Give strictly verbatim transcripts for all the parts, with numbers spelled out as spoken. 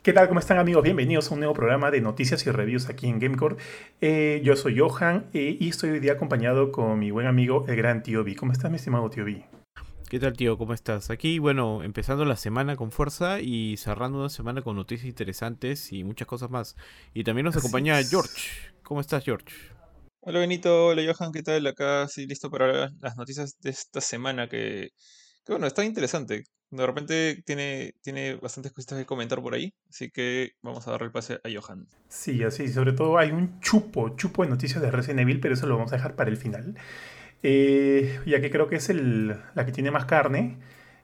¿Qué tal? ¿Cómo están, amigos? Bienvenidos a un nuevo programa de noticias y reviews aquí en Gamecore. Eh, yo soy Johan eh, y estoy hoy día acompañado con mi buen amigo, el gran tío B. ¿Cómo estás, mi estimado tío B? ¿Qué tal, tío? ¿Cómo estás? Aquí, bueno, empezando la semana con fuerza y cerrando una semana con noticias interesantes y muchas cosas más. Y también nos Así acompaña es. George. ¿Cómo estás, George? Hola Benito, hola Johan, ¿qué tal? Acá sí listo para las noticias de esta semana que, que bueno, está interesante. De repente tiene, tiene bastantes cositas que comentar por ahí, así que vamos a darle el pase a Johan. Sí, así. Sobre todo hay un chupo, chupo de noticias de Resident Evil, pero eso lo vamos a dejar para el final. Eh, ya que creo que es el, la que tiene más carne.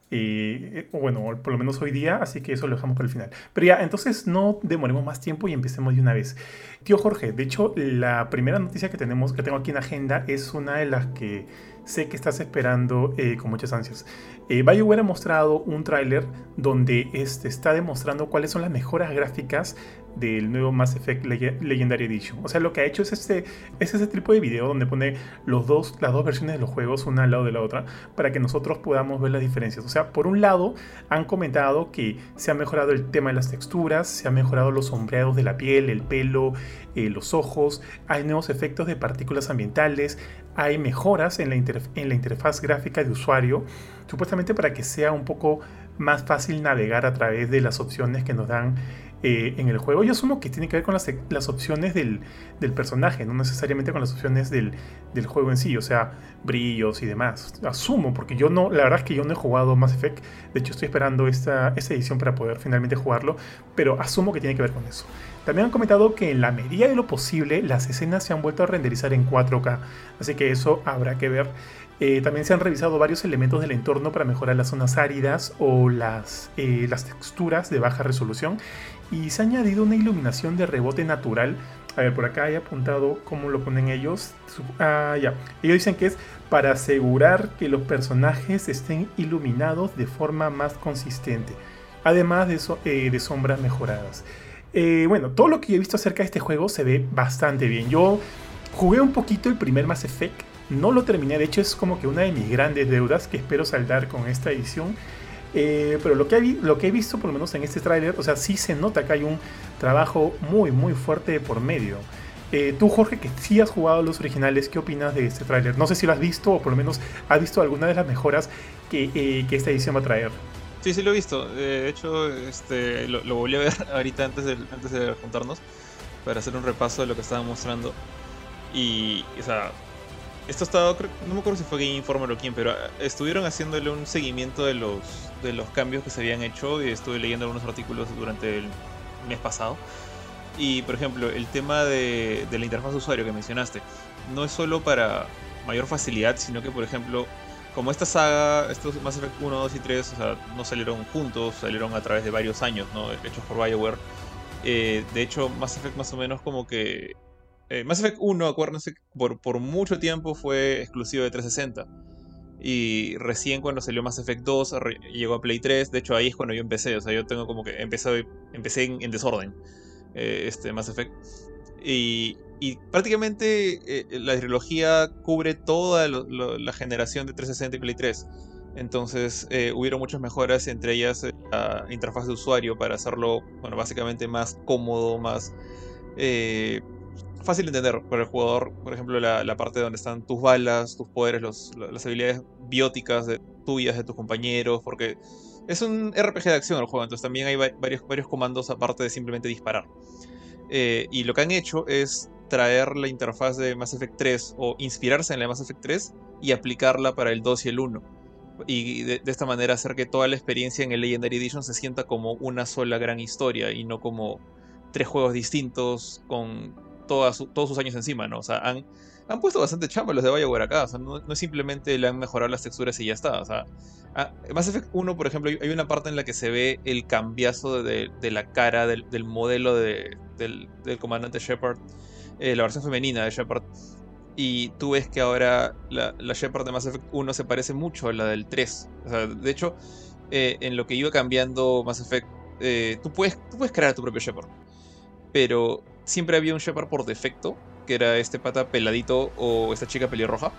Eh, o bueno, por lo menos hoy día, así que eso lo dejamos para el final. Pero ya, entonces no demoremos más tiempo y empecemos de una vez. Tío Jorge, de hecho, la primera noticia que tenemos, que tengo aquí en agenda, es una de las que sé que estás esperando eh, con muchas ansias. Eh, BioWare ha mostrado un tráiler donde este, está demostrando cuáles son las mejoras gráficas del nuevo Mass Effect Leg- Legendary Edition. O sea, lo que ha hecho es este, es ese tipo de video donde pone los dos, las dos versiones de los juegos una al lado de la otra para que nosotros podamos ver las diferencias. O sea, por un lado, han comentado que se ha mejorado el tema de las texturas, se han mejorado los sombreados de la piel, el pelo, eh, los ojos, hay nuevos efectos de partículas ambientales, hay mejoras en la, interf en la interfaz gráfica de usuario, supuestamente para que sea un poco más fácil navegar a través de las opciones que nos dan eh, en el juego. Yo asumo que tiene que ver con las, las opciones del, del personaje, no necesariamente con las opciones del, del juego en sí, o sea, brillos y demás. Asumo, porque yo no, la verdad es que yo no he jugado Mass Effect, de hecho estoy esperando esta, esta edición para poder finalmente jugarlo, pero asumo que tiene que ver con eso. También han comentado que en la medida de lo posible las escenas se han vuelto a renderizar en cuatro K, así que eso habrá que ver. Eh, también se han revisado varios elementos del entorno para mejorar las zonas áridas o las, eh, las texturas de baja resolución. Y se ha añadido una iluminación de rebote natural. A ver, por acá he apuntado cómo lo ponen ellos. Ah, ya. Ellos dicen que es para asegurar que los personajes estén iluminados de forma más consistente. Además de, eso, eh, de sombras mejoradas. Eh, bueno, todo lo que yo he visto acerca de este juego se ve bastante bien. Yo jugué un poquito el primer Mass Effect. No lo terminé, de hecho es como que una de mis grandes deudas que espero saldar con esta edición. Eh, pero lo que, he, lo que he visto, por lo menos en este tráiler, o sea, sí se nota que hay un trabajo muy, muy fuerte por medio. Eh, tú, Jorge, que sí has jugado los originales, ¿qué opinas de este tráiler? No sé si lo has visto o por lo menos has visto alguna de las mejoras que, eh, que esta edición va a traer. Sí, sí lo he visto. Eh, de hecho, este, lo, lo volví a ver ahorita antes de, antes de juntarnos para hacer un repaso de lo que estaban mostrando. Y, o sea, esto estaba, no me acuerdo si fue Game Informer o quién, pero estuvieron haciéndole un seguimiento de los, de los cambios que se habían hecho y estuve leyendo algunos artículos durante el mes pasado. Y, por ejemplo, el tema de, de la interfaz de usuario que mencionaste, no es solo para mayor facilidad, sino que, por ejemplo, como esta saga, estos Mass Effect uno, dos y tres, o sea, no salieron juntos, salieron a través de varios años, ¿no? Hechos por BioWare. Eh, de hecho, Mass Effect más o menos como que... Eh, Mass Effect uno, acuérdense, por, por mucho tiempo fue exclusivo de trescientos sesenta. Y recién cuando salió Mass Effect dos llegó a Play tres. De hecho, ahí es cuando yo empecé. O sea, yo tengo como que empecé, empecé en, en desorden eh, este Mass Effect. Y, y prácticamente eh, la trilogía cubre toda lo, lo, la generación de trescientos sesenta y Play tres. Entonces eh, hubieron muchas mejoras, entre ellas eh, la interfaz de usuario para hacerlo, bueno, básicamente más cómodo, más eh, fácil de entender para el jugador. Por ejemplo, la, la parte donde están tus balas, tus poderes, los, las habilidades bióticas de, tuyas, de tus compañeros, porque es un R P G de acción el juego, entonces también hay varios, varios comandos aparte de simplemente disparar. Eh, y lo que han hecho es traer la interfaz de Mass Effect tres o inspirarse en la de Mass Effect tres y aplicarla para el dos y el uno. Y de, de esta manera hacer que toda la experiencia en el Legendary Edition se sienta como una sola gran historia y no como tres juegos distintos con todas, todos sus años encima, ¿no? O sea, han, han puesto bastante chamba los de BioWare acá. O sea, no, no es simplemente le han mejorado las texturas y ya está. O sea, a, Mass Effect uno, por ejemplo, hay una parte en la que se ve el cambiazo de, de la cara del, del modelo de, del, del comandante Shepard, eh, la versión femenina de Shepard. Y tú ves que ahora la, la Shepard de Mass Effect uno se parece mucho a la del tres. O sea, de hecho, eh, en lo que iba cambiando Mass Effect, eh, tú, puedes, tú puedes crear tu propio Shepard. Pero siempre había un Shepard por defecto, que era este pata peladito o esta chica pelirroja.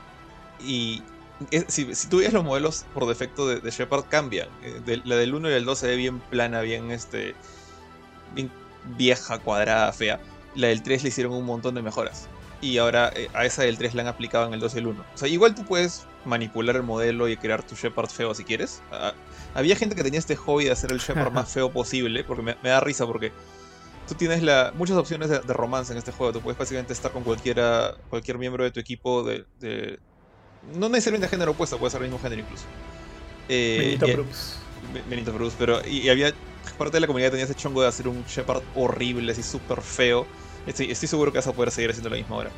Y es, si, si tú ves los modelos por defecto de, de Shepard, cambian. Eh, de, la del uno y del dos se ve bien plana, bien este bien vieja, cuadrada, fea. La del tres le hicieron un montón de mejoras. Y ahora eh, a esa del tres la han aplicado en el dos y el uno. O sea, igual tú puedes manipular el modelo y crear tu Shepard feo si quieres. Ah, había gente que tenía este hobby de hacer el Shepard más feo posible, porque me, me da risa porque tú tienes la, muchas opciones de, de romance en este juego. Tú puedes básicamente estar con cualquiera, cualquier miembro de tu equipo de, de no necesariamente de género opuesto, puede ser del mismo género incluso. Eh, Benito Bruce. Benito Bruce, pero y, y había parte de la comunidad tenía ese chongo de hacer un Shepard horrible, así súper feo. Estoy, estoy seguro que vas a poder seguir haciendo la misma ahora.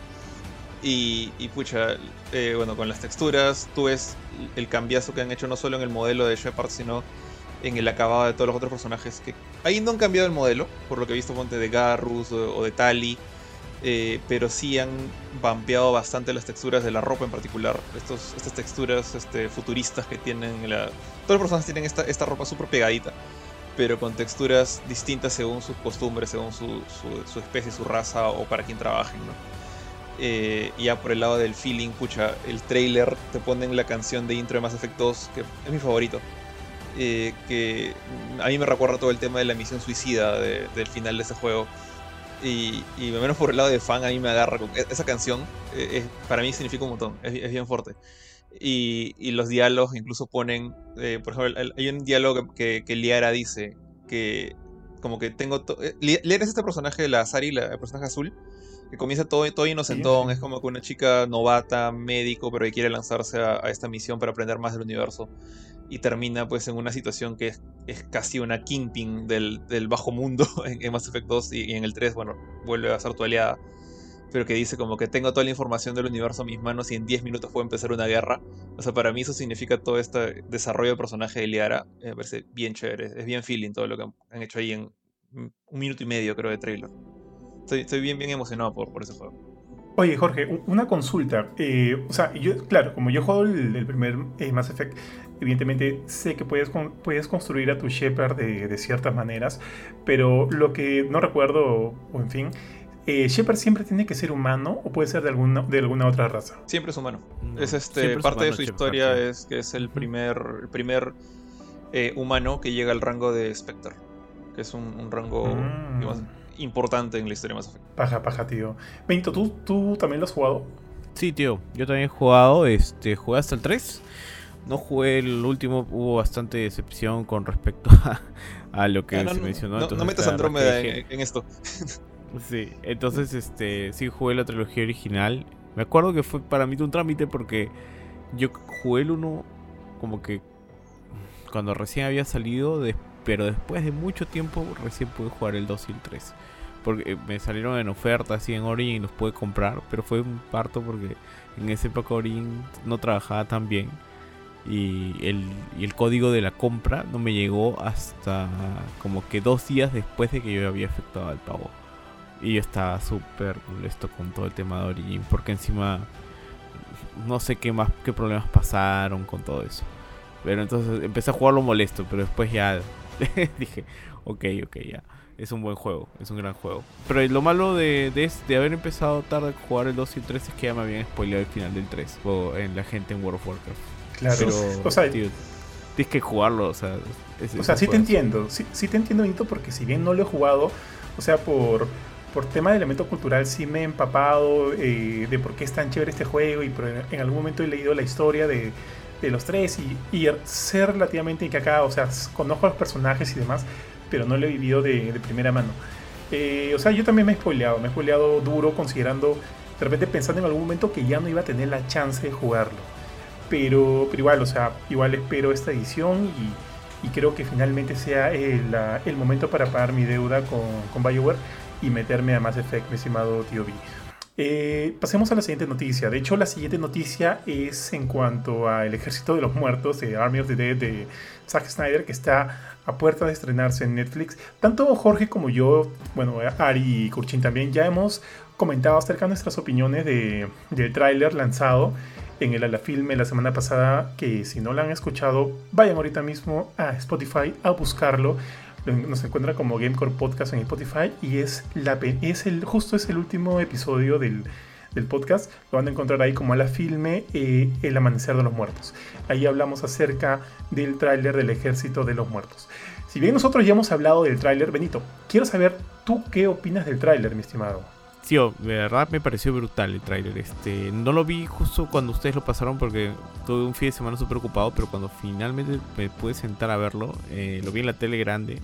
Y, y pucha, eh, bueno, con las texturas, tú ves el cambiazo que han hecho no solo en el modelo de Shepard, sino en el acabado de todos los otros personajes. Que ahí no han cambiado el modelo, por lo que he visto, ponte de Garrus o, o de Tali. Eh, pero sí han bampeado bastante las texturas de la ropa en particular. Estos, estas texturas este, futuristas que tienen la... Todas las personas tienen esta, esta ropa súper pegadita, pero con texturas distintas según sus costumbres, según su, su, su especie, su raza o para quien trabajen, ¿no? Eh, y ya por el lado del feeling, pucha, el trailer te ponen la canción de intro de Mass Effect dos, que es mi favorito. Eh, que a mí me recuerda todo el tema de la misión suicida de, del final de ese juego. Y, y menos por el lado de fan, a mí me agarra con esa canción. Eh, es, para mí significa un montón, es, es bien fuerte. Y, y los diálogos incluso ponen, eh, por ejemplo, hay un diálogo que, que Liara dice que como que tengo... Eh, Liara es este personaje de la Asari, la, el personaje azul, que comienza todo, todo inocentón, sí, sí. Es como que una chica novata, médico, pero que quiere lanzarse a, a esta misión para aprender más del universo. Y termina pues en una situación que es, es casi una Kingpin del, del bajo mundo en, en Mass Effect dos, y, y en el tres, bueno, vuelve a ser tu aliada. Pero que dice como que tengo toda la información del universo a mis manos y en diez minutos puedo empezar una guerra. O sea, para mí eso significa todo este desarrollo de personaje de Liara. Me parece bien chévere, es bien feeling todo lo que han hecho ahí en un minuto y medio, creo, de trailer. Estoy, estoy bien, bien emocionado por, por ese juego. Oye, Jorge, una consulta. Eh, o sea, yo, claro, como yo juego el, el primer eh, Mass Effect, evidentemente sé que puedes, con, puedes construir a tu Shepard de, de ciertas maneras, pero lo que no recuerdo, o en fin, eh, ¿Shepard siempre tiene que ser humano o puede ser de alguna, de alguna otra raza? Siempre es humano. No, es este es parte humano, de su Shepard, historia sí. es que es el primer, el primer eh, humano que llega al rango de Spectre, que es un, un rango Mm. digamos, importante en la historia de Mass Effect. Paja, paja, tío. Benito, ¿tú, ¿tú también lo has jugado? Sí, tío, yo también he jugado, este, jugué hasta el tres. No jugué el último, hubo bastante decepción con respecto a, a lo que Ah, no, se no, mencionó. no, entonces, no metas la verdad Andrómeda que en, dije- en esto. Sí, entonces este sí jugué la trilogía original. Me acuerdo que fue para mí un trámite porque yo jugué el uno como que cuando recién había salido, de- pero después de mucho tiempo recién pude jugar el dos y el tres. Porque eh, me salieron en oferta así en Origin y los pude comprar, pero fue un parto porque en esa época Origin no trabajaba tan bien. Y el, y el código de la compra no me llegó hasta como que dos días después de que yo había efectuado el pago. Y yo estaba súper molesto con todo el tema de Origin, porque encima no sé qué más, qué problemas pasaron con todo eso. Pero entonces empecé a jugarlo molesto, pero después ya dije, ok, ok, ya. Es un buen juego, es un gran juego. Pero lo malo de, de, de haber empezado tarde a jugar el dos y el tres es que ya me habían spoileado el final del tres o en la gente en World of Warcraft. Claro. Pero, o sea, tío, tienes que jugarlo, o sea... Es, o es sea un sí te juegazo. entiendo. Sí, sí te entiendo, Benito, porque si bien no lo he jugado, o sea, por, por tema de elemento cultural sí me he empapado eh, de por qué es tan chévere este juego y por, en algún momento he leído la historia de, de los tres y, y sé relativamente que acá, o sea, conozco a los personajes y demás, pero no lo he vivido de, de primera mano. Eh, o sea, yo también me he spoileado, me he spoileado duro considerando, de repente pensando en algún momento que ya no iba a tener la chance de jugarlo. Pero, pero igual, o sea, igual espero esta edición y, y creo que finalmente sea el, la- el momento para pagar mi deuda con, con BioWare y meterme a Mass Effect, mi estimado tío B. Eh, pasemos a la siguiente noticia. De hecho, la siguiente noticia es en cuanto al Ejército de los Muertos de Army of the Dead de Zack Snyder, que está a puerta de estrenarse en Netflix. Tanto Jorge como yo, bueno, Ari y Kurchin también, ya hemos comentado acerca de nuestras opiniones de, del tráiler lanzado en el Alafilme la semana pasada, que si no lo han escuchado, vayan ahorita mismo a Spotify a buscarlo. Nos encuentra como Gamecore Podcast en Spotify y es, la, es el, justo es el último episodio del, del podcast. Lo van a encontrar ahí como Alafilme, eh, El Amanecer de los Muertos. Ahí hablamos acerca del tráiler del Ejército de los Muertos. Si bien nosotros ya hemos hablado del tráiler, Benito, quiero saber tú qué opinas del tráiler, mi estimado. Tío, de verdad me pareció brutal el tráiler. Este, no lo vi justo cuando ustedes lo pasaron porque tuve un fin de semana súper ocupado, pero cuando finalmente me pude sentar a verlo, eh, lo vi en la tele grande.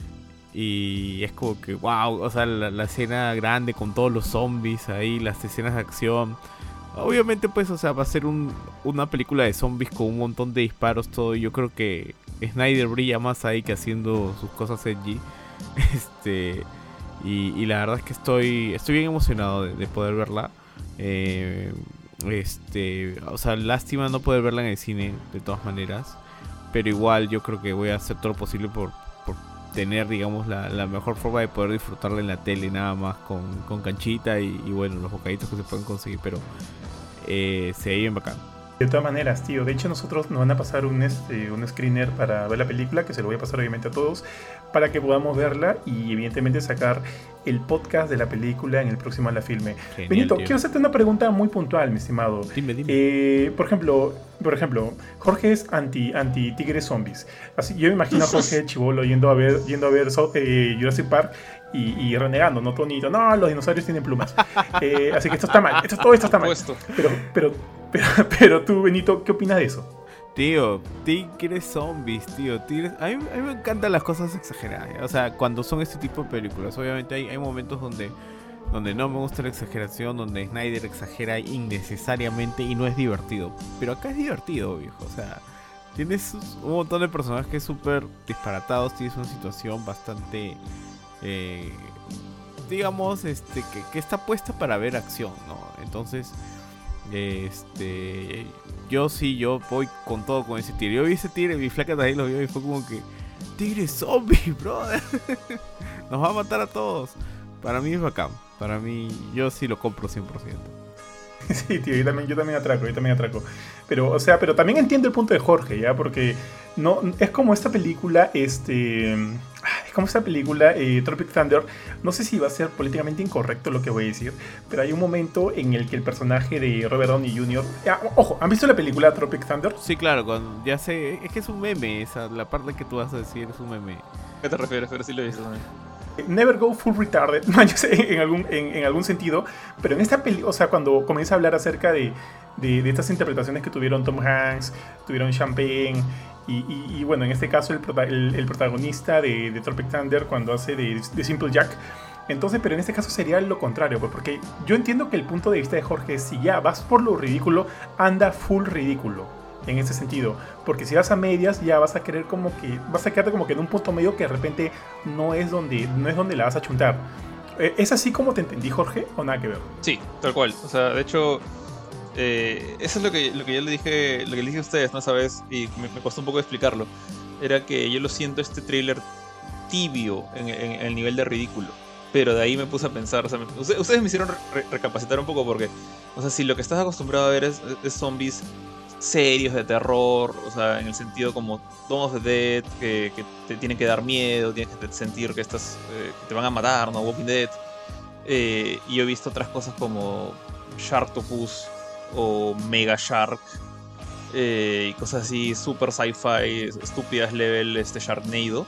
Y es como que, wow, o sea, la, la escena grande con todos los zombies ahí, las escenas de acción. Obviamente, pues, o sea, va a ser un, una película de zombies con un montón de disparos, todo. Y yo creo que Snyder brilla más ahí que haciendo sus cosas edgy. Este... Y, y la verdad es que estoy estoy bien emocionado de, de poder verla. Eh, este, o sea, lástima no poder verla en el cine de todas maneras. Pero igual yo creo que voy a hacer todo lo posible por, por tener, digamos, la, la mejor forma de poder disfrutarla en la tele, nada más con, con canchita y, y bueno, los bocaditos que se pueden conseguir. Pero eh, se ve bien bacán. De todas maneras, tío, de hecho nosotros nos van a pasar un, este, un screener para ver la película, que se lo voy a pasar obviamente a todos, para que podamos verla y evidentemente sacar el podcast de la película en el próximo A La Filme. Genial, Benito, tío. Quiero hacerte una pregunta muy puntual, mi estimado. Dime, dime. Eh, por ejemplo, por ejemplo, Jorge es anti, anti tigres zombies. Así, yo me imagino a Jorge chibolo yendo a ver, yendo a ver eh, Jurassic Park y, y renegando, ¿no, Tonito? No, los dinosaurios tienen plumas. Eh, así que esto está mal, esto, todo esto está mal. Pero, pero, pero, pero tú, Benito, ¿qué opinas de eso? Tío, tigres zombies, tío, tigres... A mí, a mí me encantan las cosas exageradas, o sea, cuando son este tipo de películas. Obviamente hay, hay momentos donde, donde no me gusta la exageración, donde Snyder exagera innecesariamente y no es divertido. Pero acá es divertido, viejo, o sea, tienes un montón de personajes súper disparatados, tienes una situación bastante, eh, digamos, este, que, que está puesta para ver acción, ¿no? Entonces... Este, yo sí, yo voy con todo con ese tigre. Yo vi ese tigre, mi flaca también lo vio y fue como que tigre zombie, brother. Nos va a matar a todos. Para mí es bacán. Para mí, yo sí lo compro cien por ciento. Sí, tío, yo también, yo también atraco, yo también atraco. Pero, o sea, pero también entiendo el punto de Jorge, ¿ya? Porque no, es como esta película, este... Es como esta película, eh, Tropic Thunder. No sé si va a ser políticamente incorrecto lo que voy a decir, pero hay un momento en el que el personaje de Robert Downey junior Ah, ojo, ¿han visto la película Tropic Thunder? Sí, claro, con, ya sé, es que es un meme, esa, la parte que tú vas a decir es un meme. ¿A qué te refieres? Pero sí lo he visto también. Never go full retarded, no, yo sé, en algún, en, en algún sentido, pero en esta película, o sea, cuando comienza a hablar acerca de, de, de estas interpretaciones que tuvieron Tom Hanks, tuvieron Champagne, y, y, y bueno, en este caso el, prota, el, el protagonista de, de Tropic Thunder cuando hace de, de Simple Jack, entonces, pero en este caso sería lo contrario, pues, porque yo entiendo que el punto de vista de Jorge es, si ya vas por lo ridículo, anda full ridículo. En ese sentido, porque si vas a medias ya vas a querer como que vas a quedarte como que en un punto medio que de repente no es donde no es donde la vas a chuntar. ¿Es así como te entendí, Jorge, o nada que ver? Sí, tal cual. O sea, de hecho, eh, eso es lo que, lo que yo le dije, lo que le dije a ustedes, ¿no? Sabes, y me, me costó un poco explicarlo. Era que yo lo siento este tráiler tibio en, en, en el nivel de ridículo. Pero de ahí me puse a pensar, o sea, me, ustedes me hicieron re, recapacitar un poco porque, o sea, si lo que estás acostumbrado a ver es, es zombies serios de terror, o sea, en el sentido como Dawn of the Dead, que, que te tienen que dar miedo, tienes que sentir que estás, eh, que te van a matar, ¿no? Walking Dead. Eh, y yo he visto otras cosas como Sharktopus o Mega Shark, eh, y cosas así super sci-fi, estúpidas level este Sharknado.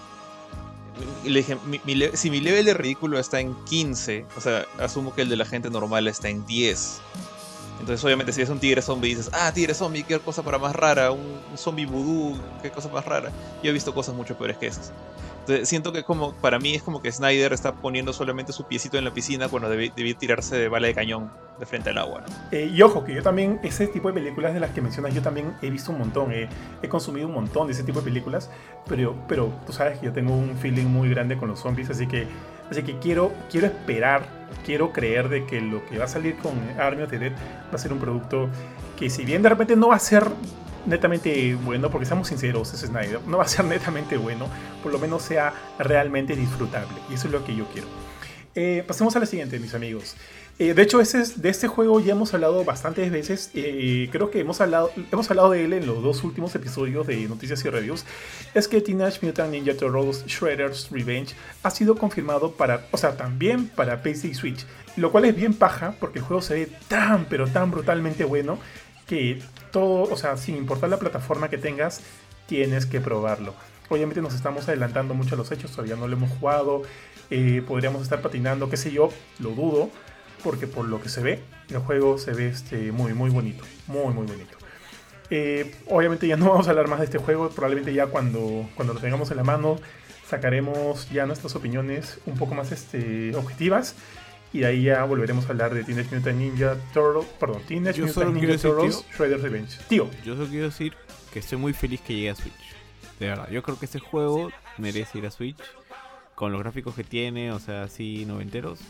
Y le dije, mi, mi, si mi level de ridículo está en quince, o sea, asumo que el de la gente normal está en diez. Entonces obviamente si ves un tigre zombie dices, ah, tigre zombie, qué cosa para más rara, un, un zombie vudú, qué cosa más rara. Yo he visto cosas mucho peores que esas. Entonces siento que como para mí es como que Snyder está poniendo solamente su piecito en la piscina cuando debía, debía tirarse de bala de cañón de frente al agua, ¿no? Eh, y ojo, que yo también, ese tipo de películas de las que mencionas, yo también he visto un montón, eh, he consumido un montón de ese tipo de películas, pero, pero tú sabes que yo tengo un feeling muy grande con los zombies, así que, así que quiero, quiero esperar, quiero creer de que lo que va a salir con Army of the Dead va a ser un producto que, si bien de repente no va a ser netamente bueno, porque seamos sinceros, es Snyder, no va a ser netamente bueno, por lo menos sea realmente disfrutable, y eso es lo que yo quiero. Eh, pasemos a la siguiente, mis amigos. Eh, de hecho, ese es, de este juego ya hemos hablado bastantes veces. Eh, creo que hemos hablado, hemos hablado de él en los dos últimos episodios de Noticias y Reviews. Es que Teenage Mutant Ninja Turtles Shredder's Revenge ha sido confirmado para, o sea, también para P C y Switch, lo cual es bien paja porque el juego se ve tan, pero tan brutalmente bueno que todo, o sea, sin importar la plataforma que tengas, tienes que probarlo. Obviamente nos estamos adelantando mucho a los hechos, todavía no lo hemos jugado, eh, podríamos estar patinando, qué sé yo, lo dudo, porque por lo que se ve, el juego se ve este, muy, muy bonito, muy, muy bonito. Eh, obviamente ya no vamos a hablar más de este juego, probablemente ya cuando, cuando lo tengamos en la mano sacaremos ya nuestras opiniones un poco más este, objetivas. Y de ahí ya volveremos a hablar de Teenage Mutant Ninja Turtles. Perdón, Teenage Yo solo Mutant quiero Ninja decir, Turtles tío, Shredder's Revenge. Tío, Yo solo quiero decir que estoy muy feliz que llegue a Switch. De verdad, yo creo que este juego merece ir a Switch. Con los gráficos que tiene, o sea, así noventeros.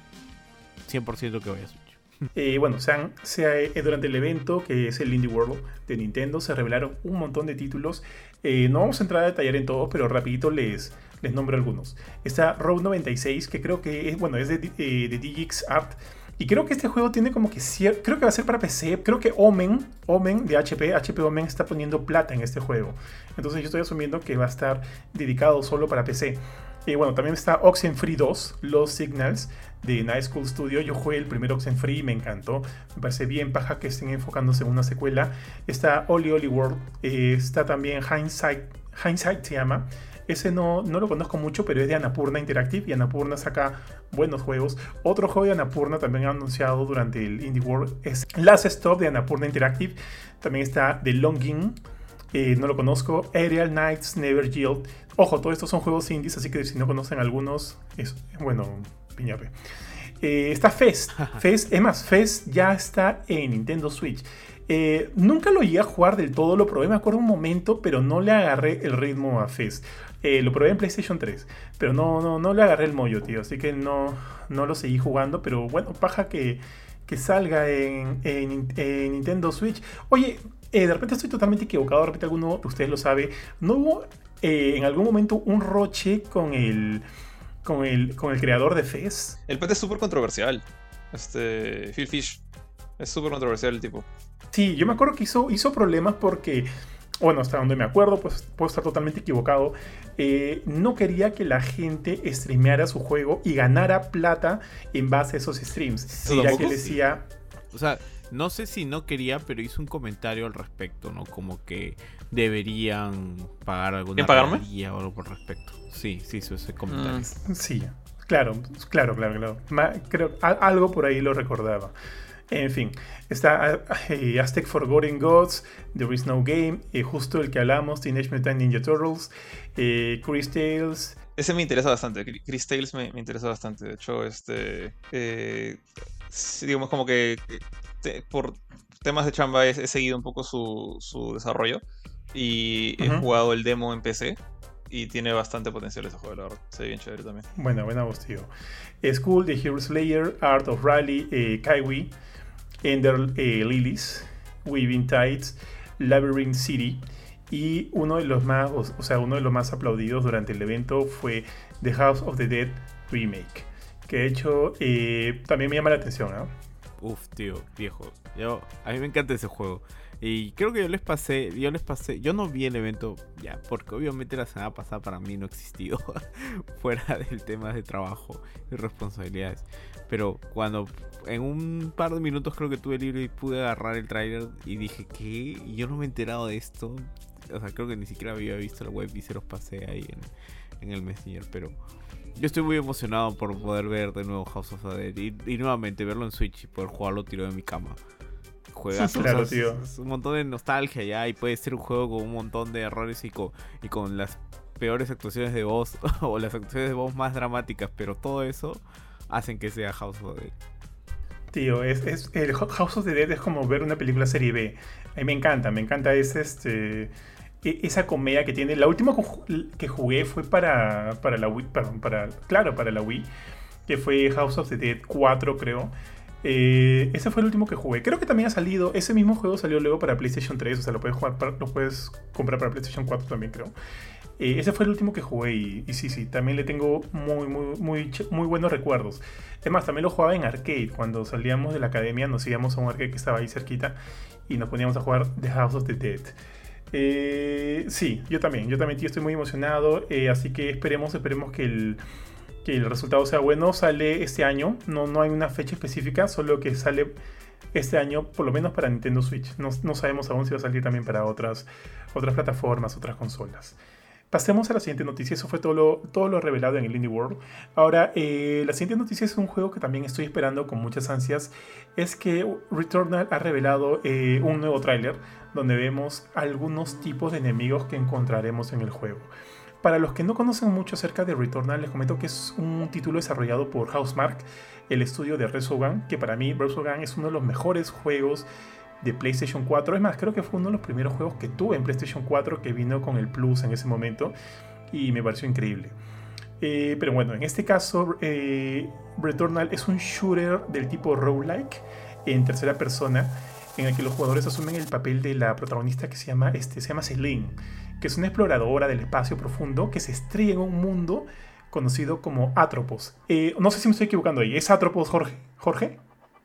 cien por ciento que vaya a Switch. eh, bueno, se han- se ha- eh, durante el evento que es el Indie World de Nintendo se revelaron un montón de títulos. Eh, no vamos a entrar a detallar en todos, pero rapidito les, les nombro algunos. Está Road noventa y seis, que creo que es, bueno, es de, eh, de Digix Art. Y creo que este juego tiene como que cier- creo que va a ser para P C. Creo que Omen, Omen de H P, H P Omen está poniendo plata en este juego. Entonces yo estoy asumiendo que va a estar dedicado solo para P C. Y bueno, también está Oxenfree dos, Los Signals, de Night School Studio. Yo jugué el primer Oxenfree y me encantó. Me parece bien paja que estén enfocándose en una secuela. Está Oli Oli World, eh, está también Hindsight, Hindsight se llama. Ese no, no lo conozco mucho, pero es de Annapurna Interactive y Annapurna saca buenos juegos. Otro juego de Annapurna también anunciado durante el Indie World es Last Stop de Annapurna Interactive. También está The Longing, eh, no lo conozco. Aerial Knights Never Yield. Ojo, todos estos son juegos indies, así que si no conocen algunos, es bueno, piñape. Eh, está Fest. Fest, es más, Fest ya está en Nintendo Switch. Eh, nunca lo llegué a jugar del todo, lo probé, me acuerdo un momento, pero no le agarré el ritmo a Fest. Eh, lo probé en PlayStation tres, pero no, no, no le agarré el mollo, tío. Así que no, no lo seguí jugando, pero bueno, paja que, que salga en, en- en Nintendo Switch. Oye, eh, de repente estoy totalmente equivocado, de repente alguno de ustedes lo sabe. ¿No hubo eh, en algún momento un roche con el, con el, con el creador de Fez? El pet es súper controversial. Este. Phil Fish. Es súper controversial el tipo. Sí, yo me acuerdo que hizo, hizo problemas porque, bueno, hasta donde me acuerdo, pues puedo estar totalmente equivocado, eh, no quería que la gente streameara su juego y ganara plata en base a esos streams. Sí, ya tampoco que él sí. decía, O sea, no sé si no quería, pero hizo un comentario al respecto, ¿no? Como que deberían pagar alguna ¿Quién pagarme? regalía o algo por respecto. Sí, sí, hizo ese comentario. Mm. sí, claro, claro, claro, claro. Ma- creo, a- algo por ahí lo recordaba. En fin, está eh, Aztec Forgotten Gods, There Is No Game, eh, justo el que hablamos, Teenage Mutant Ninja Turtles, eh, Chris Tales. Ese me interesa bastante. Cri- Chris Tales me, me interesa bastante. De hecho, este. eh, sí, digamos como que. que te- por temas de chamba he, he seguido un poco su, su desarrollo. Y he Ujú. jugado el demo en P C. Y tiene bastante potencial ese juego, la verdad. Se ve bien chévere también. Buena, buena voz, tío. School, The Hero Slayer, Art of Rally, eh, Kaiwi, Ender eh, Lilies, Weaving Tides, Labyrinth City. Y uno de los más, o, o sea, uno de los más aplaudidos durante el evento fue The House of the Dead Remake. Que de hecho eh, también me llama la atención, ¿no? Uf, tío, viejo. Yo, a mí me encanta ese juego. Y creo que yo les pasé, yo les pasé, yo no vi el evento ya, porque obviamente la semana pasada para mí no existió, fuera del tema de trabajo y responsabilidades. Pero cuando en un par de minutos creo que tuve libre y pude agarrar el tráiler y dije, ¿qué? Y yo no me he enterado de esto. O sea, creo que ni siquiera había visto la web y se los pasé ahí en, en el Messenger, pero yo estoy muy emocionado por poder ver de nuevo House of the Dead y, y nuevamente verlo en Switch y poder jugarlo tirado de mi cama. Juegazo, Claro, o sea, tío. es, es un montón de nostalgia ya y puede ser un juego con un montón de errores y con, y con las peores actuaciones de voz o las actuaciones de voz más dramáticas, pero todo eso hacen que sea House of the Dead. Tío, es, es, el House of the Dead es como ver una película serie B. A mí me encanta, me encanta ese, este, e- esa comedia que tiene. La última que ju- que jugué fue para, para la Wii, perdón, para, claro, para la Wii, que fue House of the Dead cuatro, creo. Eh, ese fue el último que jugué. Creo que también ha salido, ese mismo juego salió luego para PlayStation tres, o sea, lo puedes, jugar para- lo puedes comprar para PlayStation cuatro también, creo. Eh, ese fue el último que jugué y, y sí, sí, también le tengo muy, muy, muy, ch- muy buenos recuerdos. Es más, también lo jugaba en arcade. Cuando salíamos de la academia nos íbamos a un arcade que estaba ahí cerquita y nos poníamos a jugar The House of the Dead. Eh, sí, yo también, yo también tío, estoy muy emocionado, eh, así que esperemos, esperemos que el, que el resultado sea bueno. Sale este año, no, no hay una fecha específica, solo que sale este año, por lo menos para Nintendo Switch. No, no sabemos aún si va a salir también para otras, otras plataformas, otras consolas. Pasemos a la siguiente noticia. Eso fue todo lo, todo lo revelado en el Indie World. Ahora, eh, la siguiente noticia es un juego que también estoy esperando con muchas ansias. Es que Returnal ha revelado eh, un nuevo tráiler donde vemos algunos tipos de enemigos que encontraremos en el juego. Para los que no conocen mucho acerca de Returnal, les comento que es un título desarrollado por Housemarque, el estudio de Resogun, que para mí Resogun es uno de los mejores juegos de PlayStation cuatro. Es más, creo que fue uno de los primeros juegos que tuve en PlayStation cuatro, que vino con el Plus en ese momento y me pareció increíble. Eh, pero bueno, en este caso eh, Returnal es un shooter del tipo roguelike en tercera persona, en el que los jugadores asumen el papel de la protagonista que se llama, este, se llama Celine, que es una exploradora del espacio profundo que se estrella en un mundo conocido como Atropos. Eh, no sé si me estoy equivocando ahí. ¿Es Atropos, Jorge? ¿Jorge?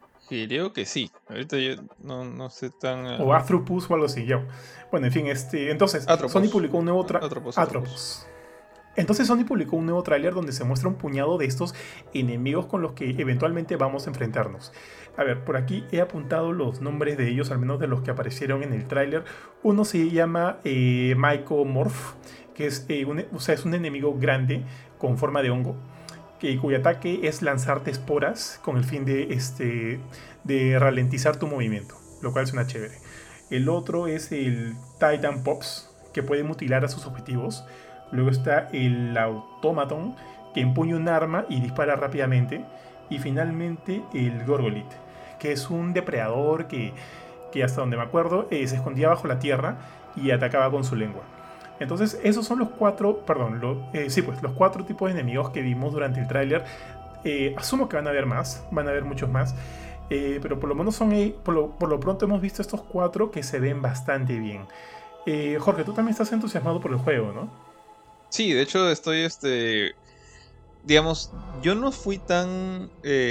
Creo que sí. Ahorita yo no, no sé tan... Uh... O Atropos o algo así, yo. Bueno, en fin, este, entonces Atropos. Sony publicó un nuevo tráiler. Atropos, Atropos. Atropos. Entonces Sony publicó un nuevo tráiler donde se muestra un puñado de estos enemigos con los que eventualmente vamos a enfrentarnos. A ver, por aquí he apuntado los nombres de ellos, al menos de los que aparecieron en el tráiler. Uno se llama eh, Mycomorph, que es, eh, un, o sea, es un enemigo grande con forma de hongo, que, cuyo ataque es lanzarte esporas con el fin de, este, de ralentizar tu movimiento, lo cual suena chévere. El otro es el Titan Pops, que puede mutilar a sus objetivos. Luego está el Automaton, que empuña un arma y dispara rápidamente. Y finalmente el Gorgolith, que es un depredador que, que hasta donde me acuerdo eh, se escondía bajo la tierra y atacaba con su lengua. Entonces esos son los cuatro, perdón, lo, eh, sí pues, los cuatro tipos de enemigos que vimos durante el tráiler. Eh, asumo que van a haber más, van a haber muchos más. Eh, pero por lo menos son, eh, por, lo, por lo pronto hemos visto estos cuatro que se ven bastante bien. Eh, Jorge, tú también estás entusiasmado por el juego, ¿no? Sí, de hecho estoy, este, digamos, yo no fui tan,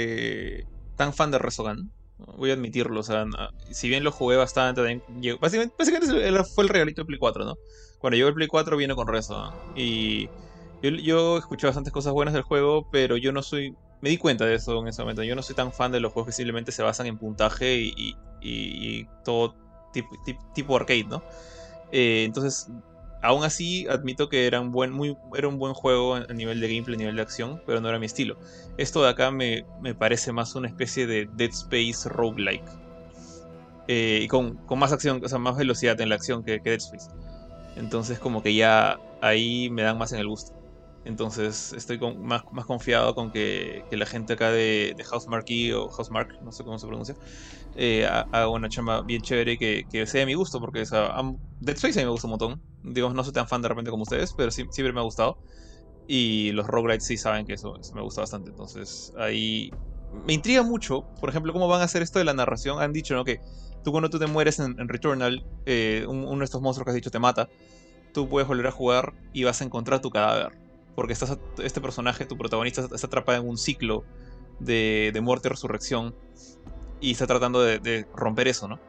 eh, tan fan de Resogun, voy a admitirlo, o sea, si bien lo jugué bastante, también, básicamente, básicamente fue el regalito de Play cuatro, ¿no? Cuando llegó el Play cuatro vino con Resogun, y yo, yo escuché bastantes cosas buenas del juego, pero yo no soy, me di cuenta de eso en ese momento, yo no soy tan fan de los juegos que simplemente se basan en puntaje y, y, y, y todo tipo, tipo, tipo arcade, ¿no? Eh, entonces... Aún así, admito que era un buen, muy, era un buen juego a nivel de gameplay, a nivel de acción, pero no era mi estilo. Esto de acá me, me parece más una especie de Dead Space roguelike. Eh, y con, con más acción, o sea, más velocidad en la acción que, que Dead Space. Entonces como que ya ahí me dan más en el gusto. Entonces estoy con, más, más confiado con que, que la gente acá de, de Housemarque o Housemarque, no sé cómo se pronuncia, eh, haga una chamba bien chévere que, que sea de mi gusto, porque o sea, Dead Space a mí me gusta un montón. Digamos, no soy tan fan de repente como ustedes, pero sí, siempre me ha gustado. Y los roguelites sí saben que eso, eso me gusta bastante. Entonces ahí me intriga mucho, por ejemplo, cómo van a hacer esto de la narración. Han dicho, ¿no? Que tú cuando tú te mueres en, en Returnal, eh, un, uno de estos monstruos que has dicho te mata. Tú puedes volver a jugar y vas a encontrar tu cadáver. Porque estás, este personaje, tu protagonista, está atrapado en un ciclo de, de muerte y resurrección. Y está tratando de, de romper eso, ¿no?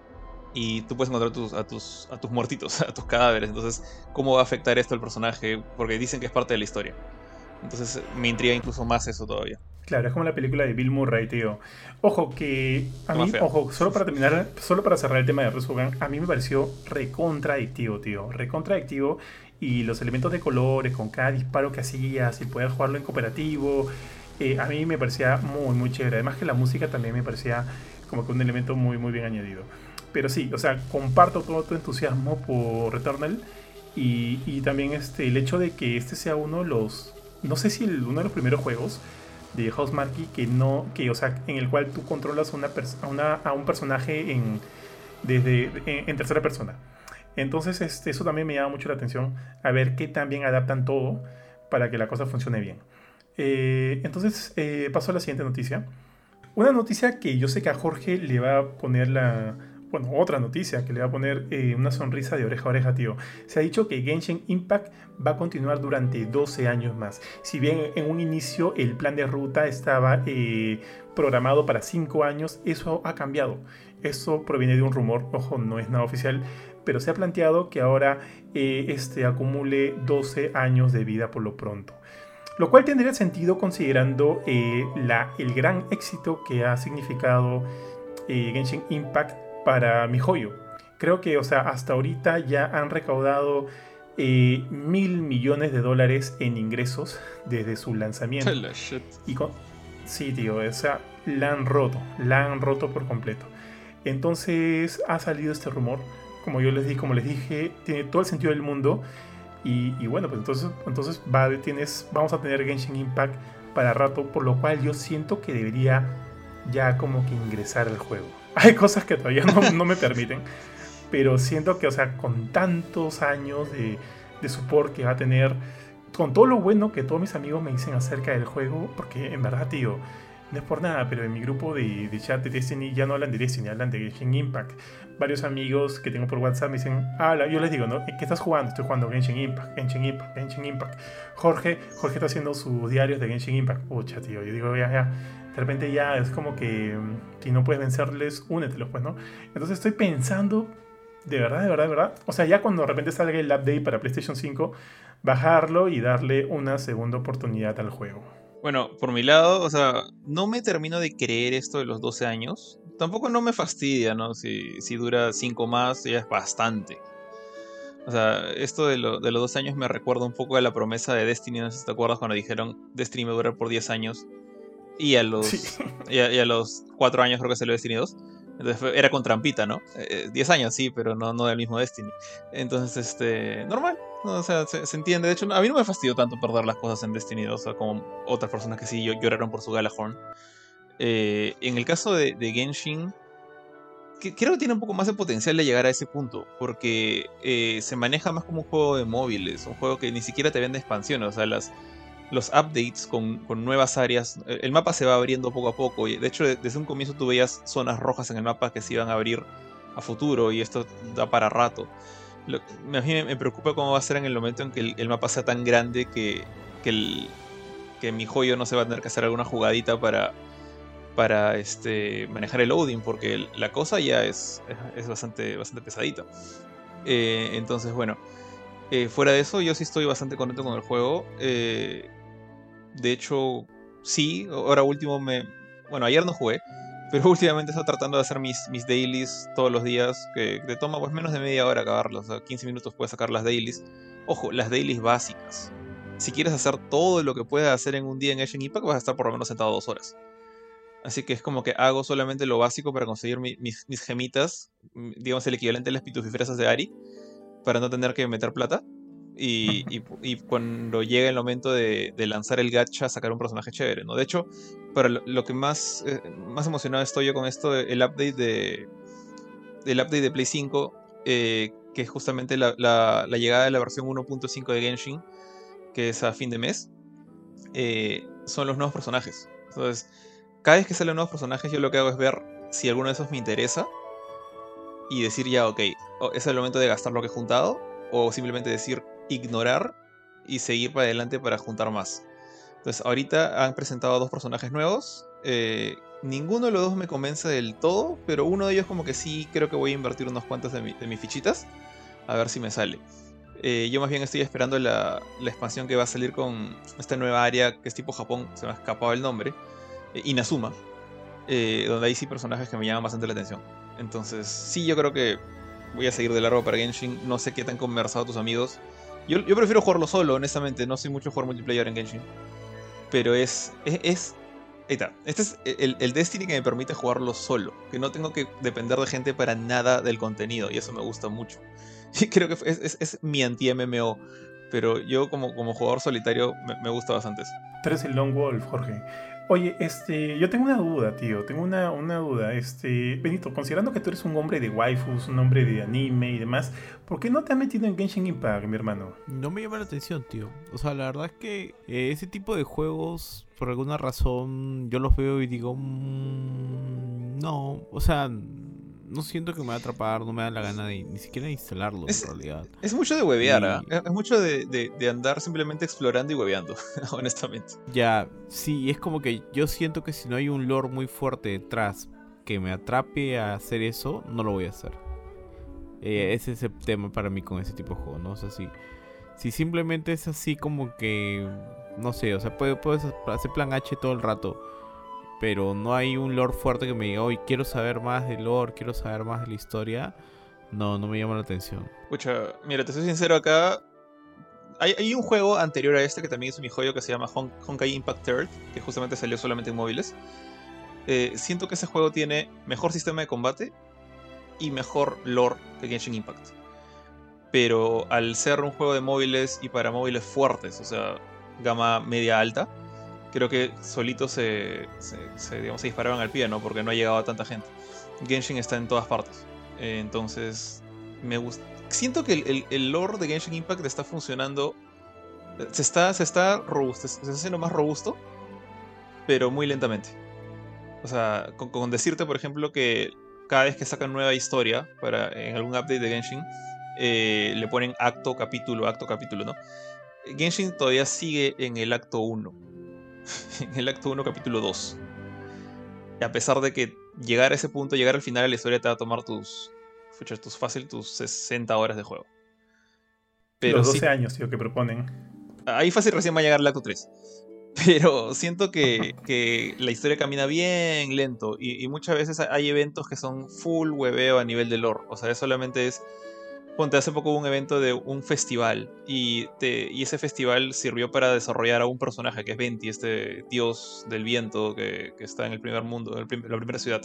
Y tú puedes encontrar tus, a, tus, a tus muertitos, a tus cadáveres. Entonces, ¿cómo va a afectar esto al personaje? Porque dicen que es parte de la historia. Entonces, me intriga incluso más eso todavía. Claro, es como la película de Bill Murray, tío. Ojo, que a mí, ojo, solo para terminar, solo para cerrar el tema de Resogun, a mí me pareció recontradictivo, tío. Recontradictivo. Y los elementos de colores, con cada disparo que hacías, y poder jugarlo en cooperativo, eh, a mí me parecía muy, muy chévere. Además que la música también me parecía como que un elemento muy, muy bien añadido. Pero sí, o sea, comparto todo tu entusiasmo por Returnal. Y, y también este, el hecho de que este sea uno de los, no sé si el, uno de los primeros juegos de Housemarque que no, que, o sea, en el cual tú controlas una a, una, a un personaje en, desde, en, en tercera persona. Entonces este, eso también me llama mucho la atención, a ver qué tan bien adaptan todo para que la cosa funcione bien. Eh, entonces eh, paso a la siguiente noticia. Una noticia que yo sé que a Jorge le va a poner la... Bueno, otra noticia que le va a poner eh, una sonrisa de oreja a oreja, tío. Se ha dicho que Genshin Impact va a continuar durante doce años más. Si bien en un inicio el plan de ruta estaba eh, programado para cinco años, eso ha cambiado. Eso proviene de un rumor, ojo, no es nada oficial, pero se ha planteado que ahora eh, este acumule doce años de vida por lo pronto. Lo cual tendría sentido considerando eh, la, el gran éxito que ha significado eh, Genshin Impact para MiHoYo. Creo que, o sea, hasta ahorita ya han recaudado eh, mil millones de dólares en ingresos desde su lanzamiento. Hola, shit. Y con... Sí, tío, o sea, la han roto, la han roto por completo. Entonces ha salido este rumor, como yo les dije, como les dije, tiene todo el sentido del mundo. Y, y bueno, pues entonces, entonces va, tienes, vamos a tener Genshin Impact para rato, por lo cual yo siento que debería ya como que ingresar al juego. Hay cosas que todavía no, no me permiten, pero siento que, o sea, con tantos años de, de support que va a tener, con todo lo bueno que todos mis amigos me dicen acerca del juego, porque en verdad, tío, no es por nada, pero en mi grupo de, de chat de Destiny ya no hablan de Destiny, hablan de Genshin Impact. Varios amigos que tengo por WhatsApp me dicen, ah, yo les digo, ¿no? ¿Qué estás jugando? Estoy jugando Genshin Impact, Genshin Impact, Genshin Impact. Jorge, Jorge está haciendo sus diarios de Genshin Impact. Pucha, tío, yo digo, ya, ya. De repente ya es como que si no puedes vencerles, únetelos, pues, ¿no? Entonces estoy pensando, de verdad, de verdad, de verdad. O sea, ya cuando de repente salga el update para PlayStation cinco, bajarlo y darle una segunda oportunidad al juego. Bueno, por mi lado, o sea, no me termino de creer esto de los doce años. Tampoco no me fastidia, ¿no? Si, si dura cinco más, ya es bastante. O sea, esto de, lo, de los doce años me recuerda un poco a la promesa de Destiny, no sé si te acuerdas cuando dijeron Destiny va a durar por diez años. Y a los, Sí. y a, y a los cuatro años creo que salió Destiny dos. Entonces fue- era con trampita, ¿no? Eh, diez años, sí, pero no, no del mismo Destiny. Entonces, este, normal. ¿No? O sea, se, se entiende. De hecho, a mí no me fastidió tanto perder las cosas en Destiny dos, o sea, como otras personas que sí llo- lloraron por su Galahorn. Eh, en el caso de, de Genshin, que- creo que tiene un poco más de potencial de llegar a ese punto, porque eh, se maneja más como un juego de móviles, un juego que ni siquiera te vende expansiones, o sea, las, los updates con, con nuevas áreas, eh, el mapa se va abriendo poco a poco, y de hecho de- desde un comienzo tú veías zonas rojas en el mapa que se iban a abrir a futuro, y esto da para rato. Lo- a mí me, me preocupa cómo va a ser en el momento en que el, el mapa sea tan grande que, que, el, que mi joyo no se va a tener que hacer alguna jugadita para para este, manejar el loading, porque el- la cosa ya es, es, es bastante, bastante pesadita. Eh, entonces, bueno, eh, fuera de eso, yo sí estoy bastante contento con el juego. Eh, de hecho, sí, ahora último me... Bueno, ayer no jugué, pero últimamente estoy tratando de hacer mis, mis dailies todos los días, que te toma pues menos de media hora acabarlos, o sea, quince minutos puedes sacar las dailies. Ojo, las dailies básicas. Si quieres hacer todo lo que puedas hacer en un día en Genshin Impact, vas a estar por lo menos sentado dos horas. Así que es como que hago solamente lo básico para conseguir mi- mis, mis gemitas, mm, digamos el equivalente a las pitufifresas de Ari, para no tener que meter plata. Y, y- y cuando llega el momento de, de lanzar el gacha, sacar un personaje chévere, ¿no? De hecho, para lo, lo que más, eh, más emocionado estoy yo con esto, el update de, el update de Play cinco, eh, que es justamente la, la- la llegada de la versión uno punto cinco de Genshin, que es a fin de mes, eh, son los nuevos personajes. Entonces, cada vez que salen nuevos personajes, yo lo que hago es ver si alguno de esos me interesa y decir ya, ok, o- es el momento de gastar lo que he juntado, o simplemente decir ignorar y seguir para adelante para juntar más. Entonces, ahorita han presentado dos personajes nuevos. eh, ninguno de los dos me convence del todo, pero uno de ellos como que sí creo que voy a invertir unos cuantos de, mi- de mis fichitas a ver si me sale. Eh, yo más bien estoy esperando la, la expansión que va a salir con esta nueva área que es tipo Japón, se me ha escapado el nombre, eh, Inazuma, eh, donde hay sí personajes que me llaman bastante la atención. Entonces, sí, yo creo que voy a seguir de largo para Genshin. No sé qué tan conversado tus amigos. Yo, yo prefiero jugarlo solo, honestamente. No soy mucho jugar multiplayer en Genshin. Pero es. Es. es- ahí está. Este es el, el Destiny que me permite jugarlo solo. Que no tengo que depender de gente para nada del contenido. Y eso me gusta mucho. Y creo que es, es, es mi anti-M M O. Pero yo, como, como jugador solitario, me, me gusta bastante eso. Tú eres el Lone Wolf, Jorge. Oye, este, yo tengo una duda, tío. Tengo una, una duda. Este, Benito, considerando que tú eres un hombre de waifus, un hombre de anime y demás, ¿por qué no te has metido en Genshin Impact, mi hermano? No me llama la atención, tío. O sea, la verdad es que eh, ese tipo de juegos, por alguna razón, yo los veo y digo, "Mm, no, o sea, no siento que me va a atrapar, no me da la gana de ni siquiera de instalarlo en Es, realidad. es mucho de huevear, ¿ah? Y Es es mucho de, de- de andar simplemente explorando y hueveando, honestamente. ya, sí, es como que yo siento que si no hay un lore muy fuerte detrás que me atrape a hacer eso, no lo voy a hacer. Eh, ese es el tema para mí con ese tipo de juego, ¿no? O sea, si, si simplemente es así como que, no sé, o sea, puedes, puedes hacer plan H todo el rato, pero no hay un lore fuerte que me diga, hoy quiero saber más del lore, quiero saber más de la historia, no, no me llama la atención. Pucha, mira, te soy sincero acá. hay, hay un juego anterior a este que también es un joyo que se llama Hon- Honkai Impact Third, que justamente salió solamente en móviles. Eh, siento que ese juego tiene mejor sistema de combate y mejor lore que Genshin Impact. Pero al ser un juego de móviles y para móviles fuertes, o sea, gama media alta, creo que solitos se, se, se, digamos, se disparaban al pie, ¿no? Porque no ha llegado a tanta gente. Genshin está en todas partes. Eh, entonces, me gusta. Siento que el, el, el lore de Genshin Impact está funcionando. Se está, se está robusto, se está haciendo más robusto, pero muy lentamente. O sea, con, con decirte, por ejemplo, que cada vez que sacan nueva historia para, en algún update de Genshin, eh, le ponen acto, capítulo, acto, capítulo, ¿no? Genshin todavía sigue en el acto uno. En el acto uno, capítulo dos. Y a pesar de que llegar a ese punto, llegar al final de la historia te va a tomar tus, tus fácil, tus sesenta horas de juego. Pero los doce sí, años, tío, que proponen. Ahí fácil recién va a llegar el acto tres. Pero siento que, que la historia camina bien lento. Y, y muchas veces hay eventos que son full hueveo a nivel de lore. O sea, solamente es... Ponte, hace poco hubo un evento de un festival. Y, te, y ese festival sirvió para desarrollar a un personaje que es Venti, este dios del viento que, que está en el primer mundo, en el prim, la primera ciudad.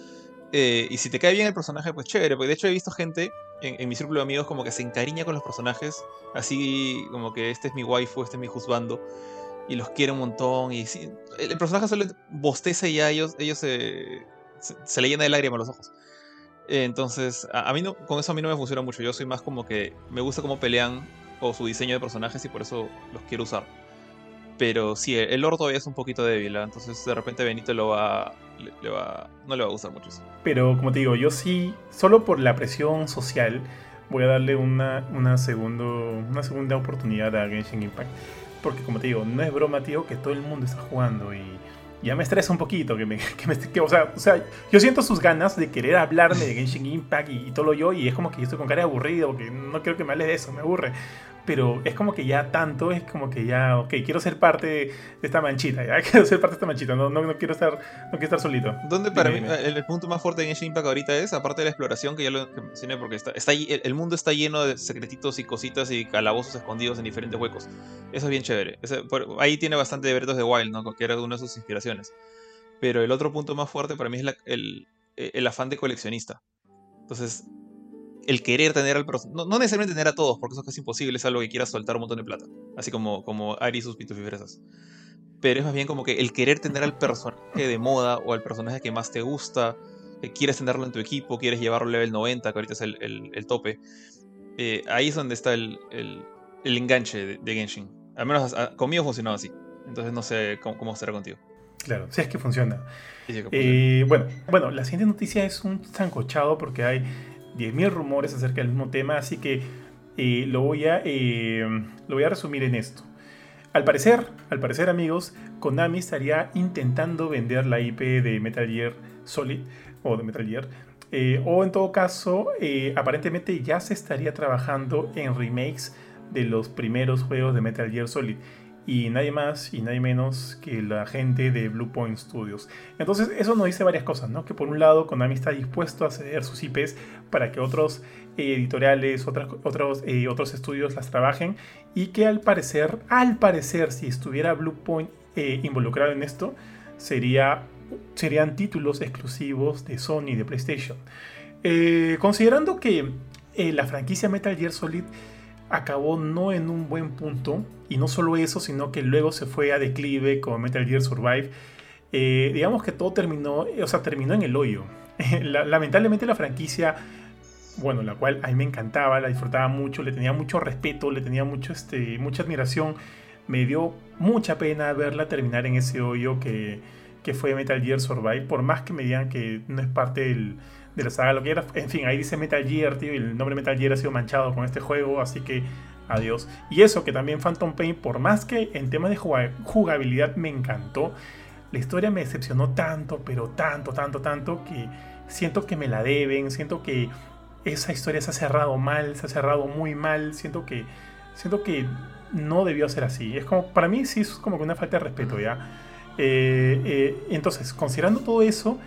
Eh, y si te cae bien el personaje, pues chévere. Porque de hecho he visto gente en, en mi círculo de amigos como que se encariña con los personajes. Así como que este es mi waifu, este es mi juzbando. Y los quiere un montón. Y sí, el personaje solo bosteza y ya ellos, ellos se, se, se le llena de lágrimas los ojos. Eh, entonces, a, a mí no, con eso a mí no me funciona mucho. Yo soy más como que me gusta cómo pelean o su diseño de personajes y por eso los quiero usar. Pero sí, el, el lore todavía es un poquito débil, ¿eh? Entonces de repente Benito lo va, le, le va, no le va a gustar mucho eso. Pero como te digo, yo sí, solo por la presión social, voy a darle una, una, segundo, una segunda oportunidad a Genshin Impact. Porque como te digo, no es broma, tío, que todo el mundo está jugando y ya me estresa un poquito. Que me, que me, que, o, sea, o sea, yo siento sus ganas de querer hablarme de Genshin Impact y, y todo lo yo, y es como que yo estoy con cara de aburrido, porque no quiero que me hable de eso, me aburre. Pero es como que ya tanto, es como que ya, ok, quiero ser parte de esta manchita, ya quiero ser parte de esta manchita, no, no, no quiero estar no quiero estar solito. ¿Dónde para dime, mí dime. El, el punto más fuerte de Genshin Impact ahorita es, aparte de la exploración, que ya lo que mencioné, porque está, está el, el mundo está lleno de secretitos y cositas y calabozos escondidos en diferentes huecos. Eso es bien chévere. Ese, por, ahí tiene bastante de Breath of the Wild, ¿no? Que era una de sus inspiraciones. Pero el otro punto más fuerte para mí es la, el, el afán de coleccionista. Entonces, el querer tener al personaje, no, no necesariamente tener a todos, porque eso es casi imposible, es algo que quieras soltar un montón de plata. Así como, como Ari y sus pitufifresas. Pero es más bien como que el querer tener al personaje de moda o al personaje que más te gusta, que quieres tenerlo en tu equipo, quieres llevarlo a level noventa, que ahorita es el, el, el tope. Eh, ahí es donde está el, el, el enganche de, de Genshin. Al menos a, conmigo funcionaba así. Entonces no sé cómo, cómo será contigo. Claro, si es que funciona. Sí, sí que funciona. Eh, bueno, bueno, la siguiente noticia es un sancochado porque hay diez mil rumores acerca del mismo tema, así que eh, lo, voy a, eh, lo voy a resumir en esto. Al parecer, al parecer, amigos, Konami estaría intentando vender la I P de Metal Gear Solid, o de Metal Gear, eh, o en todo caso, eh, aparentemente ya se estaría trabajando en remakes de los primeros juegos de Metal Gear Solid. Y nadie más y nadie menos que la gente de Bluepoint Studios. Entonces eso nos dice varias cosas, ¿no? Que por un lado Konami está dispuesto a ceder sus I Ps para que otros eh, editoriales, otras, otros, eh, otros estudios las trabajen. Y que al parecer, al parecer, si estuviera Bluepoint eh, involucrado en esto, sería, serían títulos exclusivos de Sony y de PlayStation. Eh, considerando que eh, la franquicia Metal Gear Solid acabó no en un buen punto, y no solo eso, sino que luego se fue a declive con Metal Gear Survive. Eh, digamos que todo terminó, o sea, terminó en el hoyo. Lamentablemente la franquicia, bueno, la cual a mí me encantaba, la disfrutaba mucho, le tenía mucho respeto, le tenía mucho, este, mucha admiración. Me dio mucha pena verla terminar en ese hoyo que, que fue Metal Gear Survive, por más que me digan que no es parte del... de la saga, lo que era, en fin, ahí dice Metal Gear, tío, y el nombre Metal Gear ha sido manchado con este juego, así que adiós. Y eso, que también Phantom Pain, por más que en temas de jugabilidad me encantó, la historia me decepcionó tanto, pero tanto, tanto, tanto, que siento que me la deben, siento que esa historia se ha cerrado mal, se ha cerrado muy mal, siento que, siento que no debió ser así. Es como, para mí sí es como que una falta de respeto, ¿ya? Eh, eh, entonces, considerando todo eso,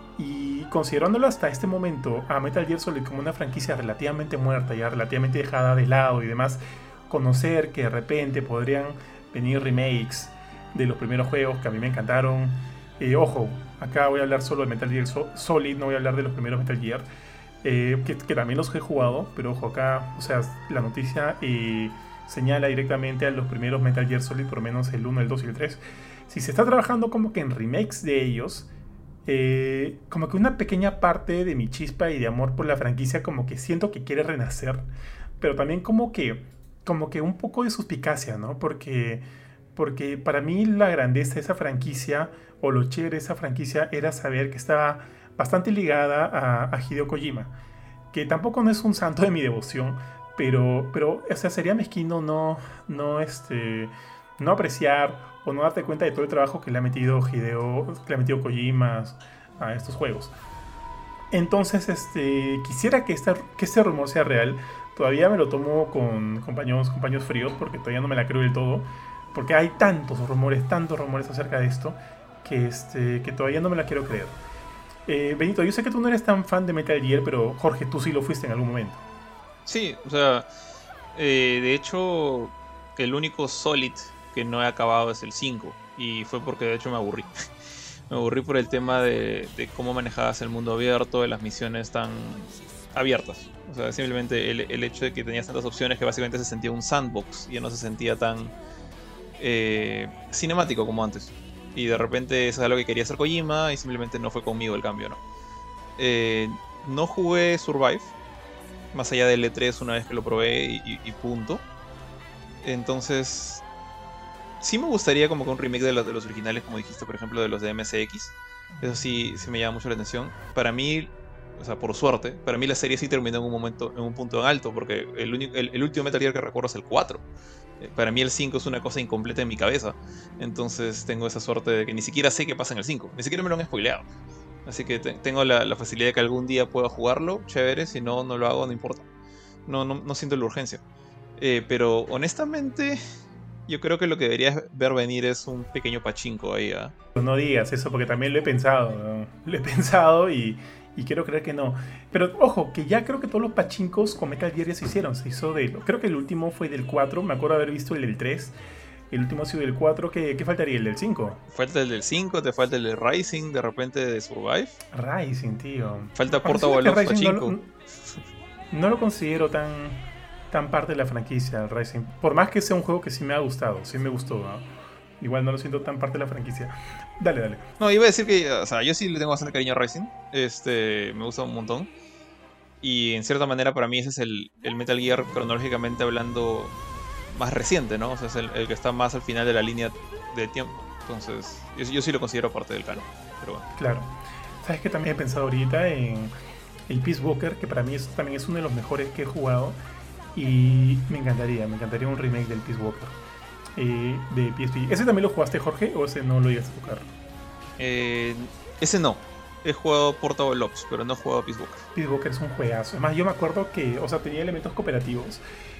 y considerándolo hasta este momento a Metal Gear Solid como una franquicia relativamente muerta, ya relativamente dejada de lado y demás, conocer que de repente podrían venir remakes de los primeros juegos que a mí me encantaron. Eh, ojo, acá voy a hablar solo de Metal Gear Solid, no voy a hablar de los primeros Metal Gear, eh, que, que también los he jugado, pero ojo, acá, o sea, la noticia eh, señala directamente a los primeros Metal Gear Solid, por lo menos el uno, el dos y el tres. Si se está trabajando como que en remakes de ellos, eh, como que una pequeña parte de mi chispa y de amor por la franquicia como que siento que quiere renacer, pero también como que, como que un poco de suspicacia, ¿no? Porque, porque para mí la grandeza de esa franquicia, o lo chévere de esa franquicia, era saber que estaba bastante ligada a, a Hideo Kojima, que tampoco no es un santo de mi devoción, pero, pero o sea, sería mezquino no, no, este, no apreciar o no darte cuenta de todo el trabajo que le ha metido Hideo, que le ha metido Kojima a estos juegos. Entonces, este, quisiera que, esta, que este rumor sea real. Todavía me lo tomo con compañeros, compañeros fríos, porque todavía no me la creo del todo, porque hay tantos rumores, tantos rumores acerca de esto, que, este, que todavía no me la quiero creer. Eh, Benito, yo sé que tú no eres tan fan de Metal Gear, pero Jorge, tú sí lo fuiste en algún momento. Sí, o sea, eh, de hecho, el único Solid que no he acabado es el cinco, y fue porque de hecho me aburrí. Me aburrí por el tema de, de cómo manejabas el mundo abierto, de las misiones tan abiertas. O sea, simplemente el, el hecho de que tenías tantas opciones que básicamente se sentía un sandbox, y ya no se sentía tan eh, cinemático como antes. Y de repente eso es algo que quería hacer Kojima y simplemente no fue conmigo el cambio, ¿no? Eh, no jugué Survive, más allá del E tres una vez que lo probé y, y, y punto. Entonces, sí me gustaría como que un remake de los, de los originales, como dijiste, por ejemplo, de los de M S X. Eso sí, sí me llama mucho la atención. Para mí, o sea, por suerte, para mí la serie sí terminó en un momento, en un punto en alto, porque el, único, el, el último Metal Gear que recuerdo es el cuatro. Para mí el cinco es una cosa incompleta en mi cabeza. Entonces tengo esa suerte de que ni siquiera sé qué pasa en el cinco. Ni siquiera me lo han spoileado. Así que te, tengo la, la facilidad de que algún día pueda jugarlo. Chévere, si no, no lo hago, no importa. No, no, no siento la urgencia. Eh, pero honestamente, yo creo que lo que deberías ver venir es un pequeño pachinko ahí. ¿eh? No digas eso, porque también lo he pensado, ¿no? Lo he pensado y... Y quiero creer que no. Pero ojo, que ya creo que todos los pachincos con Metal Gear ya se hicieron. Se hizo de... Creo que el último fue del cuatro. Me acuerdo haber visto el del tres. El último ha sido del cuatro. ¿Qué, qué faltaría? ¿El del cinco? Falta el del cinco, te falta el de Rising, de repente de Survive. Rising, tío. Falta Portable Ops Pachinko. No, no lo considero tan, tan parte de la franquicia, Rising. Por más que sea un juego que sí me ha gustado. Sí me gustó, ¿no? Igual no lo siento tan parte de la franquicia. Dale, dale. No, iba a decir que, o sea, yo sí le tengo bastante cariño a Rising. Este, me gusta un montón. Y en cierta manera para mí ese es el, el Metal Gear cronológicamente hablando más reciente, ¿no? O sea, es el, el que está más al final de la línea de tiempo. Entonces, yo, yo sí lo considero parte del canon. Pero bueno. Claro. ¿Sabes qué? También he pensado ahorita en el Peace Walker, que para mí es, también es uno de los mejores que he jugado. Y me encantaría, me encantaría un remake del Peace Walker. Eh, de P S P. ¿Ese también lo jugaste, Jorge, o ese no lo ibas a tocar? Eh, ese no. He jugado Portable Ops, pero no he jugado Peace Walker. Peace Walker es un juegazo. Además, yo me acuerdo que, o sea, tenía elementos cooperativos.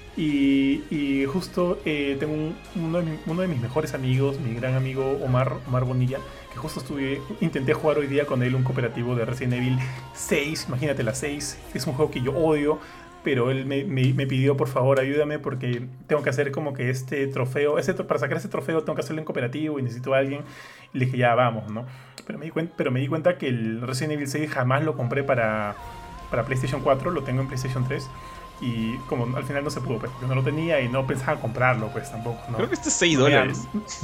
Y, y justo eh, tengo un, uno, de mi, uno de mis mejores amigos, mi gran amigo Omar, Omar Bonilla, que justo estuve, intenté jugar hoy día con él un cooperativo de Resident Evil seis. Imagínate, la seis. Es un juego que yo odio. Pero él me, me, me pidió, por favor, ayúdame porque tengo que hacer como que este trofeo, ese, para sacar ese trofeo tengo que hacerlo en cooperativo y necesito a alguien. Y le dije, ya, vamos, ¿no? Pero me di cuenta, pero me di cuenta que el Resident Evil seis jamás lo compré para, para PlayStation cuatro, lo tengo en PlayStation tres. Y como al final no se pudo, pues, porque no lo tenía y no pensaba comprarlo, pues tampoco, ¿no? Creo que este es seis dólares.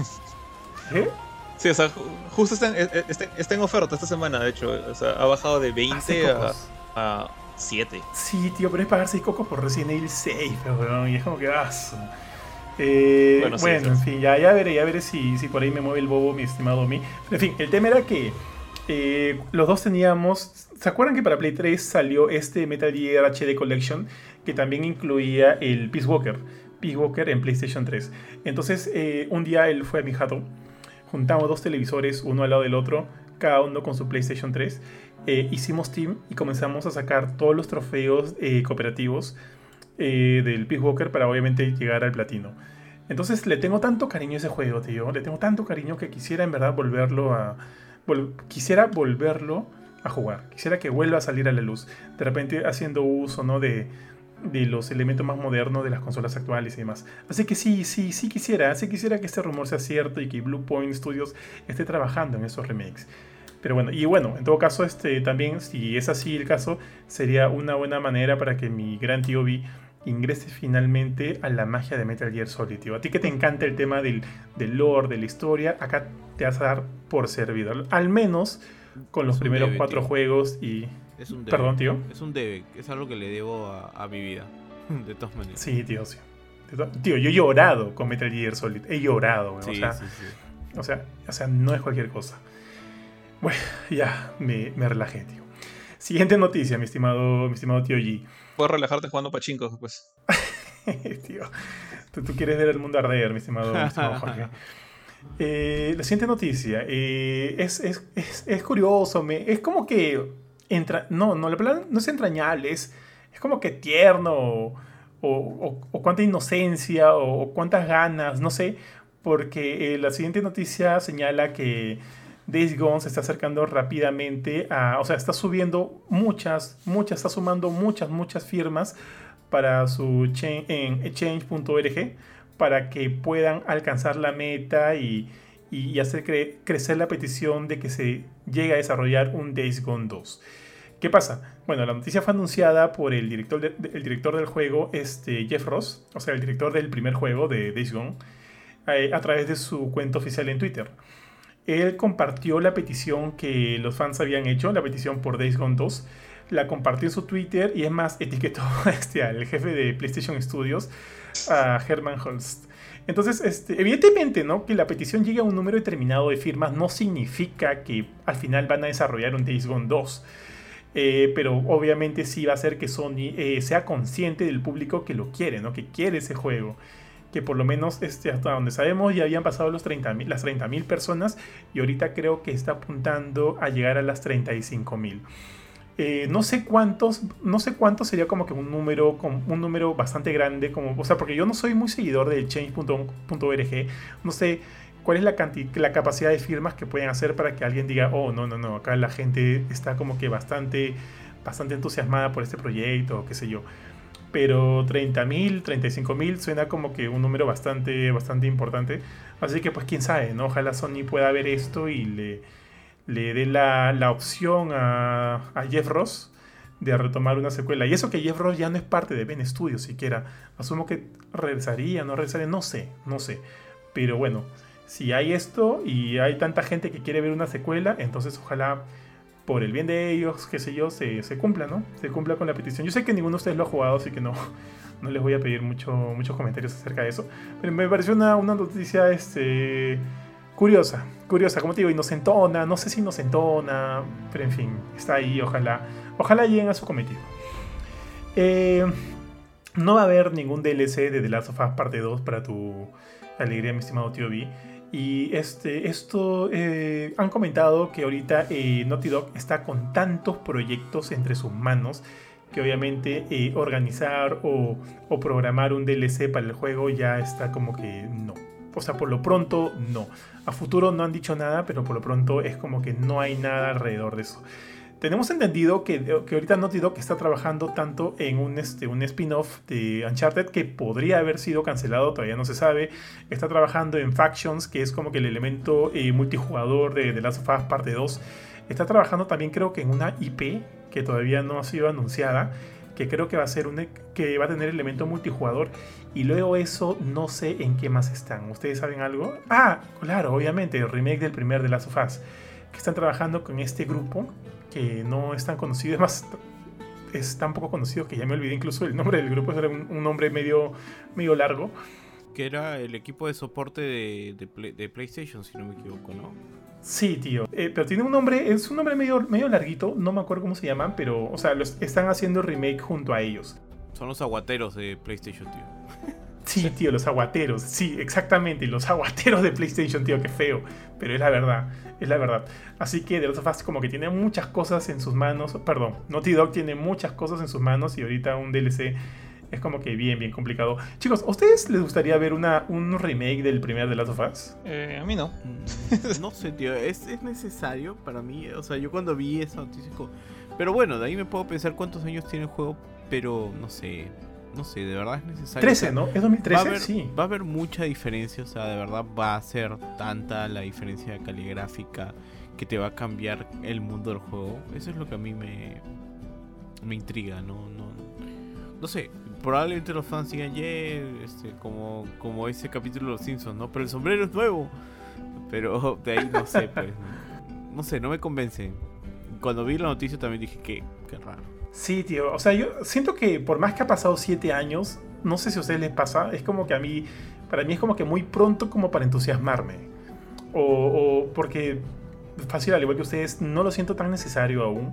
¿Eh? Sí, o sea, justo está en, está, está en oferta esta semana, de hecho. O sea, ha bajado de veinte a, a siete. Sí, tío, pero es pagar seis cocos por Resident Evil seis, pero, y es como que vas. Eh, bueno, sí, bueno en fin, ya, ya veré, ya veré si, si por ahí me mueve el bobo, mi estimado Mi. En fin, el tema era que eh, los dos teníamos. ¿Se acuerdan que para Play tres salió este Metal Gear H D Collection que también incluía el Peace Walker? Peace Walker en PlayStation tres. Entonces, eh, un día él fue a mi jato, juntamos dos televisores, uno al lado del otro, cada uno con su PlayStation tres. Eh, hicimos team y comenzamos a sacar todos los trofeos eh, cooperativos eh, del Peace Walker para obviamente llegar al platino. Entonces le tengo tanto cariño a ese juego, tío. Le tengo tanto cariño que quisiera en verdad volverlo a... Vol quisiera volverlo a jugar. Quisiera que vuelva a salir a la luz. De repente haciendo uso, ¿no? de, de los elementos más modernos de las consolas actuales y demás. Así que sí, sí, sí quisiera, sí quisiera que este rumor sea cierto y que Bluepoint Studios esté trabajando en esos remakes. Pero bueno, y bueno, en todo caso, este, también, si es así el caso, sería una buena manera para que mi gran tío B ingrese finalmente a la magia de Metal Gear Solid, tío. A ti que te encanta el tema del, del lore, de la historia, acá te vas a dar por servido. Al menos con los primeros debe, cuatro tío. juegos y... Es un debe. Perdón, tío. Es un debe, es algo que le debo a, a mi vida, de todas maneras. Sí, tío, sí. Tío, yo he llorado con Metal Gear Solid. He llorado, sí, o, sea, sí, sí. O, sea, o sea, no es cualquier cosa. Bueno, ya me, me relajé, tío. Siguiente noticia, mi estimado, mi estimado tío G. Puedes relajarte jugando pachinko, pues. Tío, tú, tú quieres ver el mundo arder, mi estimado, mi estimado Jorge. Eh, la siguiente noticia eh, es, es, es, es curioso, me, es como que entra, no, no, la palabra no es entrañable, es, es como que tierno o, o, o cuánta inocencia o, o cuántas ganas, no sé, porque eh, la siguiente noticia señala que Days Gone se está acercando rápidamente a, o sea, está subiendo muchas, muchas, está sumando muchas, muchas firmas para su chain, en change punto org para que puedan alcanzar la meta y, y hacer cre- crecer la petición de que se llegue a desarrollar un Days Gone dos. ¿Qué pasa? Bueno, la noticia fue anunciada por el director, de, el director del juego, este, Jeff Ross, o sea, el director del primer juego de Days Gone, eh, a través de su cuenta oficial en Twitter. Él compartió la petición que los fans habían hecho, la petición por Days Gone dos, la compartió en su Twitter y es más, etiquetó este, al jefe de PlayStation Studios, a Herman Holst. Entonces, este, evidentemente, ¿no? Que la petición llegue a un número determinado de firmas no significa que al final van a desarrollar un Days Gone dos. Eh, pero obviamente sí va a hacer que Sony eh, sea consciente del público que lo quiere, ¿no? Que quiere ese juego. Que por lo menos este, hasta donde sabemos ya habían pasado los treinta mil, las treinta mil personas y ahorita creo que está apuntando a llegar a las treinta y cinco mil. Eh, no sé cuántos, no sé cuánto sería como que un número, un número bastante grande, como, o sea, porque yo no soy muy seguidor de change punto org, no sé cuál es la, canti- la capacidad de firmas que pueden hacer para que alguien diga, oh, no, no, no, acá la gente está como que bastante, bastante entusiasmada por este proyecto, o qué sé yo. Pero treinta mil, treinta y cinco mil suena como que un número bastante, bastante importante. Así que pues quién sabe, ¿no? Ojalá Sony pueda ver esto y le, le dé la, la opción a, a Jeff Ross de retomar una secuela. Y eso que Jeff Ross ya no es parte de Ben Studios siquiera. Asumo que regresaría, no regresaría, no sé, no sé. Pero bueno, si hay esto y hay tanta gente que quiere ver una secuela, entonces ojalá, por el bien de ellos, qué sé yo, se, se cumpla, ¿no? Se cumpla con la petición. Yo sé que ninguno de ustedes lo ha jugado, así que no, no les voy a pedir mucho, muchos comentarios acerca de eso. Pero me pareció una, una noticia este, curiosa, curiosa, como te digo, inocentona, no sé si inocentona, pero en fin, está ahí, ojalá, ojalá lleguen a su cometido. Eh, no va a haber ningún D L C de The Last of Us Parte dos para tu alegría, mi estimado tío B. Y este, esto eh, han comentado que ahorita eh, Naughty Dog está con tantos proyectos entre sus manos que obviamente eh, organizar o, o programar un D L C para el juego ya está como que no. O sea, por lo pronto no. A futuro no han dicho nada, pero por lo pronto es como que no hay nada alrededor de eso. Tenemos entendido que, que ahorita Naughty Dog está trabajando tanto en un, este, un spin-off de Uncharted que podría haber sido cancelado, todavía no se sabe. Está trabajando en Factions, que es como que el elemento eh, multijugador de The Last of Us Parte dos. Está trabajando también creo que en una I P que todavía no ha sido anunciada, que creo que va a, ser un, que va a tener elemento multijugador. Y luego eso no sé en qué más están. ¿Ustedes saben algo? Ah, claro, obviamente, el remake del primer The Last of Us, que están trabajando con este grupo que no es tan conocido, es más, es tan poco conocido que ya me olvidé incluso el nombre del grupo, era un, un nombre medio, medio largo. Que era el equipo de soporte de, de, Play, de PlayStation, si no me equivoco, ¿no? Sí, tío, eh, pero tiene un nombre, es un nombre medio, medio larguito, no me acuerdo cómo se llaman, pero, o sea, los, están haciendo remake junto a ellos. Son los aguateros de PlayStation, tío. Sí, tío, los aguateros, sí, exactamente, los aguateros de PlayStation, tío, qué feo, pero es la verdad, es la verdad. Así que The Last of Us como que tiene muchas cosas en sus manos, perdón, Naughty Dog tiene muchas cosas en sus manos y ahorita un D L C es como que bien, bien complicado. Chicos, ¿a ustedes les gustaría ver una, un remake del primer The Last of Us? Eh, a mí no. No sé, tío, ¿es, es necesario para mí? O sea, yo cuando vi esa noticia... Pero bueno, de ahí me puedo pensar cuántos años tiene el juego, pero no sé... no sé, de verdad es necesario. trece, o sea, ¿no? ¿Es dos mil trece? va a haber, Sí. va a haber mucha diferencia, o sea, de verdad va a ser tanta la diferencia caligráfica que te va a cambiar el mundo del juego. Eso es lo que a mí me, me intriga, ¿no? No, no sé, probablemente los fans digan, yeah, este, como, como ese capítulo de Los Simpsons, ¿no? Pero el sombrero es nuevo. Pero de ahí no sé, pues. No, no sé, no me convence. Cuando vi la noticia también dije que qué raro. Sí, tío. O sea, yo siento que por más que ha pasado siete años, no sé si a ustedes les pasa, es como que a mí, para mí es como que muy pronto como para entusiasmarme. O, o porque, fácil, al igual que ustedes, no lo siento tan necesario aún.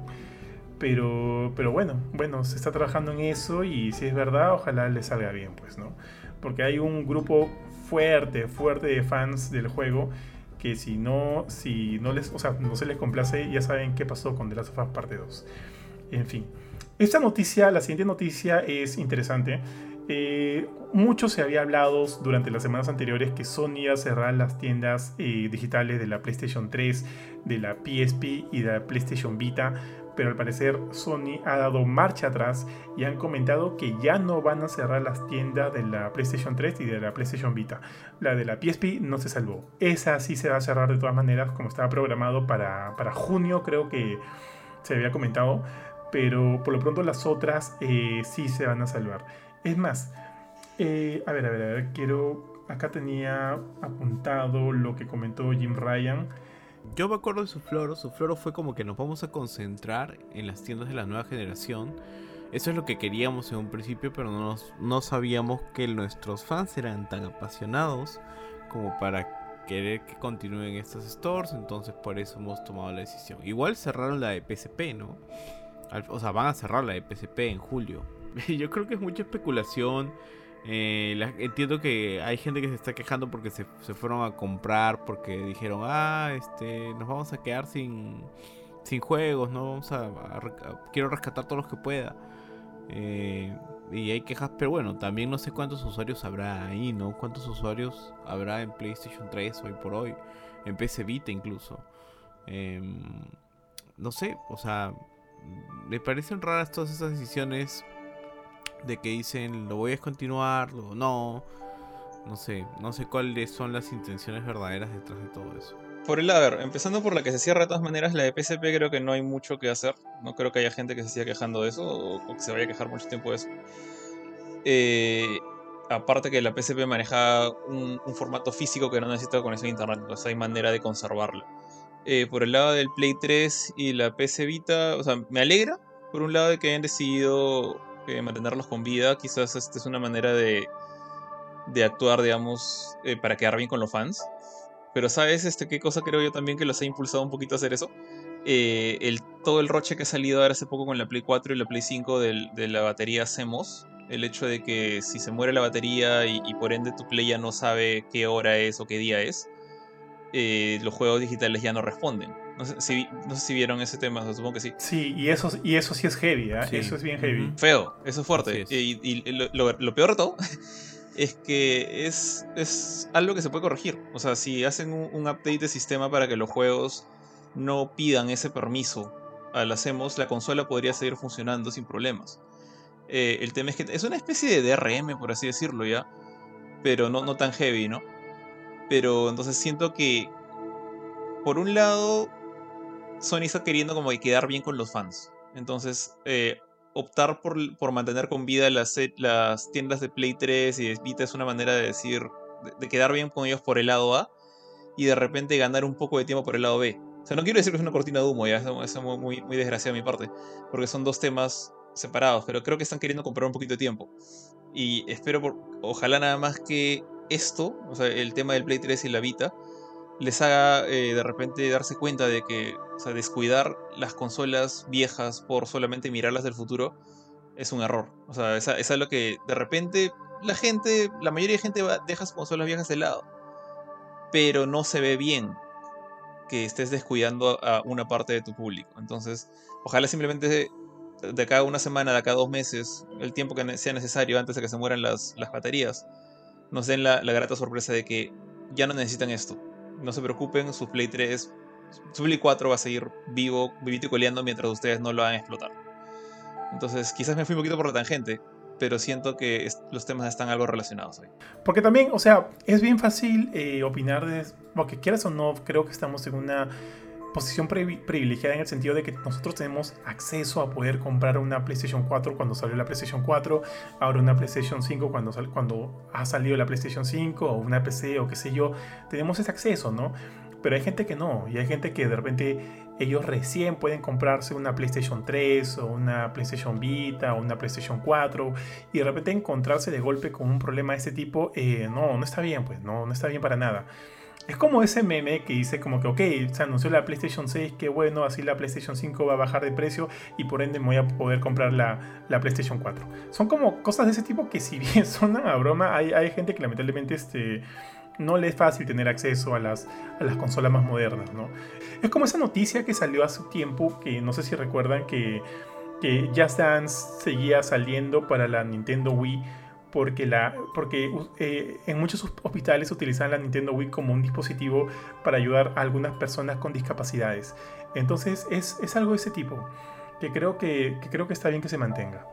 Pero, pero bueno, bueno, se está trabajando en eso y si es verdad, ojalá les salga bien, pues, ¿no? Porque hay un grupo fuerte, fuerte de fans del juego que si no, si no les, o sea, no se les complace, ya saben qué pasó con The Last of Us Parte dos. En fin, esta noticia, la siguiente noticia es interesante. Eh, mucho se había hablado durante las semanas anteriores que Sony iba a cerrar las tiendas eh, digitales de la PlayStation tres, de la P S P y de la PlayStation Vita, pero al parecer Sony ha dado marcha atrás y han comentado que ya no van a cerrar las tiendas de la PlayStation tres y de la PlayStation Vita. La de la P S P no se salvó. Esa sí se va a cerrar de todas maneras, como estaba programado para, para junio, creo que se había comentado, pero por lo pronto las otras eh, sí se van a salvar. Es más, eh, a ver, a ver, a ver, quiero... Acá tenía apuntado lo que comentó Jim Ryan. Yo me acuerdo de su floro. Su floro fue como que nos vamos a concentrar en las tiendas de la nueva generación. Eso es lo que queríamos en un principio, pero no, nos, no sabíamos que nuestros fans eran tan apasionados como para querer que continúen estas stores. Entonces por eso hemos tomado la decisión. Igual cerraron la de P S P, ¿no? O sea, van a cerrar la de P S P en julio. Yo creo que es mucha especulación. Eh, la, entiendo que hay gente que se está quejando porque se, se fueron a comprar, porque dijeron, ah, este, nos vamos a quedar sin, sin juegos, no vamos a, a, a quiero rescatar todos los que pueda. Eh, y hay quejas, pero bueno, también no sé cuántos usuarios habrá ahí, ¿no? Cuántos usuarios habrá en PlayStation tres hoy por hoy, en P S Vita incluso. Eh, no sé, o sea, me parecen raras todas esas decisiones de que dicen lo voy a descontinuar o no. No sé, no sé cuáles son las intenciones verdaderas detrás de todo eso. Por el lado, a ver, empezando por la que se cierra de todas maneras, la de P S P creo que no hay mucho que hacer. No creo que haya gente que se siga quejando de eso o, o que se vaya a quejar mucho tiempo de eso. Eh, aparte que la P S P maneja un, un formato físico que no necesita conexión a internet, entonces hay manera de conservarla. Eh, por el lado del Play tres y la P S Vita, o sea, me alegra por un lado de que hayan decidido eh, mantenerlos con vida. Quizás esta es una manera de, de actuar, digamos, eh, para quedar bien con los fans. Pero ¿sabes este, qué cosa creo yo también que los ha impulsado un poquito a hacer eso? Eh, el, todo el roche que ha salido ahora hace poco con la Play cuatro y la Play cinco del, de la batería C M O S. El hecho de que si se muere la batería y, y por ende tu Play ya no sabe qué hora es o qué día es, eh, los juegos digitales ya no responden. No sé si, no sé si vieron ese tema, supongo que sí. Sí, y eso, y eso sí es heavy, ¿eh? Sí. Eso es bien heavy. Uh-huh. Feo, eso es fuerte. Es. Y, y lo, lo, lo peor de todo es que es, es algo que se puede corregir. O sea, si hacen un, un update de sistema para que los juegos no pidan ese permiso a las C M O S, la consola podría seguir funcionando sin problemas. Eh, el tema es que es una especie de D R M, por así decirlo, ya. Pero no, no tan heavy, ¿no? Pero entonces siento que, por un lado, Sony está queriendo como que quedar bien con los fans. Entonces, eh, optar por, por mantener con vida las, las tiendas de Play tres y de Vita es una manera de decir, de, de quedar bien con ellos por el lado A y de repente ganar un poco de tiempo por el lado B. O sea, no quiero decir que es una cortina de humo, ya es, es muy, muy desgraciado de mi parte, porque son dos temas separados, pero creo que están queriendo comprar un poquito de tiempo. Y espero, por, ojalá nada más que esto, o sea, el tema del Play tres y la Vita, les haga eh, de repente darse cuenta de que, o sea, descuidar las consolas viejas por solamente mirarlas del futuro es un error. O sea, es, es algo que de repente la gente, la mayoría de gente va, deja sus consolas viejas de lado, pero no se ve bien que estés descuidando a una parte de tu público. Entonces, ojalá simplemente de acá a una semana, de acá a dos meses, el tiempo que sea necesario antes de que se mueran las, las baterías, nos den la, la grata sorpresa de que ya no necesitan esto. No se preocupen, su Play tres, su Play cuatro va a seguir vivo, vivito y coleando mientras ustedes no lo hagan explotar. Entonces, quizás me fui un poquito por la tangente, pero siento que es, los temas están algo relacionados hoy. Porque también, o sea, es bien fácil eh, opinar de... Porque quieras o no, creo que estamos en una posición pri- privilegiada en el sentido de que nosotros tenemos acceso a poder comprar una PlayStation cuatro cuando salió la PlayStation cuatro, ahora una PlayStation cinco cuando, sal- cuando ha salido la PlayStation cinco, o una P C o qué sé yo. Tenemos ese acceso, ¿no? Pero hay gente que no, y hay gente que de repente ellos recién pueden comprarse una PlayStation tres o una PlayStation Vita o una PlayStation cuatro, y de repente encontrarse de golpe con un problema de este tipo, eh, no, no está bien, pues, no, no está bien para nada. Es como ese meme que dice como que, ok, se anunció la PlayStation seis, qué bueno, así la PlayStation cinco va a bajar de precio y por ende me voy a poder comprar la, la PlayStation cuatro. Son como cosas de ese tipo que, si bien suenan a broma, hay, hay gente que lamentablemente este, no le es fácil tener acceso a las, a las consolas más modernas, ¿no? Es como esa noticia que salió hace tiempo, que no sé si recuerdan, que, que Just Dance seguía saliendo para la Nintendo Wii, porque, la, porque eh, en muchos hospitales utilizaban la Nintendo Wii como un dispositivo para ayudar a algunas personas con discapacidades. Entonces es, es algo de ese tipo, que creo que, que creo que está bien que se mantenga.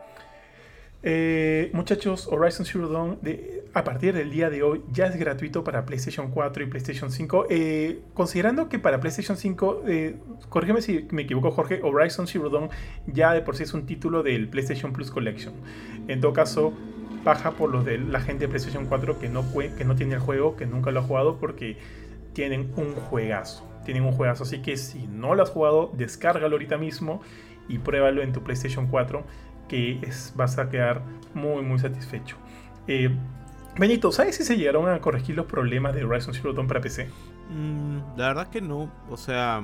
Eh, muchachos, Horizon Zero Dawn de, a partir del día de hoy ya es gratuito para PlayStation cuatro y PlayStation cinco. Eh, considerando que para PlayStation cinco, eh, corrígeme si me equivoco, Jorge, Horizon Zero Dawn ya de por sí es un título del PlayStation Plus Collection. En todo caso, baja por los de la gente de PlayStation cuatro que no, que no tiene el juego, que nunca lo ha jugado, porque tienen un juegazo. Tienen un juegazo, así que si no lo has jugado, descárgalo ahorita mismo y pruébalo en tu PlayStation cuatro, que es, vas a quedar muy muy satisfecho. Eh, Benito, ¿sabes si se llegaron a corregir los problemas de Horizon Zero Dawn para P C? Mm, la verdad que no, o sea,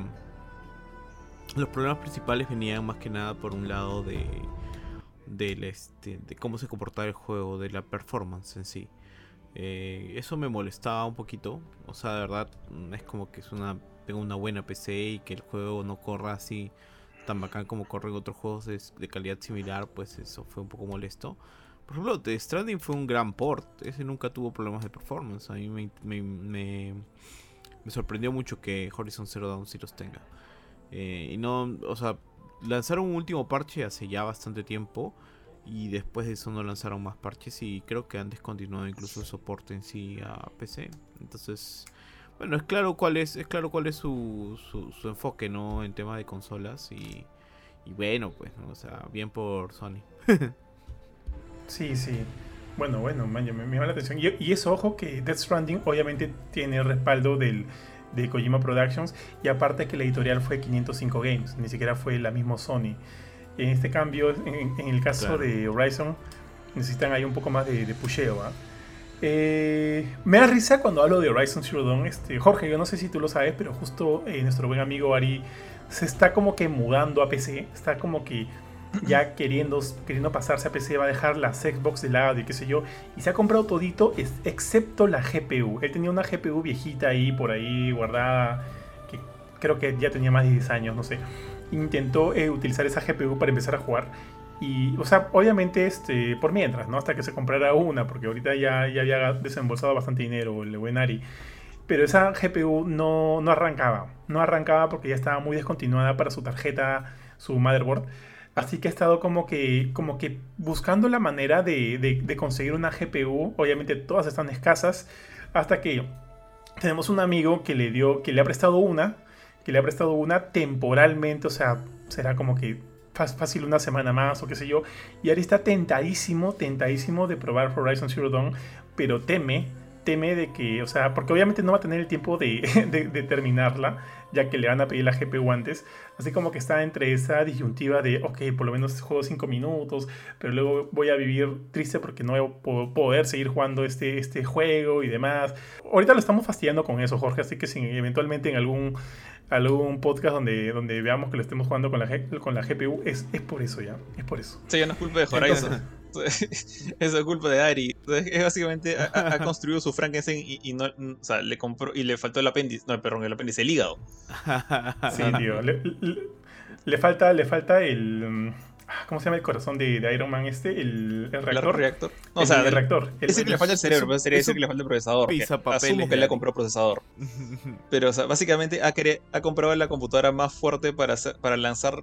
los problemas principales venían más que nada por un lado de del este de cómo se comportaba el juego, de la performance en sí. Eh, eso me molestaba un poquito, o sea, de verdad es como que es una tengo una buena P C y que el juego no corra así tan bacán como corren otros juegos de, de calidad similar, pues eso fue un poco molesto. Por ejemplo, The Stranding fue un gran port, ese nunca tuvo problemas de performance. A mí me, me, me, me sorprendió mucho que Horizon Zero Dawn sí los tenga. Eh, y no, o sea, lanzaron un último parche hace ya bastante tiempo y después de eso no lanzaron más parches y creo que han descontinuado incluso el soporte en sí a P C. Entonces, bueno, es claro cuál es, es claro cuál es su, su, su enfoque, ¿no? En tema de consolas y, y bueno, pues, ¿no? O sea, bien por Sony. Sí, sí. Bueno, bueno, man, me, me llama la atención. Y, y eso, ojo, que Death Stranding obviamente tiene el respaldo del, de Kojima Productions, y aparte que la editorial fue quinientos cinco Games, ni siquiera fue la misma Sony. En este cambio, en, en el caso claro. de Horizon, necesitan ahí un poco más de, de pusheo, ¿eh? Eh, me da risa cuando hablo de Horizon Zero Dawn. Este, Jorge, yo no sé si tú lo sabes, pero justo eh, nuestro buen amigo Ari se está como que mudando a P C. Está como que ya queriendo, queriendo pasarse a P C, va a dejar las Xbox de lado y qué sé yo, y se ha comprado todito es, excepto la G P U. Él tenía una G P U viejita ahí por ahí guardada, que creo que ya tenía más de diez años, no sé. Intentó eh, utilizar esa G P U para empezar a jugar. Y, o sea, obviamente este, por mientras, ¿no? Hasta que se comprara una, porque ahorita ya, ya había desembolsado bastante dinero el buen Ari. Pero esa G P U no, no arrancaba. No arrancaba porque ya estaba muy descontinuada para su tarjeta, su motherboard. Así que ha estado como que, como que buscando la manera de, de, de conseguir una G P U. Obviamente todas están escasas. Hasta que tenemos un amigo que le dio, que le ha prestado una. Que le ha prestado una temporalmente. O sea, será como que fácil una semana más o qué sé yo. Y Ari está tentadísimo, tentadísimo de probar Horizon Zero Dawn. Pero teme, teme de que, o sea, porque obviamente no va a tener el tiempo de, de, de terminarla, ya que le van a pedir la G P U antes. Así como que está entre esa disyuntiva de, ok, por lo menos juego cinco minutos, pero luego voy a vivir triste porque no voy a poder seguir jugando este, este juego y demás. Ahorita lo estamos fastidiando con eso, Jorge, así que si eventualmente en algún, algún podcast donde, donde veamos que lo estemos jugando con la, con la G P U, es, es por eso ya, es por eso. Sí, ya no es culpa de Horizon. Eso es culpa de Ari. Es básicamente ha, ha construido su Frankenstein y, y no, o sea, le compró y le faltó el apéndice, no, perdón, el apéndice, el hígado. Sí, tío, le, le, le falta, le falta el, ¿cómo se llama el corazón de, de Iron Man este? El, el reactor. ¿El reactor? No, el, o sea, el reactor. Es el que le falta el cerebro, pero sería ese que le falta el procesador. Asumo que le compró procesador. Pero, o sea, básicamente ha, querido, ha comprado la computadora más fuerte para, hacer, para lanzar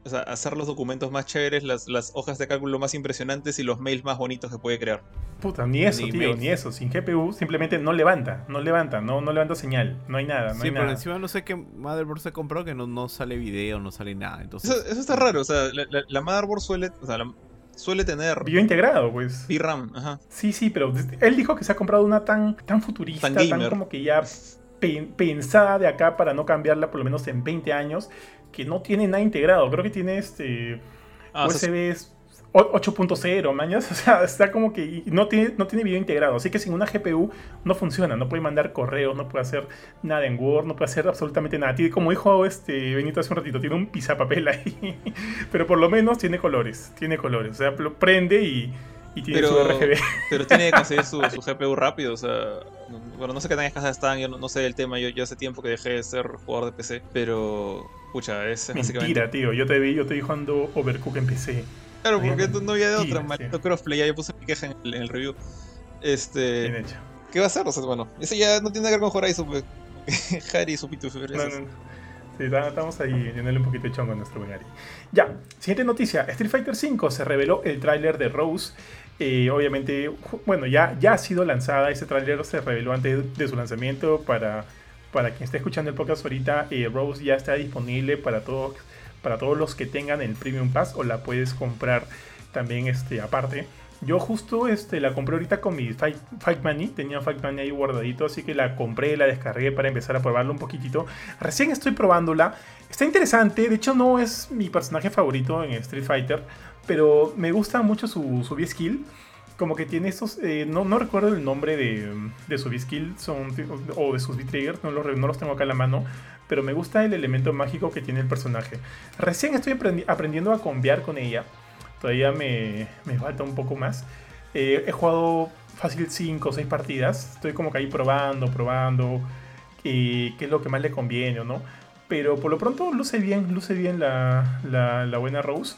o sea, hacer los documentos más chéveres, las, las hojas de cálculo más impresionantes y los mails más bonitos que puede crear. Puta, ni eso, Ni tío, mails. ni eso. Sin G P U simplemente no levanta, no levanta, no, no levanta señal. No hay nada, no Sí, hay pero nada. encima no sé qué motherboard se compró que no, no sale video, no sale nada. Entonces, Eso, eso está raro, o sea, la, la, la motherboard suele, o sea, la- suele tener Video integrado, pues. V RAM, ajá. Sí, sí, pero él dijo que se ha comprado una tan, tan futurista, Tan tan, gamer. como que ya pe- pensada de acá para no cambiarla por lo menos en veinte años, que no tiene nada integrado. Creo que tiene este Ah, o sea, U S B ocho punto cero, mañas. O sea, está como que y no tiene, no tiene video integrado. Así que sin una G P U no funciona. No puede mandar correos, no puede hacer nada en Word, no puede hacer absolutamente nada. Tiene, como dijo este Benito hace un ratito, tiene un pisapapel ahí. Pero por lo menos tiene colores. Tiene colores. O sea, lo prende y, y tiene Pero- su R G B. pero tiene que conseguir su, su G P U rápido, o sea, no- bueno, no sé qué tan escasas están, yo no, no sé el tema, yo, yo hace tiempo que dejé de ser jugador de P C, pero, pucha, es básicamente... Mentira, tío. Yo te vi, yo te vi jugando Overcooked en P C. Claro, porque no había de Mentira, otra, sí. maldito crossplay, ya yo puse mi queja en el, en el review. Bien Este, hecho. ¿qué va a hacer? O sea, bueno, eso ya no tiene nada que ver con Horizon, pues. Harry y su pitufo, No, eso es- no, no. Sí, está- estamos ahí llenándole un poquito de chongo a nuestro buen Ari. Ya, siguiente noticia. Street Fighter cinco se reveló el tráiler de Rose. Eh, obviamente, ju- bueno, ya, ya ha sido lanzada. Ese tráiler se reveló antes de su lanzamiento. Para, para quien esté escuchando el podcast ahorita, eh, Rose ya está disponible para todos, para todos los que tengan el Premium Pass, o la puedes comprar también este, aparte. Yo justo este, la compré ahorita con mi Fight, Fight Money. Tenía Fight Money ahí guardadito, así que la compré, la descargué para empezar a probarlo un poquitito. Recién estoy probándola. Está interesante. De hecho, no es mi personaje favorito en Street Fighter, pero me gusta mucho su, su V-Skill. Como que tiene estos... eh, no, no recuerdo el nombre de, de su V-Skill son, o de sus V-Triggers. No los, no los tengo acá en la mano. Pero me gusta el elemento mágico que tiene el personaje. Recién estoy aprendi- aprendiendo a combiar con ella. Todavía me, me falta un poco más. Eh, he jugado fácil cinco o seis partidas. Estoy como que ahí probando, probando eh, qué es lo que más le conviene o no. Pero por lo pronto luce bien, luce bien la, la, la buena Rose.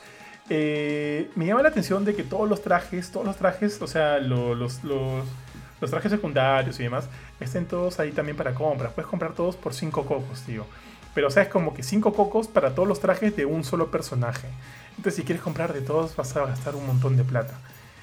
Eh, me llama la atención de que todos los trajes, todos los trajes, o sea, lo- los, los, los trajes secundarios y demás, estén todos ahí también para compras. Puedes comprar todos por cinco cocos, tío. Pero o sea, es como que cinco cocos para todos los trajes de un solo personaje. Entonces, si quieres comprar de todos, vas a gastar un montón de plata.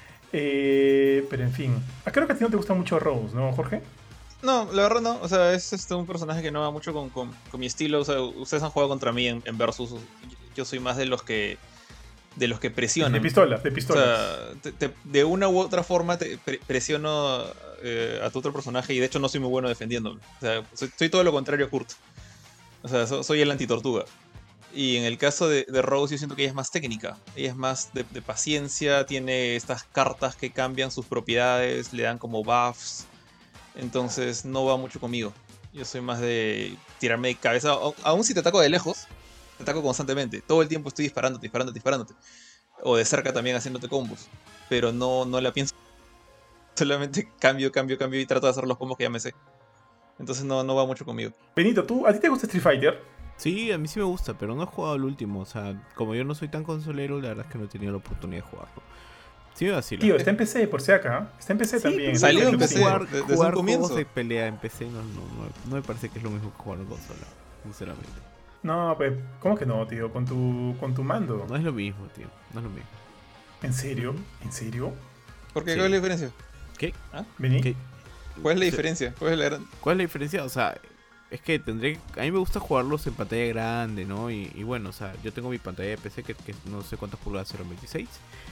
Eh, pero en fin. Ah, creo que a ti no te gusta mucho Rose, ¿no, Jorge? No, la verdad no, o sea, es este, un personaje que no va mucho con, con, con mi estilo, o sea, ustedes han jugado contra mí en, en Versus, yo soy más de los que de los que presionan. De pistolas, de O pistolas. sea, te- te- de una u otra forma te pre- presiono eh, a tu otro personaje y de hecho no soy muy bueno defendiéndome. O sea, soy, soy todo lo contrario a Kurt. O sea, so- soy el antitortuga. Y en el caso de, de Rose yo siento que ella es más técnica. Ella es más de, de paciencia, tiene estas cartas que cambian sus propiedades, le dan como buffs. Entonces no va mucho conmigo. Yo soy más de tirarme de cabeza. A- Aún si te ataco de lejos, te ataco constantemente. Todo el tiempo estoy disparándote, disparándote, disparándote. O de cerca también haciéndote combos. Pero no, no la pienso. Solamente cambio, cambio, cambio y trato de hacer los combos que ya me sé. Entonces no, no va mucho conmigo. Benito, ¿tú, ¿a ti te gusta Street Fighter? sí, a mí sí me gusta, pero no he jugado el último. O sea, como yo no soy tan consolero, la verdad es que no he tenido la oportunidad de jugarlo. Sí me vacila. Tío, está en P C, por si acá. Está en P C Sí, también. pero salió Está en en P C. jugar, de- desde jugar un comienzo. juegos de pelea en P C no, no, no, no me parece que es lo mismo que jugar en consola, sinceramente. No, pues, ¿cómo que no, tío? Con tu, con tu mando. No es lo mismo, tío. No es lo mismo. ¿En serio? ¿En serio? ¿Por qué? Sí. ¿Cuál es la diferencia? ¿Qué? Vení. ¿Qué? ¿Cuál es la Sí. diferencia? ¿Cuál es la gran- ¿Cuál es la diferencia? O sea, es que tendré... A mí me gusta jugarlos en pantalla grande, ¿no? Y, y bueno, o sea, yo tengo mi pantalla de P C que, que no sé cuántas pulgadas serán, veintiséis.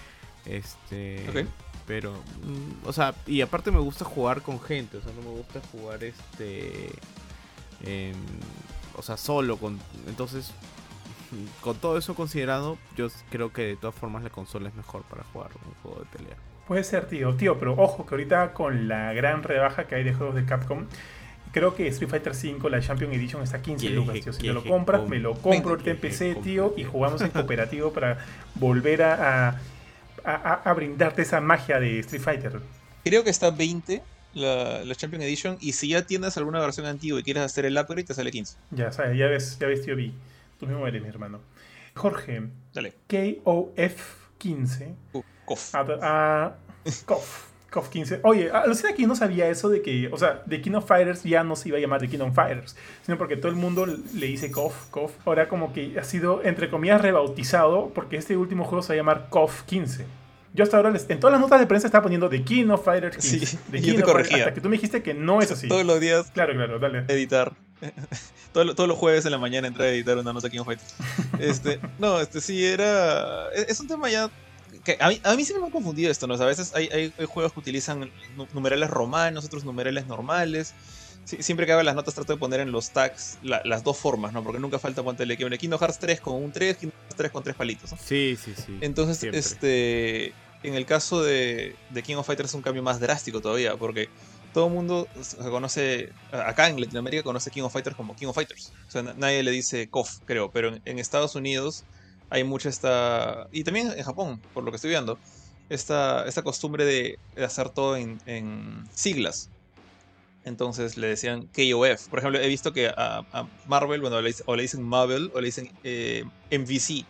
Este... Ok. Pero, mm, o sea, y aparte me gusta jugar con gente, o sea, no me gusta jugar este... en- o sea, solo, con entonces... Con todo eso considerado, yo creo que de todas formas la consola es mejor para jugar un juego de pelea. Puede ser, tío. Tío, pero ojo que ahorita con la gran rebaja que hay de juegos de Capcom, creo que Street Fighter cinco, la Champion Edition, está a quince Que- lucas, tío. Si que- te lo que compras, com- me lo compro Venga, ahorita en que- P C, que tío, compre, y tío. jugamos en cooperativo para volver a, a, a- a brindarte esa magia de Street Fighter. Creo que está veinte la, la Champion Edition. Y si ya tienes alguna versión antigua y quieres hacer el upgrade, te sale quince. Ya sabes, ya ves, ya ves, tío B. Tú mismo eres mi hermano. Jorge, Dale. K O F quince Uh, cof. a, a- K O F KOF quince. Oye, alucina que yo no sabía eso de que, o sea, The King of Fighters ya no se iba a llamar The King of Fighters, sino porque todo el mundo le dice KOF, KOF. Ahora como que ha sido, entre comillas, rebautizado porque este último juego se va a llamar KOF quince. Yo hasta ahora, les, en todas las notas de prensa estaba poniendo The King of Fighters quince. Sí, The y King yo te of corregía. Fighters, hasta que tú me dijiste que no es así. Todos los días Claro, claro, dale. editar. Todo- todos los jueves en la mañana entré a editar una nota King of Fighters. Este, no, este sí era. Es es un tema ya. Que a, mí, a mí sí me ha confundido esto, ¿no? O sea, a veces hay, hay- hay juegos que utilizan nu- numerales romanos, otros numerales normales. Sí, siempre que hago las notas trato de poner en los tags la- las dos formas, ¿no? Porque nunca falta ponerle que Kingdom Hearts tres con un tres, Kingdom Hearts tres con tres palitos, ¿no? Sí, sí, sí. Entonces, siempre. este, en el caso de, de King of Fighters es un cambio más drástico todavía, porque todo el mundo se conoce, acá en Latinoamérica conoce King of Fighters como King of Fighters. O sea, na- nadie le dice KOF, creo, pero en, en Estados Unidos hay mucha esta, y también en Japón, por lo que estoy viendo, esta, esta costumbre de, de hacer todo en, en siglas. Entonces le decían K O F. Por ejemplo, he visto que a, a Marvel, bueno, le, dic- o le dicen Marvel, o le dicen eh, M V C.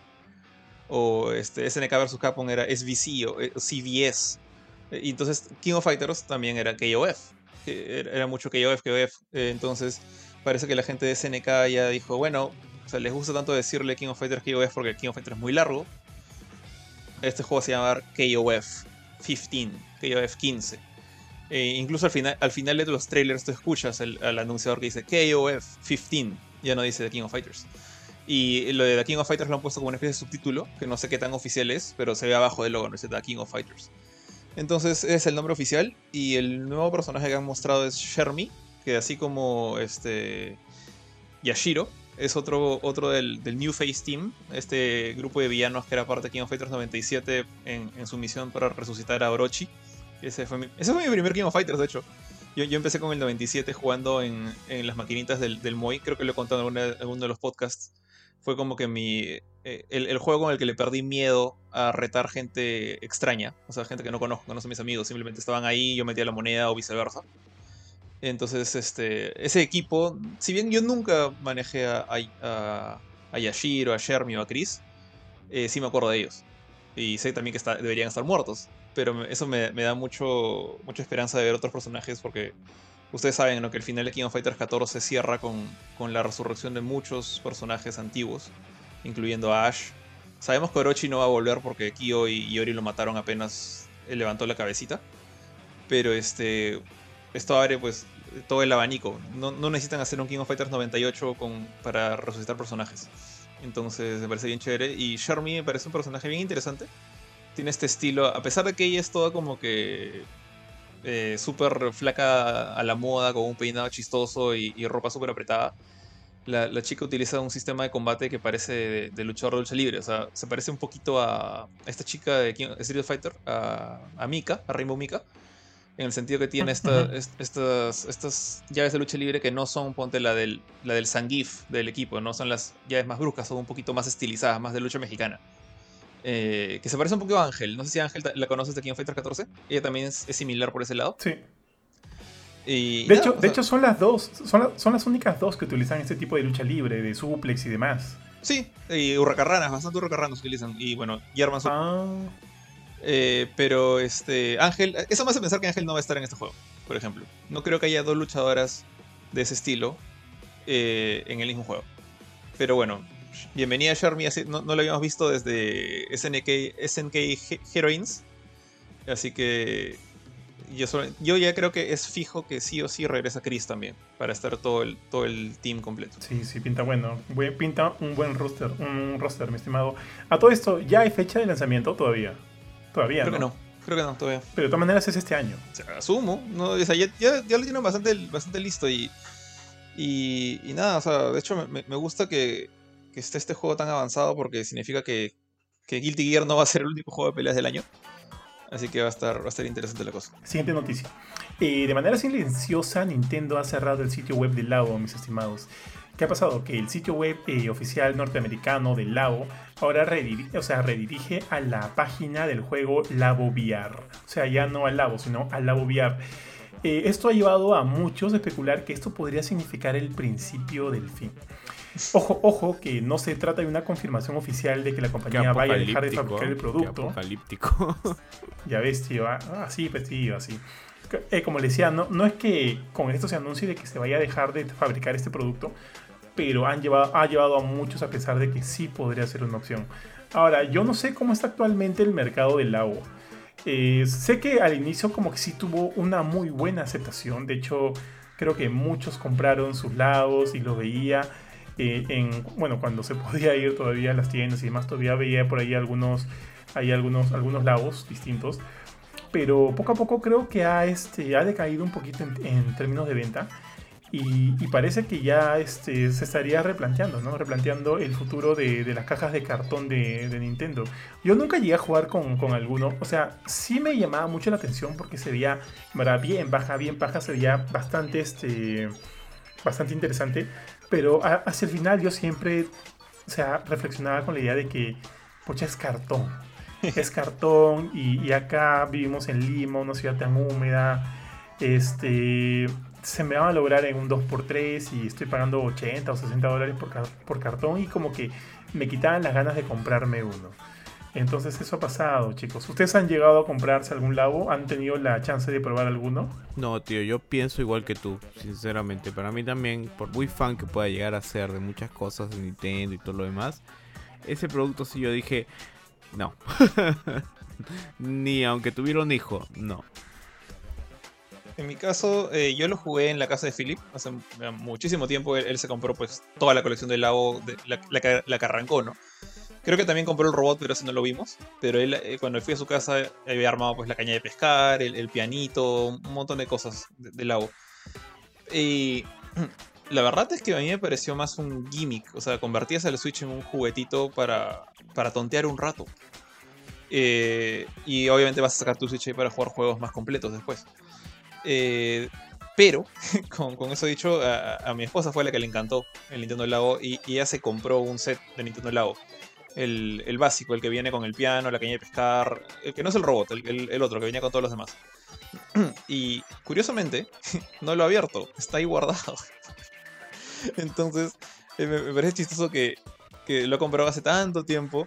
O este, S N K versus. Capcom era S V C o eh, C V S. Eh, Y entonces King of Fighters también era K O F. que Era era mucho K O F, K O F. Eh, Entonces parece que la gente de S N K ya dijo, bueno, o sea, les gusta tanto decirle King of Fighters K O F porque King of Fighters es muy largo. Este juego se llama K O F quince, K O F quince. Eh, incluso al final, al final de los trailers tú escuchas el, al anunciador que dice K O F quince, ya no dice The King of Fighters. Y lo de The King of Fighters lo han puesto como una especie de subtítulo, que no sé qué tan oficial es, pero se ve abajo del logo, no dice The King of Fighters. Entonces es el nombre oficial, y el nuevo personaje que han mostrado es Shermie, que así como este Yashiro, es otro, otro del, del New Face Team, este grupo de villanos que era parte de King of Fighters noventa y siete en, en su misión para resucitar a Orochi. Ese fue mi, ese fue mi primer King of Fighters, de hecho. Yo, yo empecé con el noventa y siete jugando en, en las maquinitas del, del Moy, creo que lo he contado en alguna- alguno de los podcasts. Fue como que mi eh, el, el juego con el que le perdí miedo a retar gente extraña, o sea, gente que no conozco, que no son mis amigos, simplemente estaban ahí, yo metía la moneda o viceversa. Entonces, este, ese equipo, si bien yo nunca manejé a, a, a, a Yashiro, a Shermie o a Chris, eh, sí me acuerdo de ellos. Y sé también que está- deberían estar muertos. Pero me- eso me, me da mucho, mucha esperanza de ver otros personajes porque ustedes saben, ¿no?, que el final de King of Fighters catorce cierra con, con la resurrección de muchos personajes antiguos, incluyendo a Ash. Sabemos que Orochi no va a volver porque Kyo y Yori lo mataron apenas él levantó la cabecita. Pero este esto abre pues todo el abanico. No, no necesitan hacer un King of Fighters noventa y ocho con, para resucitar personajes. Entonces me parece bien chévere. Y Shermie me parece un personaje bien interesante. Tiene este estilo, a pesar de que ella es toda como que eh, súper flaca a la moda, con un peinado chistoso y, y ropa súper apretada. La, la chica utiliza un sistema de combate que parece de, de luchador de lucha libre. O sea, se parece un poquito a, a esta chica de King- Street Fighter, a, a Mika, a Rainbow Mika. En el sentido que tiene esta- Ujú. est- estas, estas llaves de lucha libre que no son, ponte, la del, la del Zangief del equipo, no son las llaves más bruscas, son un poquito más estilizadas, más de lucha mexicana. Eh, que se parece un poco a Ángel. No sé si Ángel ta- la conoces de King of Fighters catorce. Ella también es, es similar por ese lado. Sí. Y De nada, hecho, o de sea, hecho son las dos, son, la- son las únicas dos que utilizan este tipo de lucha libre, de suplex y demás. sí, y hurracarranas, bastante hurracarranas utilizan. Y bueno, German Super. Ah, Eh, pero este, Ángel, eso me hace pensar que Ángel no va a estar en este juego, por ejemplo. No creo que haya dos luchadoras de ese estilo eh, en el mismo juego. Pero bueno, bienvenida Shermie, así- no, no lo habíamos visto desde S N K, S N K He- Heroines. Así que yo, solo- yo ya creo que es fijo que sí o sí regresa Chris también, para estar todo el, todo el team completo. sí, sí, pinta bueno. Buen- Pinta un buen roster, un roster, mi estimado. A todo esto, ¿ya hay fecha de lanzamiento todavía? Todavía, Creo ¿no? que no, creo que no, todavía. Pero de todas maneras es este año. O sea, asumo, ¿no? O sea, ya, ya, ya lo tienen bastante, bastante listo y, y, y nada, o sea, de hecho me, me gusta que, que esté este juego tan avanzado porque significa que, que Guilty Gear no va a ser el único juego de peleas del año. Así que va a estar, va a estar interesante la cosa. Siguiente noticia. Eh, de manera silenciosa, Nintendo ha cerrado el sitio web de Labo, mis estimados. ¿Qué ha pasado? Que el sitio web eh, oficial norteamericano de Labo ahora redirige, o sea, redirige a la página del juego Labo V R. O sea, ya no al Labo, sino al Labo V R. Eh, esto ha llevado a muchos a especular que esto podría significar el principio del fin. Ojo, ojo, que no se trata de una confirmación oficial de que la compañía vaya a dejar de fabricar el producto. Apocalíptico. Ya ves, tío, así, pues tío, así. Eh, como le decía, no, no es que con esto se anuncie de que se vaya a dejar de fabricar este producto, pero han llevado, ha llevado a muchos a pensar de que sí podría ser una opción. Ahora, yo no sé cómo está actualmente el mercado del agua. Eh, sé que al inicio como que sí tuvo una muy buena aceptación. De hecho, creo que muchos compraron sus lagos y los veía eh, en, bueno, cuando se podía ir todavía a las tiendas y demás, todavía veía por ahí algunos, hay algunos, algunos lagos distintos. Pero poco a poco creo que ha, este, ha decaído un poquito en, en términos de venta. Y, y parece que ya este, se estaría replanteando, ¿no? Replanteando el futuro de, de las cajas de cartón de, de Nintendo. Yo nunca llegué a jugar con, con alguno. O sea, sí me llamaba mucho la atención porque se veía, ¿verdad? Bien baja, bien baja, se veía bastante, este, bastante interesante. Pero a, hacia el final yo siempre, o sea, reflexionaba con la idea de que, pocha, es cartón. Es cartón y, y acá vivimos en Lima, una ciudad tan húmeda. Este... se me va a lograr en un dos por tres y estoy pagando ochenta o sesenta dólares por, por cartón y como que me quitaban las ganas de comprarme uno. Entonces eso ha pasado, chicos. ¿Ustedes han llegado a comprarse algún labo? ¿Han tenido la chance de probar alguno? No, tío, yo pienso igual que tú, sinceramente. Para mí también, por muy fan que pueda llegar a ser de muchas cosas de Nintendo y todo lo demás, ese producto sí yo dije, no. Ni aunque tuviera un hijo, no. En mi caso, eh, yo lo jugué en la casa de Philip hace muchísimo tiempo. Él, él se compró pues toda la colección del Labo, de, la, la, que, la que arrancó, ¿no? Creo que también compró el robot, pero ese no lo vimos. Pero él, eh, cuando fui a su casa, había armado pues la caña de pescar, el, el pianito, un montón de cosas del de Labo. Y la verdad es que a mí me pareció más un gimmick. O sea, convertías el Switch en un juguetito para, para tontear un rato. Eh, y obviamente vas a sacar tu Switch ahí para jugar juegos más completos después. Eh, pero, con, con eso dicho, a, a mi esposa fue la que le encantó el Nintendo Labo y, y ella se compró un set de Nintendo Labo. El, el básico, el que viene con el piano, la caña de pescar, el que no es el robot, el, el, el otro, que venía con todos los demás. Y curiosamente, no lo ha abierto, está ahí guardado. Entonces, eh, me, me parece chistoso que, que lo ha comprado hace tanto tiempo,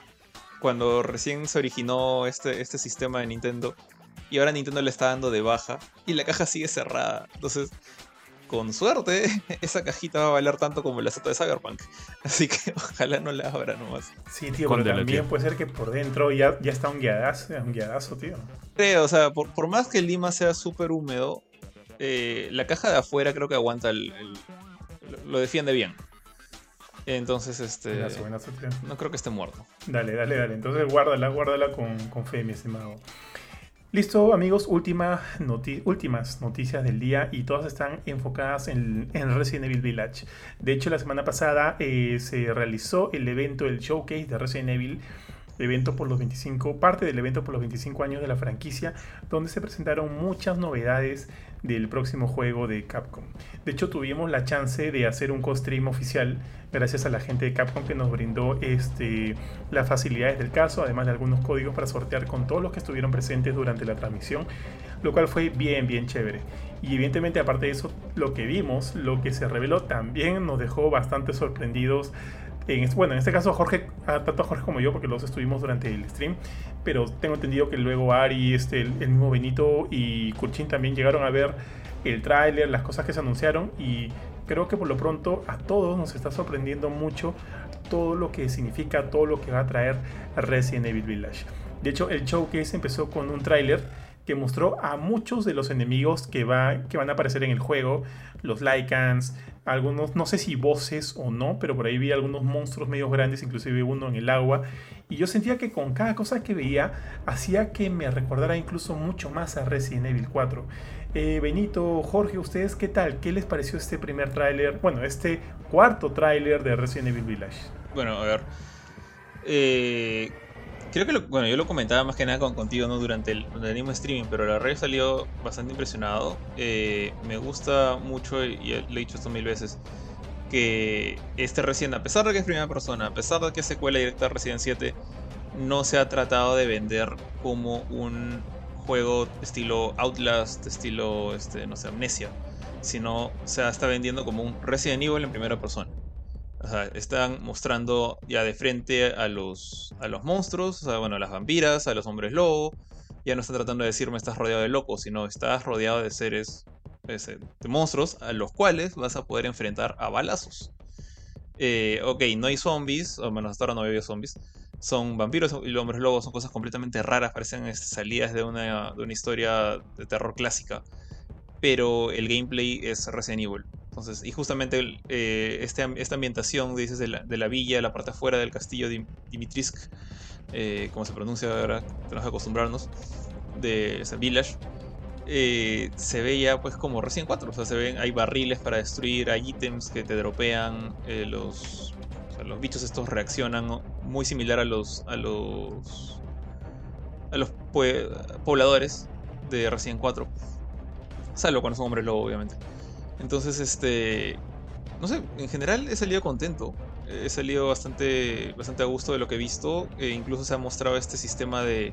cuando recién se originó este, este sistema de Nintendo. Y ahora Nintendo le está dando de baja y la caja sigue cerrada. Entonces, con suerte, esa cajita va a valer tanto como la estatua de Cyberpunk. Así que ojalá no la abra nomás. Sí, tío, pero también tío. Puede ser que por dentro ya, ya está un guiadazo, un guiadazo, tío. Creo, o sea, por, por más que el Lima sea súper húmedo, eh, la caja de afuera creo que aguanta el, el lo defiende bien. Entonces, este. Buenazo, buenazo, tío. No creo que esté muerto. Dale, dale, dale. Entonces guárdala, guárdala con, con fe, mi estimado. Listo, amigos, última noti- últimas noticias del día y todas están enfocadas en, en Resident Evil Village. De hecho, la semana pasada eh, se realizó el evento, el showcase de Resident Evil, evento por los veinticinco, parte del evento por los veinticinco años de la franquicia, donde se presentaron muchas novedades del próximo juego de Capcom. De hecho, tuvimos la chance de hacer un co-stream oficial gracias a la gente de Capcom que nos brindó este, las facilidades del caso, además de algunos códigos para sortear con todos los que estuvieron presentes durante la transmisión, lo cual fue bien, bien chévere. Y evidentemente, aparte de eso, lo que vimos, lo que se reveló, también nos dejó bastante sorprendidos. En, bueno, en este caso Jorge, tanto a Jorge como yo, porque los estuvimos durante el stream, pero tengo entendido que luego Ari, este, el, el mismo Benito y Kurchin también llegaron a ver el tráiler, las cosas que se anunciaron, y creo que por lo pronto a todos nos está sorprendiendo mucho todo lo que significa, todo lo que va a traer Resident Evil Village. De hecho, el showcase empezó con un tráiler que mostró a muchos de los enemigos que, va, que van a aparecer en el juego, los Lycans, algunos, no sé si voces o no, pero por ahí vi algunos monstruos medio grandes, inclusive uno en el agua, y yo sentía que con cada cosa que veía hacía que me recordara incluso mucho más a Resident Evil cuatro. Eh, Benito, Jorge, ¿ustedes qué tal? ¿Qué les pareció este primer tráiler? Bueno, este cuarto tráiler de Resident Evil Village. Bueno, a ver, eh... creo que lo, bueno, yo lo comentaba más que nada con, contigo, ¿no? Durante el, durante el mismo streaming, pero la verdad salió bastante impresionado. Eh, me gusta mucho, y lo he dicho esto mil veces, que este Resident, a pesar de que es primera persona, a pesar de que es secuela directa de Resident siete, no se ha tratado de vender como un juego estilo Outlast, estilo, este, no sé, Amnesia, sino se está vendiendo como un Resident Evil en primera persona. O sea, están mostrando ya de frente a los, a los monstruos, o sea, bueno, a las vampiras, a los hombres lobo. Ya no están tratando de decirme estás rodeado de locos, sino estás rodeado de seres, ese, de monstruos a los cuales vas a poder enfrentar a balazos. Eh, ok, no hay zombies, o menos hasta ahora no había zombies. Son vampiros y los hombres lobos, son cosas completamente raras, parecen este, salidas de una, de una historia de terror clásica. Pero el gameplay es Resident Evil. Entonces, y justamente eh, este, esta ambientación, dices, de la, de la villa, la parte afuera del castillo de Dimitrisк, eh, como se pronuncia ahora, tenemos que acostumbrarnos, de esa village, eh, se ve ya pues como Resident cuatro. O sea, se ven, hay barriles para destruir, hay ítems que te dropean, eh, los, o sea, los bichos estos reaccionan, ¿no? Muy similar a los a los a los pue- pobladores de Resident cuatro, salvo cuando son hombres lobo, obviamente. Entonces, este, no sé, en general he salido contento, he salido bastante bastante a gusto de lo que he visto, e incluso se ha mostrado este sistema de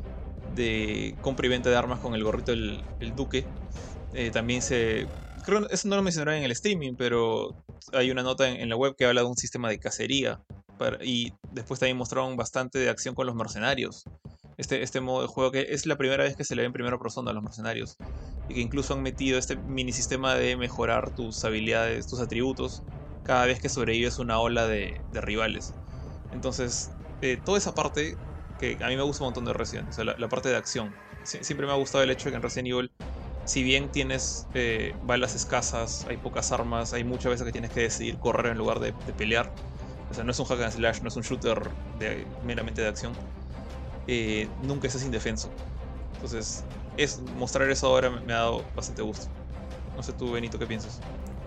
de compra y venta de armas con el gorrito del el duque. Eh, también se... Creo eso no lo mencionaron en el streaming, pero hay una nota en, en la web que habla de un sistema de cacería. Para, y después también mostraron bastante de acción con los mercenarios. Este, este modo de juego que es la primera vez que se le ve en primera persona a los mercenarios. Y que incluso han metido este mini sistema de mejorar tus habilidades, tus atributos, cada vez que sobrevives una ola de, de rivales. Entonces, eh, toda esa parte que a mí me gusta un montón de Resident, o sea, la, la parte de acción. Sie siempre me ha gustado el hecho de que en Resident Evil, si bien tienes eh, balas escasas, hay pocas armas, hay muchas veces que tienes que decidir correr en lugar de, de pelear. O sea, no es un hack and slash, no es un shooter de, meramente de acción. Eh, nunca estás indefenso. Entonces, es, mostrar eso ahora me, me ha dado bastante gusto. No sé tú, Benito, ¿qué piensas?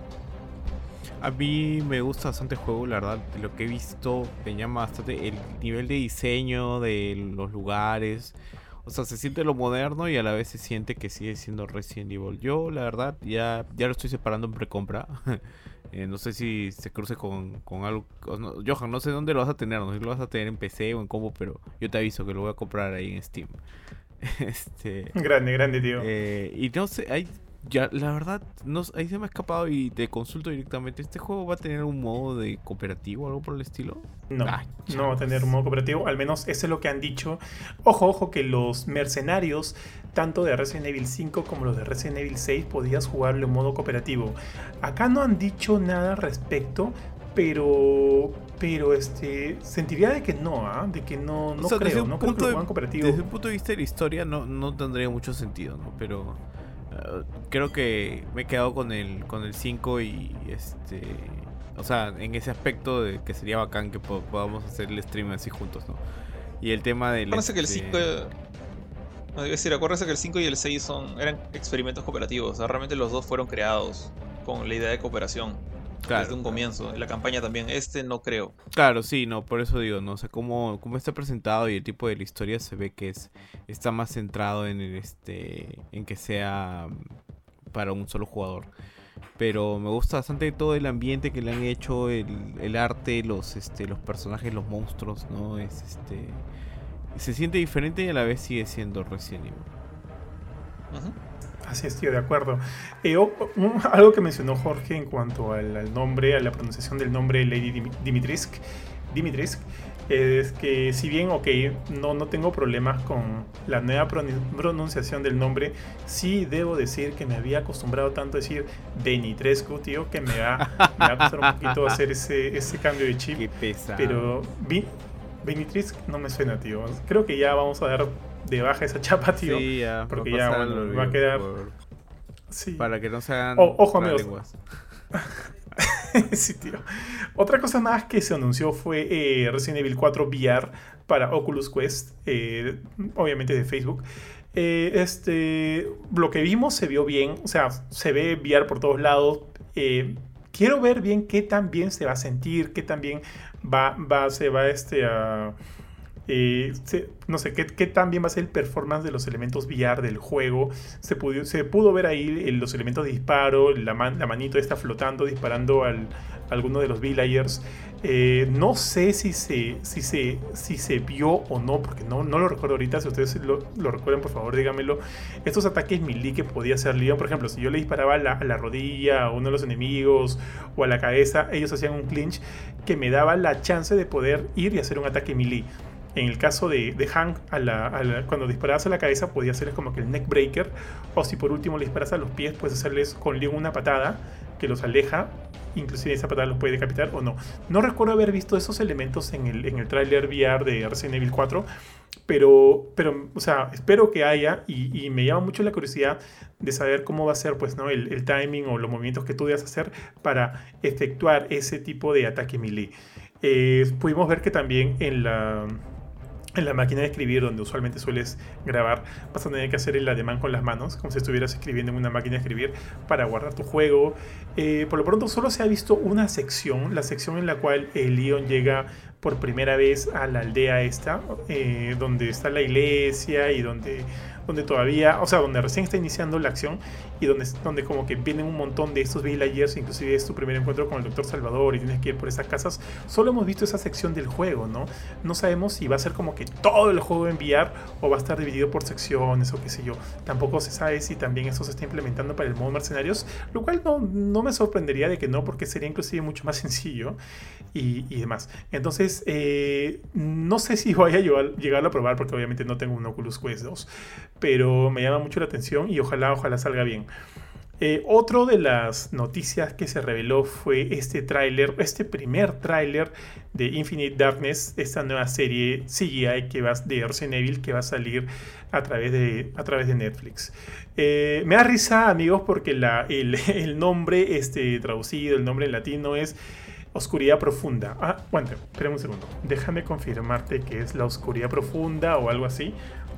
A mí me gusta bastante el juego, la verdad. De lo que he visto, me llama bastante el nivel de diseño de los lugares. O sea, se siente lo moderno y a la vez se siente que sigue siendo Resident Evil. Yo, la verdad, ya, ya lo estoy separando en precompra. eh, no sé si se cruce con, con algo. No, Johan, no sé dónde lo vas a tener. No sé si lo vas a tener en P C o en combo, pero yo te aviso que lo voy a comprar ahí en Steam. este Grande, grande, tío. Eh, y no sé, hay. Ya, la verdad, no, ahí se me ha escapado y te consulto directamente. ¿Este juego va a tener un modo de cooperativo o algo por el estilo? No, Ah, no va a tener un modo cooperativo. Al menos eso es lo que han dicho. Ojo, ojo, que los mercenarios, tanto de Resident Evil cinco como los de Resident Evil seis, podías jugarlo en modo cooperativo. Acá no han dicho nada al respecto, pero... Pero este sentiría de que no, ¿ah? ¿eh? De que no, no o sea, creo, no creo que lo de, juegan cooperativo. Desde el punto de vista de la historia no, no tendría mucho sentido, ¿no? Pero... Uh, creo que me he quedado con el con el cinco y este, o sea, en ese aspecto de que sería bacán que po podamos hacer el stream así juntos, ¿no? Y el tema del Acuérdense este... que el cinco, no, es decir, acuérdense que el cinco y el seis son eran experimentos cooperativos, o sea, realmente los dos fueron creados con la idea de cooperación. Claro, desde un comienzo. En la campaña también. Este no creo. Claro, sí, no, por eso digo, no, o sea, cómo, cómo está presentado y el tipo de la historia se ve que es está más centrado en el este en que sea para un solo jugador. Pero me gusta bastante todo el ambiente que le han hecho, el, el arte, los este los personajes, los monstruos, ¿no? Es este se siente diferente y a la vez sigue siendo Resident Evil. Uh-huh. Así es, tío, de acuerdo. Eh, oh, um, algo que mencionó Jorge en cuanto al, al nombre, a la pronunciación del nombre de Lady Dimitrisк, Dimitrisк, es que si bien, ok, no, no tengo problemas con la nueva pronunciación del nombre, sí debo decir que me había acostumbrado tanto a decir Benitrescu, tío, que me va, me va a costar un poquito hacer ese, ese cambio de chip. Qué pesado. Pero Benitrisк no me suena, tío. Creo que ya vamos a dar de baja esa chapa, tío. Sí, ya, porque ya bueno, va a quedar por... sí. Para que no se hagan o, ojo amigos lenguas. Sí, tío. Otra cosa más que se anunció fue eh, Resident Evil cuatro V R para Oculus Quest, eh, obviamente de Facebook. Eh, este, lo que vimos se vio bien, o sea, se ve V R por todos lados. Eh, quiero ver bien qué tan bien se va a sentir, qué tan bien va, va, se va este, a... Eh, se- no sé, ¿qué, qué tan bien va a ser el performance de los elementos V R del juego? Se pudo, se pudo ver ahí el- los elementos de disparo, la, man- la manito está flotando, disparando al, a alguno de los villagers. Eh, no sé si se, si, se, si se vio o no, porque no, no lo recuerdo ahorita. Si ustedes lo, lo recuerdan, por favor, díganmelo. Estos ataques melee que podía hacer Leon, por ejemplo, si yo le disparaba a la, a la rodilla, a uno de los enemigos o a la cabeza, ellos hacían un clinch que me daba la chance de poder ir y hacer un ataque melee. En el caso de, de Hank, a la, a la- cuando disparabas a la cabeza podía hacerles como que el neck breaker, o si por último le disparas a los pies, puedes hacerles con Leon una patada que los aleja, inclusive esa patada los puede decapitar o no. No recuerdo haber visto esos elementos en el, en el tráiler V R de Resident Evil cuatro, pero, pero, o sea, espero que haya y, y me llama mucho la curiosidad de saber cómo va a ser, pues, ¿no? el, el timing o los movimientos que tú debas hacer para efectuar ese tipo de ataque melee. Eh, pudimos ver que también en la, en la máquina de escribir, donde usualmente sueles grabar, vas a tener que hacer el ademán con las manos, como si estuvieras escribiendo en una máquina de escribir para guardar tu juego. Eh, por lo pronto solo se ha visto una sección, la sección en la cual el Leon llega por primera vez a la aldea esta, eh, donde está la iglesia y donde, donde todavía, o sea, donde recién está iniciando la acción y donde, donde como que vienen un montón de estos villagers, inclusive es tu primer encuentro con el doctor Salvador y tienes que ir por esas casas. Solo hemos visto esa sección del juego, ¿no? No sabemos si va a ser como que todo el juego en V R o va a estar dividido por secciones o qué sé yo. Tampoco se sabe si también eso se está implementando para el modo mercenarios, lo cual no, no me sorprendería de que no, porque sería inclusive mucho más sencillo y, y demás. Entonces, eh, no sé si voy a llegar, llegarlo a probar porque obviamente no tengo un Oculus Quest dos, pero me llama mucho la atención y ojalá, ojalá salga bien. Eh, otro de las noticias que se reveló fue este tráiler, este primer tráiler de Infinite Darkness, esta nueva serie C G I que va, de Resident Evil que va a salir a través de, a través de Netflix. Eh, me da risa, amigos, porque la, el, el nombre este, traducido, el nombre en latino es Oscuridad Profunda. Ah, bueno, espérame un segundo. Déjame confirmarte que es la Oscuridad Profunda o algo así.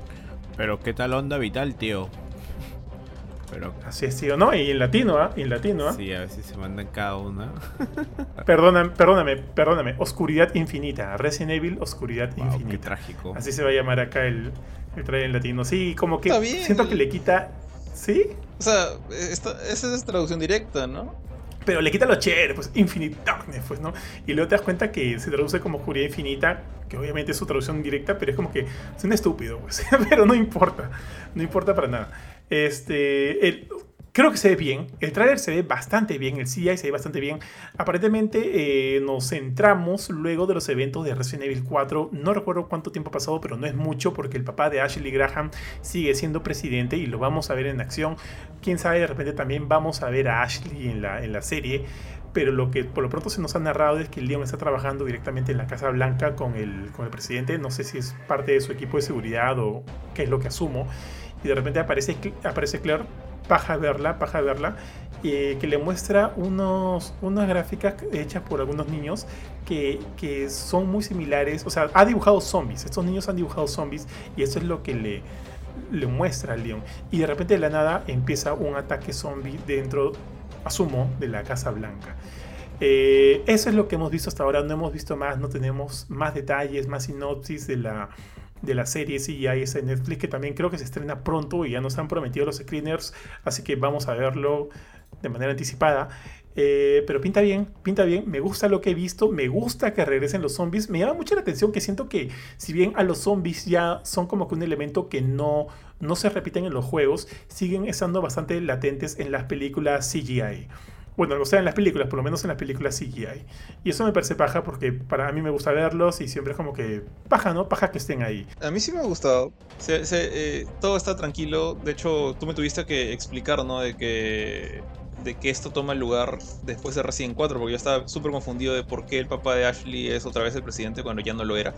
Pero qué tal Onda Vital, tío. Pero Así es, tío. No, y en latino, ¿ah? En latino, ¿ah? sí, a ver si se mandan cada una. Perdóname, perdóname, perdóname. Oscuridad Infinita. Resident Evil, Oscuridad Wow, qué Infinita. trágico. Así se va a llamar acá el, el trailer en latino. Sí, como que Está bien. siento que le quita. ¿Sí? O sea, esta, esa es traducción directa, ¿no? Pero le quita lo chévere, pues Infinite Darkness, pues, ¿no? Y luego te das cuenta que se traduce como Oscuridad Infinita, que obviamente es su traducción directa, pero es como que es un estúpido, pues. Pero no importa, no importa para nada. Este, el, creo que se ve bien, el tráiler se ve bastante bien, el C G I se ve bastante bien. Aparentemente eh, nos centramos luego de los eventos de Resident Evil cuatro, no recuerdo cuánto tiempo ha pasado, pero no es mucho porque el papá de Ashley Graham sigue siendo presidente y lo vamos a ver en acción. Quién sabe, de repente también vamos a ver a Ashley en la, en la serie. Pero lo que por lo pronto se nos ha narrado es que Leon está trabajando directamente en la Casa Blanca con el, con el presidente. No sé si es parte de su equipo de seguridad o qué es lo que asumo. Y de repente aparece, aparece Claire, paja verla, paja verla, eh, que le muestra unos, unas gráficas hechas por algunos niños que, que son muy similares. O sea, ha dibujado zombies. Estos niños han dibujado zombies y eso es lo que le, le muestra a Leon. Y de repente de la nada empieza un ataque zombie dentro, asumo, de la Casa Blanca. Eh, eso es lo que hemos visto hasta ahora. No hemos visto más, no tenemos más detalles, más sinopsis de la, de la serie C G I esa de Netflix, que también creo que se estrena pronto y ya nos han prometido los screeners, así que vamos a verlo de manera anticipada. Eh, pero pinta bien, pinta bien, me gusta lo que he visto, me gusta que regresen los zombies. Me llama mucho la atención que siento que si bien a los zombies ya son como que un elemento que no, no se repiten en los juegos, siguen estando bastante latentes en las películas C G I. Bueno, o sea, en las películas, por lo menos en las películas C G I. Y eso me parece paja porque para mí me gusta verlos y siempre es como que paja, ¿no? Paja que estén ahí. A mí sí me ha gustado. Se, se, eh, todo está tranquilo. De hecho, tú me tuviste que explicar, ¿no? De que, de que esto toma lugar después de Resident cuatro, porque yo estaba súper confundido de por qué el papá de Ashley es otra vez el presidente cuando ya no lo era.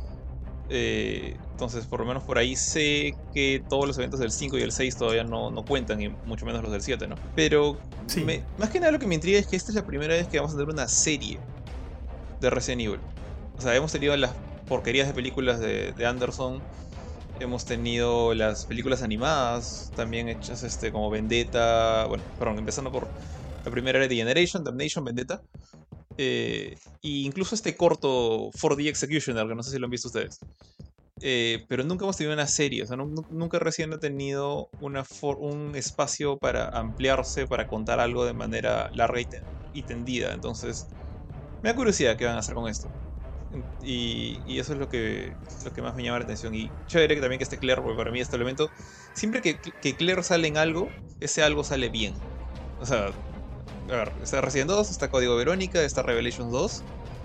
Eh, entonces, por lo menos por ahí sé que todos los eventos del cinco y el seis todavía no, no cuentan, y mucho menos los del siete, ¿no? Pero Sí. me, más que nada lo que me intriga es que esta es la primera vez que vamos a tener una serie de Resident Evil. O sea, hemos tenido las porquerías de películas de, de Anderson, hemos tenido las películas animadas también hechas este, como Vendetta, bueno, perdón, empezando por la primera era de Generation, Damnation, Vendetta. Eh, e incluso este corto cuatro D Executioner, que no sé si lo han visto ustedes. Eh, pero nunca hemos tenido una serie, o sea, nu- nu- nunca recién ha tenido una for- un espacio para ampliarse, para contar algo de manera larga y, te- y tendida. Entonces, me da curiosidad qué van a hacer con esto. En- Y, y eso es lo que, lo que más me llama la atención. Y chévere que también que esté Claire, porque para mí este elemento, siempre que, que Claire sale en algo, ese algo sale bien. O sea, a ver, está Resident dos, está Código Verónica, está Revelations dos.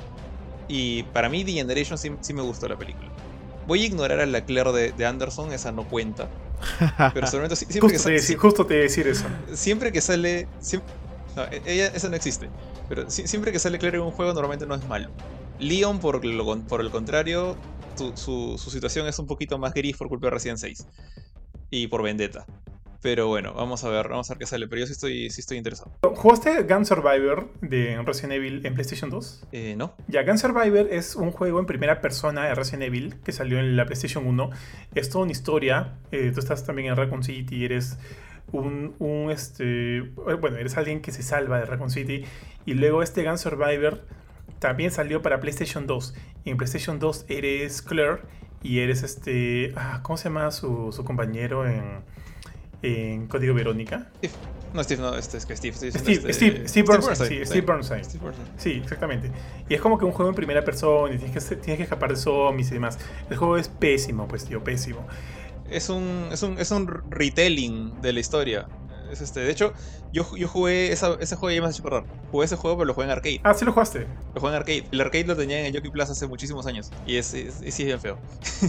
Y para mí, The Generation sí, sí me gustó la película. Voy a ignorar a la Claire de, de Anderson, esa no cuenta. Pero solamente si- siempre, que Justo te, sa- decir, si- justo te iba a decir eso. siempre que sale. siem- no, e- ella, esa no existe. Pero si- siempre que sale Claire en un juego, normalmente no es malo. Leon, por, lo con- por el contrario, tu- su, su situación es un poquito más gris por culpa de Resident seis. Y por Vendetta. Pero bueno, vamos a ver, vamos a ver qué sale. Pero yo sí estoy, sí estoy interesado. ¿Jugaste Gun Survivor de Resident Evil en PlayStation dos? Eh, ¿No? Ya, Gun Survivor es un juego en primera persona de Resident Evil que salió en la PlayStation uno. Es toda una historia. Eh, tú estás también en Raccoon City, eres un, un, este, bueno, eres alguien que se salva de Raccoon City. Y luego este Gun Survivor también salió para PlayStation dos. Y en PlayStation dos eres Claire y eres este, ah, ¿cómo se llama su, su compañero en, en Código Verónica? Steve. No, Steve, no, este es que Steve. Estoy diciendo Steve, este- Steve, Steve Burnside, sí, sí. Steve Burnside. Steve Burnside. Sí, exactamente. Y es como que un juego en primera persona y tienes que, tienes que escapar de zombies y demás. El juego es pésimo, pues, tío, pésimo. Es un, es un, es un retelling de la historia. Es este, de hecho, yo, yo jugué esa, ese juego, ya me has hecho acordar. Jugué ese juego, pero lo jugué en arcade. Ah, sí lo jugaste. Lo jugué en arcade. El arcade lo tenía en el Jockey Plaza hace muchísimos años. Y es, es, es, sí es bien feo.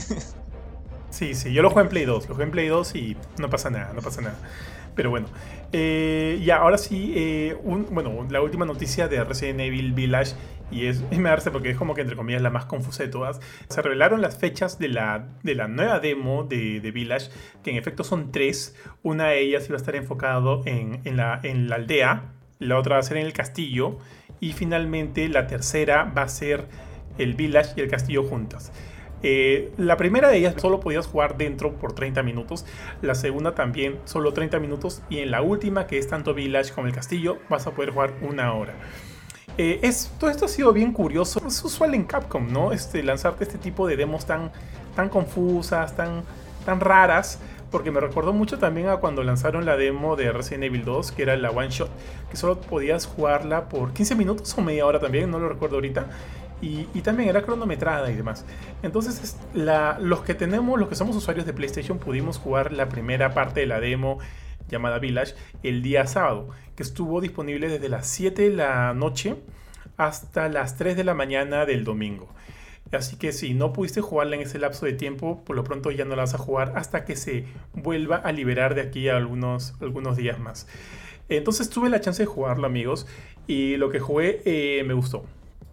Sí, sí, yo lo jugué en Play dos. Lo jugué en Play dos y no pasa nada, no pasa nada. Pero bueno, eh, ya, ahora sí, eh, un, bueno, la última noticia de Resident Evil Village, y es, y me da risa porque es como que entre comillas la más confusa de todas. Se revelaron las fechas de la, de la nueva demo de, de Village, que en efecto son tres. Una de ellas iba a estar enfocado en, en, la, en la aldea, la otra va a ser en el castillo, y finalmente la tercera va a ser el Village y el castillo juntas. Eh, la primera de ellas solo podías jugar dentro por treinta minutos, la segunda también solo treinta minutos, y en la última, que es tanto Village como el castillo, vas a poder jugar una hora. Eh, es, todo esto ha sido bien curioso. Es usual en Capcom, ¿no? Este, lanzarte este tipo de demos tan, tan confusas, tan, tan raras. Porque me recordó mucho también a cuando lanzaron la demo de Resident Evil dos, que era la One Shot, que solo podías jugarla por quince minutos o media hora también, no lo recuerdo ahorita. Y, y también era cronometrada y demás. Entonces, es la, los que tenemos, los que somos usuarios de PlayStation, pudimos jugar la primera parte de la demo llamada Village el día sábado, que estuvo disponible desde las siete de la noche hasta las tres de la mañana del domingo. Así que si no pudiste jugarla en ese lapso de tiempo, por lo pronto ya no la vas a jugar hasta que se vuelva a liberar de aquí a algunos, algunos días más. Entonces tuve la chance de jugarlo, amigos, y lo que jugué eh, me gustó.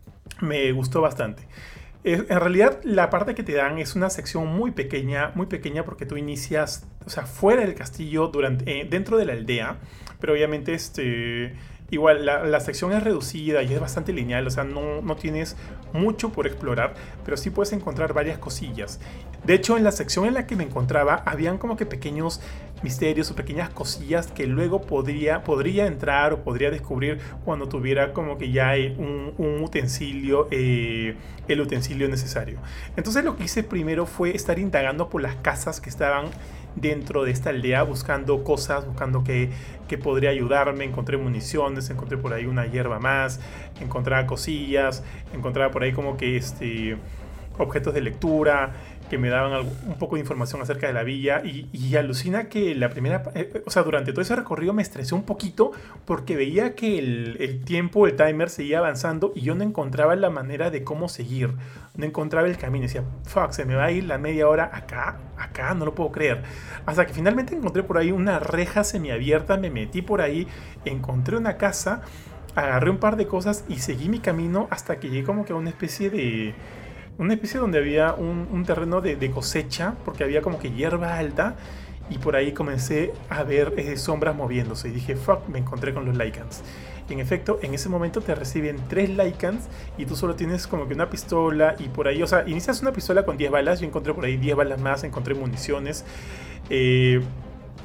Me gustó bastante. Eh, en realidad la parte que te dan es una sección muy pequeña, muy pequeña porque tú inicias, o sea, fuera del castillo, durante, eh, dentro de la aldea, pero obviamente este... Igual, la, la sección es reducida y es bastante lineal, o sea, no, no tienes mucho por explorar, pero sí puedes encontrar varias cosillas. De hecho, en la sección en la que me encontraba, habían como que pequeños misterios o pequeñas cosillas que luego podría, podría entrar o podría descubrir cuando tuviera como que ya un, un utensilio, eh, el utensilio necesario. Entonces lo que hice primero fue estar indagando por las casas que estaban dentro de esta aldea, buscando cosas, buscando que, que podría ayudarme. Encontré municiones, encontré por ahí una hierba más, encontraba cosillas, encontraba por ahí como que este, objetos de lectura que me daban algo, un poco de información acerca de la villa, y, y alucina que la primera, eh, o sea, durante todo ese recorrido me estresé un poquito porque veía que el, el tiempo, el timer seguía avanzando y yo no encontraba la manera de cómo seguir, no encontraba el camino, decía, fuck, se me va a ir la media hora acá, acá, no lo puedo creer, hasta que finalmente encontré por ahí una reja semiabierta, me metí por ahí, encontré una casa, agarré un par de cosas y seguí mi camino hasta que llegué como que a una especie de... Una especie donde había un, un terreno de, de cosecha, porque había como que hierba alta, y por ahí comencé a ver eh, sombras moviéndose, y dije, fuck, me encontré con los Lycans. Y en efecto, en ese momento te reciben tres Lycans, y tú solo tienes como que una pistola, y por ahí, o sea, inicias una pistola con diez balas, yo encontré por ahí diez balas más, encontré municiones, eh...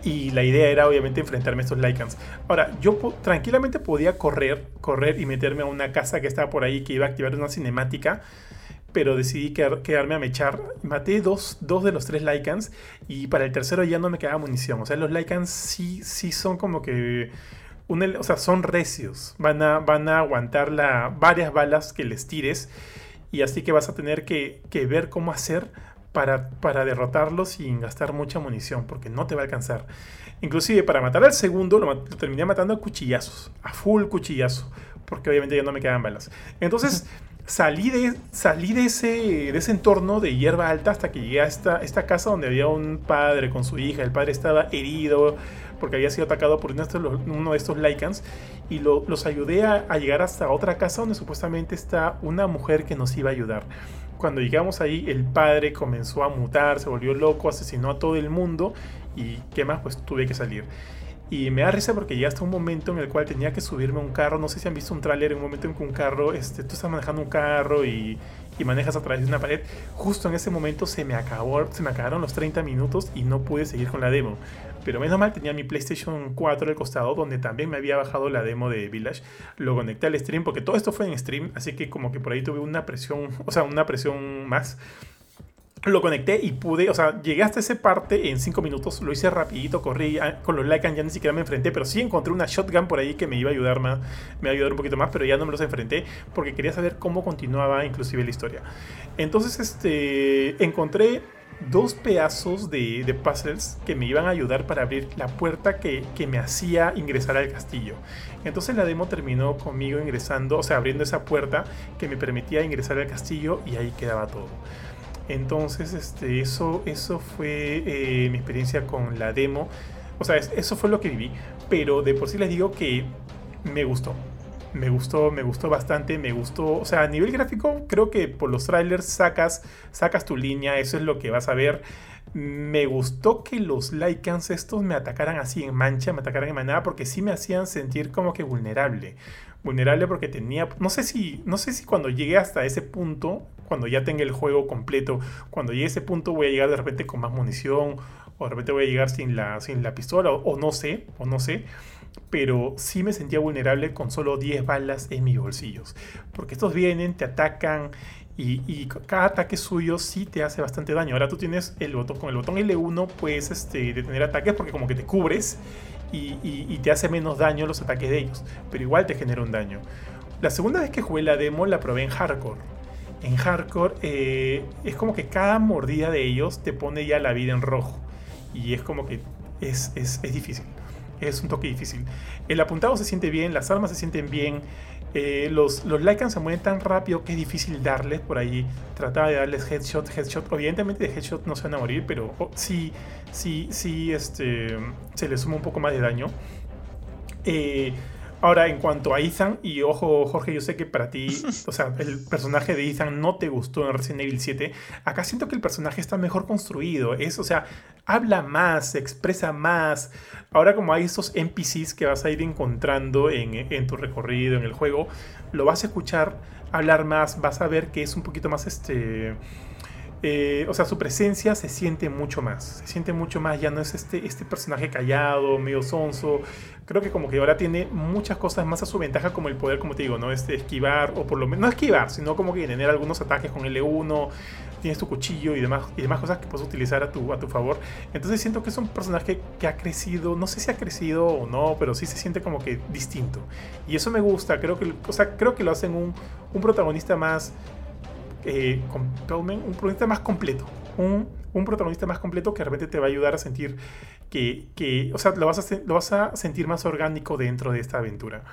Y la idea era obviamente enfrentarme a estos Lycans. Ahora, yo po- tranquilamente podía correr, correr y meterme a una casa que estaba por ahí que iba a activar una cinemática, pero decidí quedar- quedarme a mechar. Maté dos, dos de los tres Lycans y para el tercero ya no me quedaba munición. O sea, los Lycans sí, sí son como que... un ele- o sea, son recios. Van a, van a aguantar la, varias balas que les tires y así que vas a tener que, que ver cómo hacer para, para derrotarlos sin gastar mucha munición, porque no te va a alcanzar. Inclusive para matar al segundo lo, mat- lo terminé matando a cuchillazos, a full cuchillazo, porque obviamente ya no me quedaban balas. Entonces salí de, salí de, ese, de ese entorno de hierba alta hasta que llegué a esta, esta casa donde había un padre con su hija. El padre estaba herido porque había sido atacado por uno de estos, uno de estos Lycans, y lo- los ayudé a, a llegar hasta otra casa donde supuestamente está una mujer que nos iba a ayudar. Cuando llegamos ahí, el padre comenzó a mutar, se volvió loco, asesinó a todo el mundo y qué más, pues tuve que salir. Y me da risa porque llegué hasta un momento en el cual tenía que subirme a un carro. No sé si han visto un tráiler en un momento en que un carro, este, tú estás manejando un carro y, y manejas a través de una pared. Justo en ese momento se me acabó, se me acabaron los treinta minutos y no pude seguir con la demo. Pero menos mal tenía mi PlayStation cuatro al costado, donde también me había bajado la demo de Village. Lo conecté al stream, porque todo esto fue en stream, así que como que por ahí tuve una presión, o sea, una presión más. Lo conecté y pude, o sea, llegué hasta esa parte en cinco minutos, lo hice rapidito, corrí ah, con los Lycan, ya ni siquiera me enfrenté, pero sí encontré una shotgun por ahí que me iba a ayudar más, me iba a ayudar un poquito más, pero ya no me los enfrenté porque quería saber cómo continuaba inclusive la historia. Entonces, este, encontré dos pedazos de, de puzzles que me iban a ayudar para abrir la puerta que, que me hacía ingresar al castillo. Entonces la demo terminó conmigo ingresando, o sea, abriendo esa puerta que me permitía ingresar al castillo y ahí quedaba todo. Entonces, este, eso, eso fue eh, mi experiencia con la demo. O sea, es- eso fue lo que viví. Pero de por sí les digo que me gustó. Me gustó, me gustó bastante, me gustó. O sea, a nivel gráfico, creo que por los trailers sacas, sacas tu línea, eso es lo que vas a ver. Me gustó que los Lycans estos me atacaran así en mancha, me atacaran en manada, porque sí me hacían sentir como que vulnerable. Vulnerable porque tenía. No sé si. No sé si cuando llegue hasta ese punto, cuando ya tenga el juego completo, cuando llegue a ese punto voy a llegar de repente con más munición. O de repente voy a llegar sin la, sin la pistola. O, o no sé. O no sé. Pero sí me sentía vulnerable con solo diez balas en mis bolsillos. Porque estos vienen, te atacan. Y, y cada ataque suyo sí te hace bastante daño. Ahora tú tienes el botón, con el botón L uno puedes este, detener ataques porque como que te cubres y, y- y te hace menos daño los ataques de ellos. Pero igual te genera un daño. La segunda vez que jugué la demo la probé en hardcore. En hardcore eh, es como que cada mordida de ellos te pone ya la vida en rojo. Y es como que es, es, es difícil. Es un toque difícil. El apuntado se siente bien, las armas se sienten bien. Eh, los, los Lycans se mueven tan rápido que es difícil darles por ahí. Trataba de darles headshot, headshot. Evidentemente de headshot no se van a morir, pero oh, sí, sí, sí este, se les suma un poco más de daño. Eh, Ahora, en cuanto a Ethan, y ojo, Jorge, yo sé que para ti, o sea, el personaje de Ethan no te gustó en Resident Evil siete. Acá siento que el personaje está mejor construido. Es, o sea, habla más, se expresa más. Ahora, como hay estos N P Cs que vas a ir encontrando en, en tu recorrido, en el juego, lo vas a escuchar hablar más, vas a ver que es un poquito más este. Eh, o sea, su presencia se siente mucho más. Se siente mucho más. Ya no es este, este personaje callado, medio sonso. Creo que como que ahora tiene muchas cosas más a su ventaja, como el poder, como te digo, ¿no? Este, esquivar, o por lo menos, no esquivar, sino como que tener algunos ataques con L uno. Tienes tu cuchillo y demás, y demás cosas que puedes utilizar a tu, a tu favor. Entonces siento que es un personaje que ha crecido. No sé si ha crecido o no, pero sí se siente como que distinto. Y eso me gusta. Creo que, o sea, creo que lo hacen un, un protagonista más... Eh, un protagonista más completo, un, un protagonista más completo que de repente te va a ayudar a sentir que, que o sea, lo vas, a, lo vas a sentir más orgánico dentro de esta aventura.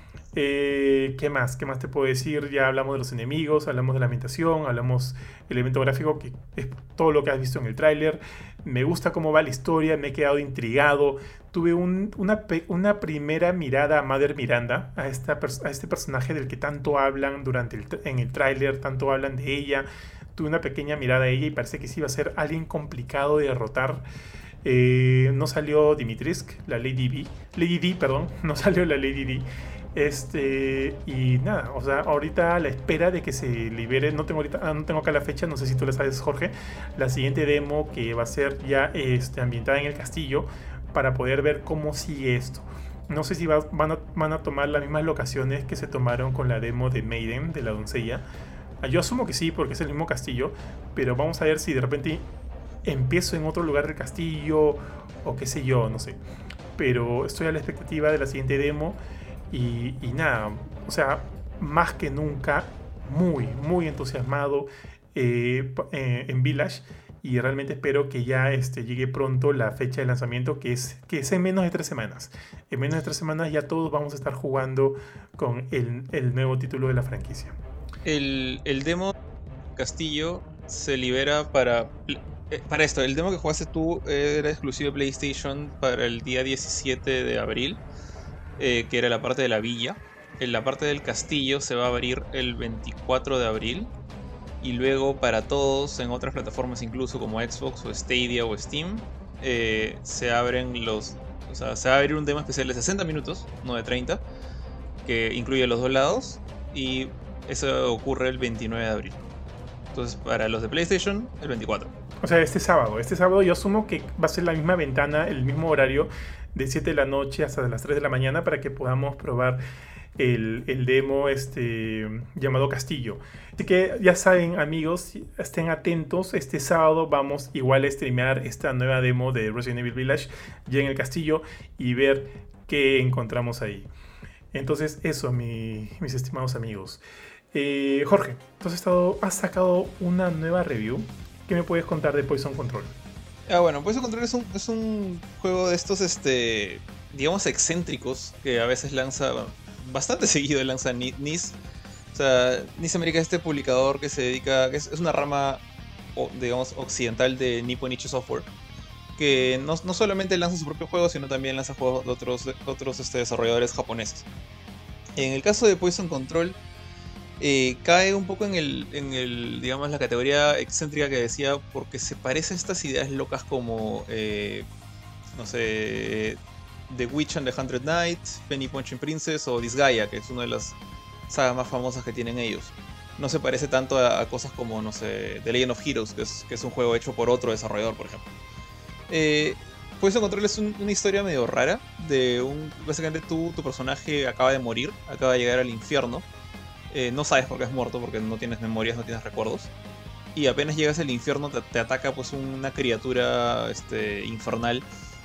Eh, ¿Qué más? ¿Qué más te puedo decir? Ya hablamos de los enemigos, hablamos de la ambientación, hablamos del evento gráfico, que es todo lo que has visto en el tráiler. Me gusta cómo va la historia, me he quedado intrigado. Tuve un, una, una primera mirada a Mother Miranda, a, esta, a este personaje del que tanto hablan durante el, en el tráiler, tanto hablan de ella. Tuve una pequeña mirada a ella y parece que sí iba a ser alguien complicado de derrotar. Eh, no salió Dimitrescu, la Lady D, Lady D, perdón, no salió la Lady D. Este, y nada, o sea, ahorita a la espera de que se libere, no tengo ahorita, no tengo acá la fecha, no sé si tú la sabes, Jorge, la siguiente demo que va a ser ya este, ambientada en el castillo, para poder ver cómo sigue esto. No sé si va, van, a, van a tomar las mismas locaciones que se tomaron con la demo de Maiden, de la doncella. Yo asumo que sí, porque es el mismo castillo, pero vamos a ver si de repente empiezo en otro lugar del castillo o qué sé yo, no sé. Pero estoy a la expectativa de la siguiente demo y, y nada, o sea, más que nunca, muy, muy entusiasmado eh, eh, en Village. Y realmente espero que ya este, llegue pronto la fecha de lanzamiento, que es, que es en menos de tres semanas. En menos de tres semanas ya todos vamos a estar jugando con el, el nuevo título de la franquicia. El, el demo Castillo se libera para... Eh, para esto, el demo que jugaste tú era exclusivo de PlayStation para el día diecisiete de abril, eh, que era la parte de la villa. En la parte del castillo se va a abrir el veinticuatro de abril. Y luego para todos en otras plataformas incluso como Xbox o Stadia o Steam eh, se abren los... O sea, se va a abrir un demo especial de sesenta minutos, no de treinta, que incluye los dos lados y eso ocurre el veintinueve de abril. Entonces para los de PlayStation el veinticuatro. O sea, este sábado. Este sábado yo asumo que va a ser la misma ventana, el mismo horario de siete de la noche hasta las tres de la mañana para que podamos probar El, el demo este, llamado Castillo. Así que ya saben, amigos, estén atentos. Este sábado vamos igual a streamear esta nueva demo de Resident Evil Village ya en el castillo y ver qué encontramos ahí. Entonces eso, mi, mis estimados amigos. eh, Jorge, tú has, estado, has sacado una nueva review. ¿Qué me puedes contar de Poison Control? Ah, bueno, Poison Control es un, es un juego de estos, este, digamos, excéntricos que a veces lanza... Bueno, bastante seguido lanza N I S. O sea, N I S América es este publicador que se dedica... Es, es una rama, digamos, occidental de Nippon Ichi Software, que no, no solamente lanza su propio juego, sino también lanza juegos de otros, de otros este, desarrolladores japoneses. En el caso de Poison Control, eh, cae un poco en el, en el, digamos, la categoría excéntrica que decía, porque se parece a estas ideas locas como, eh, no sé... The Witch and the Hundred Knights, Penny Punching Princess o Disgaea, que es una de las sagas más famosas que tienen ellos. No se parece tanto a, a cosas como, no sé, The Legend of Heroes, que es, que es un juego hecho por otro desarrollador, por ejemplo. Eh, Poison Control es un, una historia medio rara, de un... Básicamente tú, tu personaje acaba de morir, acaba de llegar al infierno. Eh, no sabes por qué has muerto, porque no tienes memorias, no tienes recuerdos. Y apenas llegas al infierno te, te ataca pues una criatura este, infernal,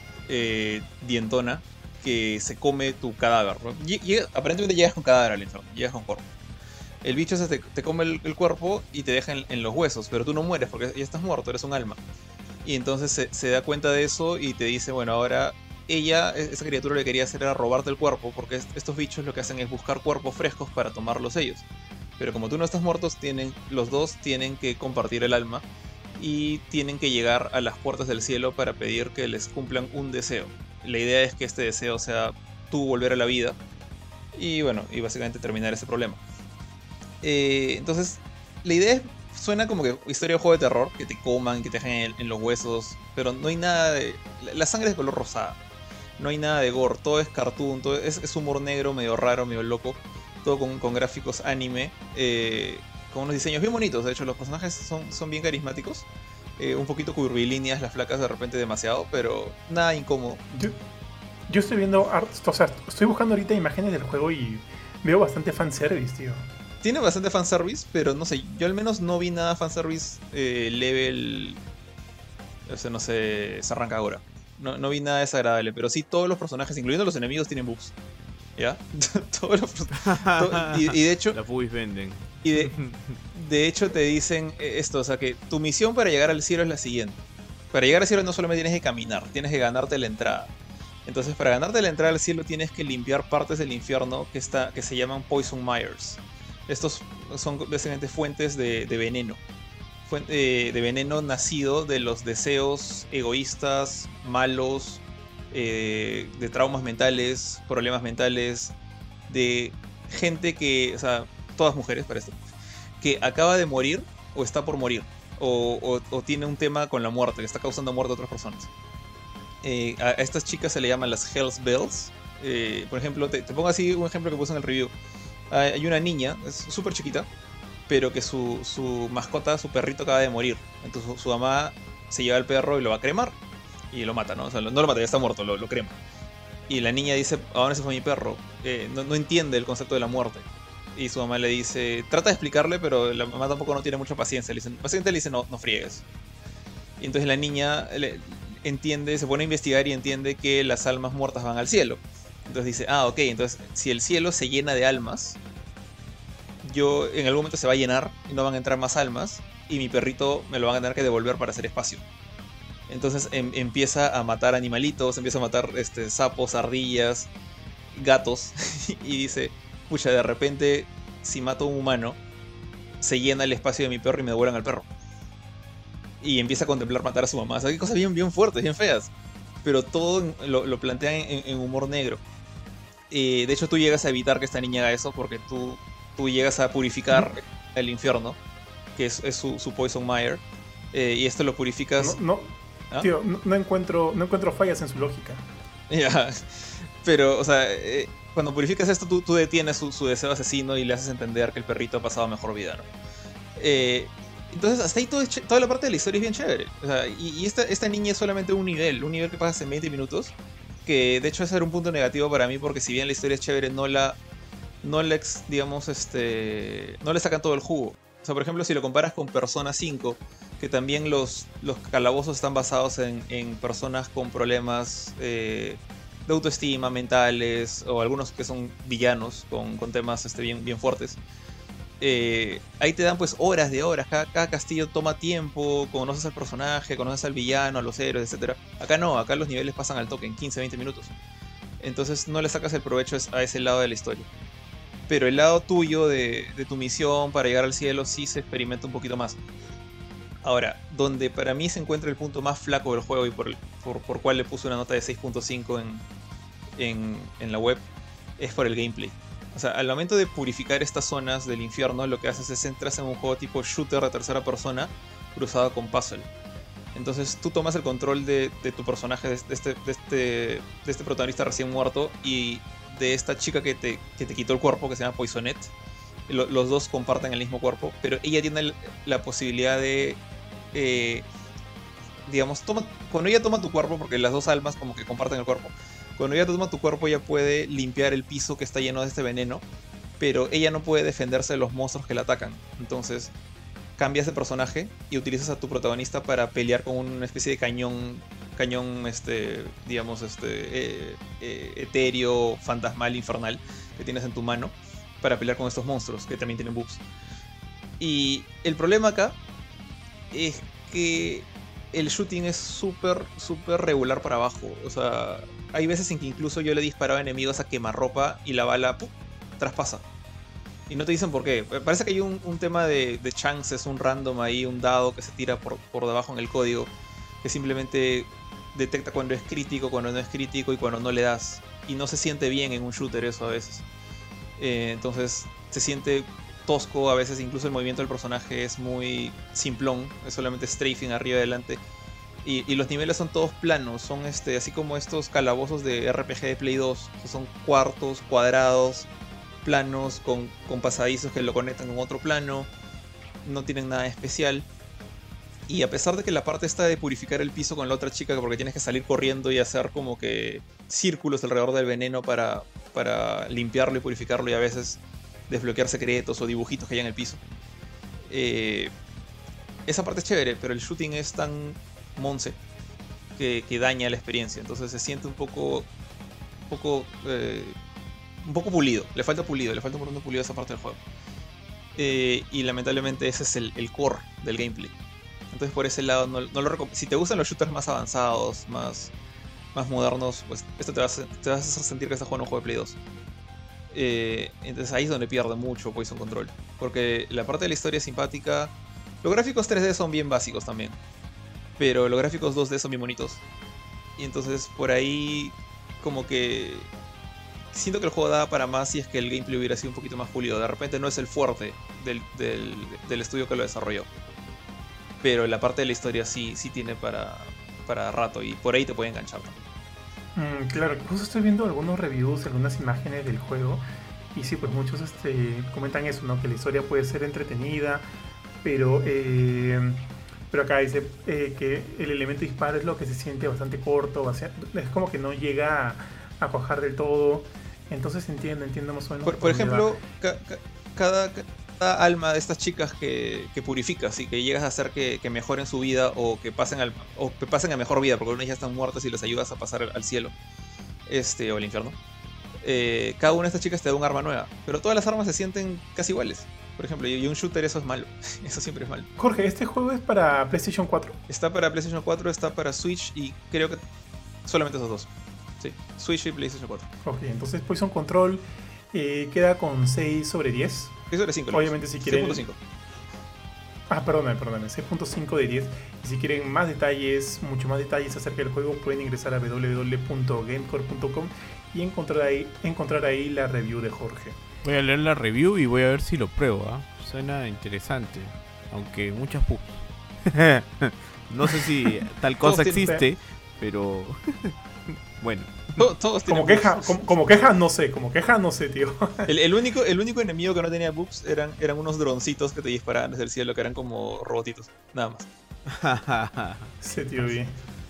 Eh, dientona, que se come tu cadáver, ¿no? Llega, aparentemente llegas con cadáver al infierno, llegas con cuerpo. El bicho ese te, te come el, el cuerpo y te deja en, en los huesos, pero tú no mueres porque ya estás muerto, eres un alma. Y entonces se, se da cuenta de eso y te dice, bueno, ahora ella, esa criatura, le quería hacer era robarte el cuerpo, porque estos bichos lo que hacen es buscar cuerpos frescos para tomarlos ellos. Pero como tú no estás muerto, tienen, los dos tienen que compartir el alma y tienen que llegar a las puertas del cielo para pedir que les cumplan un deseo. La idea es que este deseo sea tú volver a la vida y bueno, y básicamente terminar ese problema. Eh, entonces, la idea es, suena como que historia de juego de terror, que te coman, que te dejen en, en los huesos, pero no hay nada de... La sangre es de color rosada, no hay nada de gore, todo es cartoon, todo es, es humor negro, medio raro, medio loco, todo con, con gráficos anime, eh, con unos diseños bien bonitos. De hecho, los personajes son, son bien carismáticos. Eh, un poquito curvilíneas las flacas de repente demasiado, pero nada incómodo. Yo, yo estoy viendo, o sea, estoy buscando ahorita imágenes del juego y veo bastante fanservice, tío. Tiene bastante fanservice, pero no sé, yo al menos no vi nada fanservice eh, level... O sea, no sé, se arranca ahora. No, no vi nada desagradable, pero sí todos los personajes, incluyendo los enemigos, tienen bugs. ¿Ya? Todos los, to, y, y de hecho... Las boobies venden. Y de, de hecho te dicen esto, o sea que tu misión para llegar al cielo es la siguiente. Para llegar al cielo no solamente tienes que caminar, tienes que ganarte la entrada. Entonces para ganarte la entrada al cielo tienes que limpiar partes del infierno que, está, que se llaman Poison Mires. Estos son básicamente fuentes de, de veneno. Fuente de, de veneno nacido de los deseos egoístas, malos, eh, de traumas mentales, problemas mentales, de gente que, o sea, todas mujeres para esto, que acaba de morir o está por morir, o, o, o tiene un tema con la muerte, que está causando muerte a otras personas. Eh, a, a estas chicas se le llaman las Hell's Bells. Eh, por ejemplo, te, te pongo así un ejemplo que puse en el review. Hay, hay una niña, es súper chiquita, pero que su, su mascota, su perrito, acaba de morir. Entonces su, su mamá se lleva al perro y lo va a cremar. y lo mata, ¿no? O sea, no lo mata, ya está muerto, lo, lo crema. Y la niña dice, ¿a dónde se fue mi perro? Eh, no, no entiende el concepto de la muerte. Y su mamá le dice, trata de explicarle, pero la mamá tampoco no tiene mucha paciencia. Le dicen, básicamente le dice, no, no friegues. Y entonces la niña le, entiende, se pone a investigar y entiende que las almas muertas van al cielo. Entonces dice, ah, ok, entonces si el cielo se llena de almas, yo en algún momento se va a llenar y no van a entrar más almas, y mi perrito me lo van a tener que devolver para hacer espacio. Entonces em, empieza a matar animalitos, empieza a matar este, sapos, ardillas, gatos, y dice, pucha, de repente, si mato a un humano, se llena el espacio de mi perro y me devuelven al perro. Y empieza a contemplar matar a su mamá. O sea, hay cosas bien, bien fuertes, bien feas. Pero todo lo, lo plantean en, en humor negro. Eh, de hecho, tú llegas a evitar que esta niña haga eso porque tú, tú llegas a purificar el infierno, que es, es su, su Poison Mire. Eh, y esto lo purificas... No, no ¿Ah? Tío, no, no, encuentro, no encuentro fallas en su lógica. Ya, pero, o sea, eh, cuando purificas esto, tú, tú detienes su, su deseo asesino y le haces entender que el perrito ha pasado mejor vida, ¿no? Eh, entonces, hasta ahí todo es toda la parte de la historia es bien chévere. O sea, y, y esta, esta niña es solamente un nivel, un nivel que pasas en veinte minutos, que de hecho es un punto negativo para mí, porque si bien la historia es chévere, no la, no la, digamos, este, no le sacan todo el jugo. O sea, por ejemplo, si lo comparas con Persona cinco, que también los, los calabozos están basados en, en personas con problemas eh, de autoestima, mentales, o algunos que son villanos con, con temas este, bien, bien fuertes. Eh, ahí te dan pues horas de horas, cada, cada castillo toma tiempo, conoces al personaje, conoces al villano, a los héroes, etcétera. Acá no, acá los niveles pasan al toque en quince a veinte minutos. Entonces no le sacas el provecho a ese lado de la historia. Pero el lado tuyo de, de tu misión para llegar al cielo sí se experimenta un poquito más. Ahora, donde para mí se encuentra el punto más flaco del juego y por, el, por, por cual le puse una nota de seis punto cinco en, en, en la web, es por el gameplay. O sea, al momento de purificar estas zonas del infierno, lo que haces es entras en un juego tipo shooter de tercera persona cruzado con puzzle. Entonces tú tomas el control de, de tu personaje, de este, de, este, de este protagonista recién muerto, y de esta chica que te, que te quitó el cuerpo, que se llama Poisonette. Lo, los dos comparten el mismo cuerpo, pero ella tiene la posibilidad de... Eh, digamos, toma, cuando ella toma tu cuerpo, porque las dos almas como que comparten el cuerpo, cuando ella toma tu cuerpo, ella puede limpiar el piso que está lleno de este veneno, pero ella no puede defenderse de los monstruos que la atacan. Entonces cambias de personaje y utilizas a tu protagonista para pelear con una especie de cañón, cañón, este, digamos, este, eh, eh, etéreo, fantasmal, infernal, que tienes en tu mano, para pelear con estos monstruos, que también tienen bugs. Y el problema acá es que el shooting es súper, súper regular para abajo. O sea, hay veces en que incluso yo le disparaba a enemigos a quemarropa y la bala ¡pum!, traspasa. Y no te dicen por qué. Parece que hay un, un tema de, de chances, un random ahí, un dado que se tira por, por debajo en el código, que simplemente detecta cuando es crítico, cuando no es crítico y cuando no le das. Y no se siente bien en un shooter eso a veces. Eh, entonces se siente tosco a veces, incluso el movimiento del personaje es muy simplón, es solamente strafing arriba y adelante. Y, y los niveles son todos planos, son este, así como estos calabozos de R P G de Play dos, que son cuartos, cuadrados, planos, con, con pasadizos que lo conectan con otro plano, no tienen nada especial. Y a pesar de que la parte está de purificar el piso con la otra chica, porque tienes que salir corriendo y hacer como que círculos alrededor del veneno para, para limpiarlo y purificarlo, y a veces desbloquear secretos o dibujitos que hay en el piso. Eh, esa parte es chévere, pero el shooting es tan monce que, que daña la experiencia. Entonces se siente un poco, un poco, eh, un poco pulido. Le falta pulido, le falta un poco pulido a esa parte del juego. Eh, y lamentablemente ese es el, el core del gameplay. Entonces por ese lado no, no lo recomiendo. Si te gustan los shooters más avanzados, más, más modernos, pues esto te va, a, te va a hacer sentir que estás jugando un juego de Play dos. Eh, entonces ahí es donde pierde mucho Poison Control, porque la parte de la historia es simpática. Los gráficos tres D son bien básicos también, pero los gráficos dos D son bien bonitos. Y entonces por ahí como que siento que el juego da para más si es que el gameplay hubiera sido un poquito más pulido. De repente no es el fuerte del, del, del estudio que lo desarrolló, pero la parte de la historia sí, sí tiene para, para rato, y por ahí te puede enganchar también. Mm, claro, justo estoy viendo algunos reviews, algunas imágenes del juego, y sí, pues muchos este, comentan eso, ¿no? Que la historia puede ser entretenida, pero eh, pero acá dice eh, que el elemento disparo es lo que se siente bastante corto, es como que no llega a, a cuajar del todo. Entonces entiendo, entiendo más o menos. Por, por ejemplo, ca, ca, cada, cada alma de estas chicas que, que purificas y que llegas a hacer que, que mejoren su vida o que pasen al, o que pasen a mejor vida, porque algunas ya están muertas y les ayudas a pasar al cielo, este, o al infierno. Eh, cada una de estas chicas te da un arma nueva, pero todas las armas se sienten casi iguales. Por ejemplo, y un shooter eso es malo, eso siempre es malo. Jorge, ¿este juego es para PlayStation cuatro? Está para PlayStation cuatro, está para Switch y creo que solamente esos dos. Sí, Switch y PlayStation cuatro. Ok, entonces Poison Control eh, queda con seis sobre diez. seis sobre cinco. Obviamente si quieren... seis punto cinco. Ah, perdóname, perdóname, seis punto cinco de diez. Y si quieren más detalles, mucho más detalles acerca del juego, pueden ingresar a w w w punto gamecore punto com y encontrar ahí, encontrar ahí la review de Jorge. Voy a leer la review y voy a ver si lo pruebo, ¿eh? Suena interesante, aunque muchas pups. No sé si tal cosa existe, pero bueno. Todos, todos como queja, como, como queja no sé, como queja no sé, tío. El, el único, el único enemigo que no tenía boobs eran, eran unos droncitos que te disparaban desde el cielo, que eran como robotitos, nada más. Sí, tío, bien.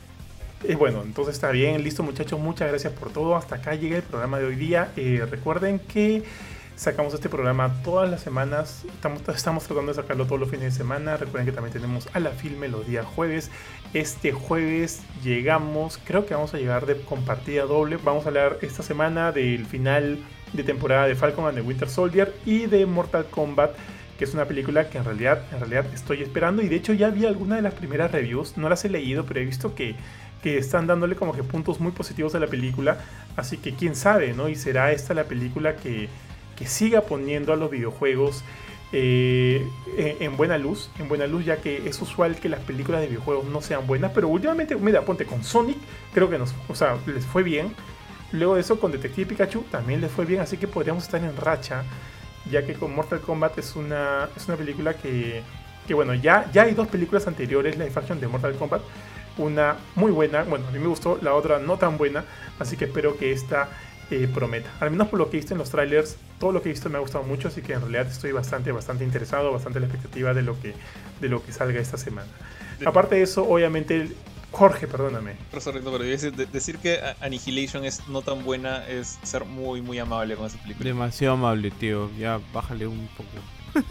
Y bueno, entonces está bien, listo muchachos, muchas gracias por todo. Hasta acá llega el programa de hoy día. Eh, recuerden que sacamos este programa todas las semanas, estamos, estamos tratando de sacarlo todos los fines de semana. Recuerden que también tenemos a la filme los días jueves. Este jueves llegamos, creo que vamos a llegar de compartida doble. Vamos a hablar esta semana del final de temporada de Falcon and the Winter Soldier y de Mortal Kombat, que es una película que en realidad, en realidad estoy esperando. Y de hecho ya vi algunas de las primeras reviews, no las he leído, pero he visto que, que están dándole como que puntos muy positivos a la película. Así que quién sabe, ¿no? Y será esta la película que, que siga poniendo a los videojuegos eh, en, en buena luz, en buena luz, ya que es usual que las películas de videojuegos no sean buenas. Pero últimamente, mira, ponte con Sonic, creo que nos, o sea, les fue bien. Luego de eso con Detective Pikachu también les fue bien, así que podríamos estar en racha, ya que con Mortal Kombat es una, es una película que, que bueno, ya, ya hay dos películas anteriores, live action de Mortal Kombat, una muy buena, bueno, a mí me gustó, la otra no tan buena, así que espero que esta eh, prometa. Al menos por lo que he visto en los trailers, todo lo que he visto me ha gustado mucho, así que en realidad estoy bastante, bastante interesado, bastante a la expectativa de lo que, de lo que salga esta semana. Sí. Aparte de eso, obviamente... Jorge, perdóname. Sorry, no, pero decir, decir que Annihilation es no tan buena es ser muy, muy amable con esa película. Demasiado amable, tío. Ya bájale un poco.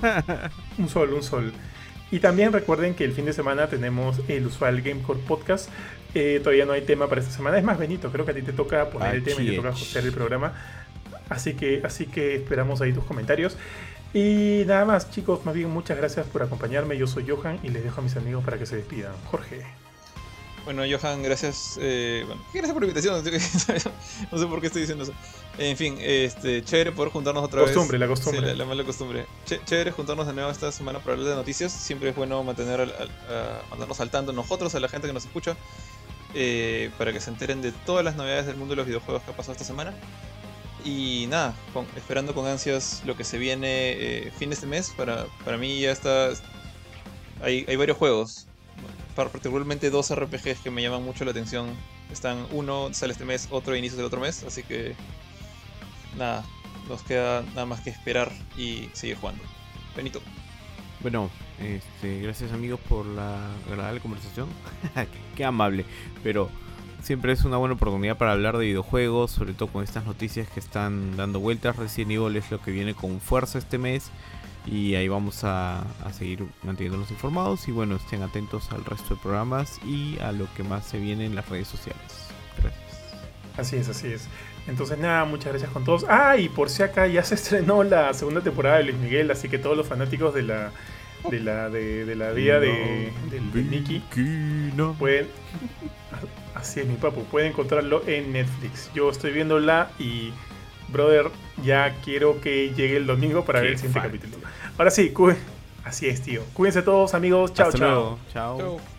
Un sol, un sol. Y también recuerden que el fin de semana tenemos el usual Gamecore Podcast. Eh, todavía no hay tema para esta semana. Es más, Benito, creo que a ti te toca poner ah, el tema y te toca hostear el programa. Así que, así que esperamos ahí tus comentarios. Y nada más, chicos, más bien muchas gracias por acompañarme. Yo soy Johan y les dejo a mis amigos para que se despidan. Jorge. Bueno, Johan, gracias. Eh, bueno, gracias por la invitación. No sé por qué estoy diciendo eso. En fin, este, chévere poder juntarnos otra costumbre, vez. La costumbre, sí, la costumbre. La mala costumbre. Ch chévere juntarnos de nuevo esta semana para hablar de noticias. Siempre es bueno mantener al, al, a mandarnos al tanto nosotros, a la gente que nos escucha, eh, para que se enteren de todas las novedades del mundo de los videojuegos que ha pasado esta semana. Y nada, con, esperando con ansias lo que se viene eh, fin de este mes. Para, para mí ya está. Hay, hay varios juegos. Particularmente dos R P Gs que me llaman mucho la atención. Están uno sale este mes, otro a inicios del otro mes, así que nada, nos queda nada más que esperar y seguir jugando. Benito. Bueno, este, gracias amigos por la agradable conversación. Qué amable, pero siempre es una buena oportunidad para hablar de videojuegos, sobre todo con estas noticias que están dando vueltas. Resident Evil es lo que viene con fuerza este mes. Y ahí vamos a, a seguir manteniéndolos informados. Y bueno, estén atentos al resto de programas y a lo que más se viene en las redes sociales. Gracias. Así es, así es. Entonces nada, muchas gracias con todos. Ah, y por si acá ya se estrenó la segunda temporada de Luis Miguel. Así que todos los fanáticos de la de la, de, de la vida de, de, de Nicky pueden... Así es, mi papu. Pueden encontrarlo en Netflix. Yo estoy viéndola y... Brother, ya quiero que llegue el domingo para Qué ver el siguiente falta. capítulo. Ahora sí, cu así es, tío. Cuídense todos, amigos. Chao, Hasta chao. Luego. Chao. Chao.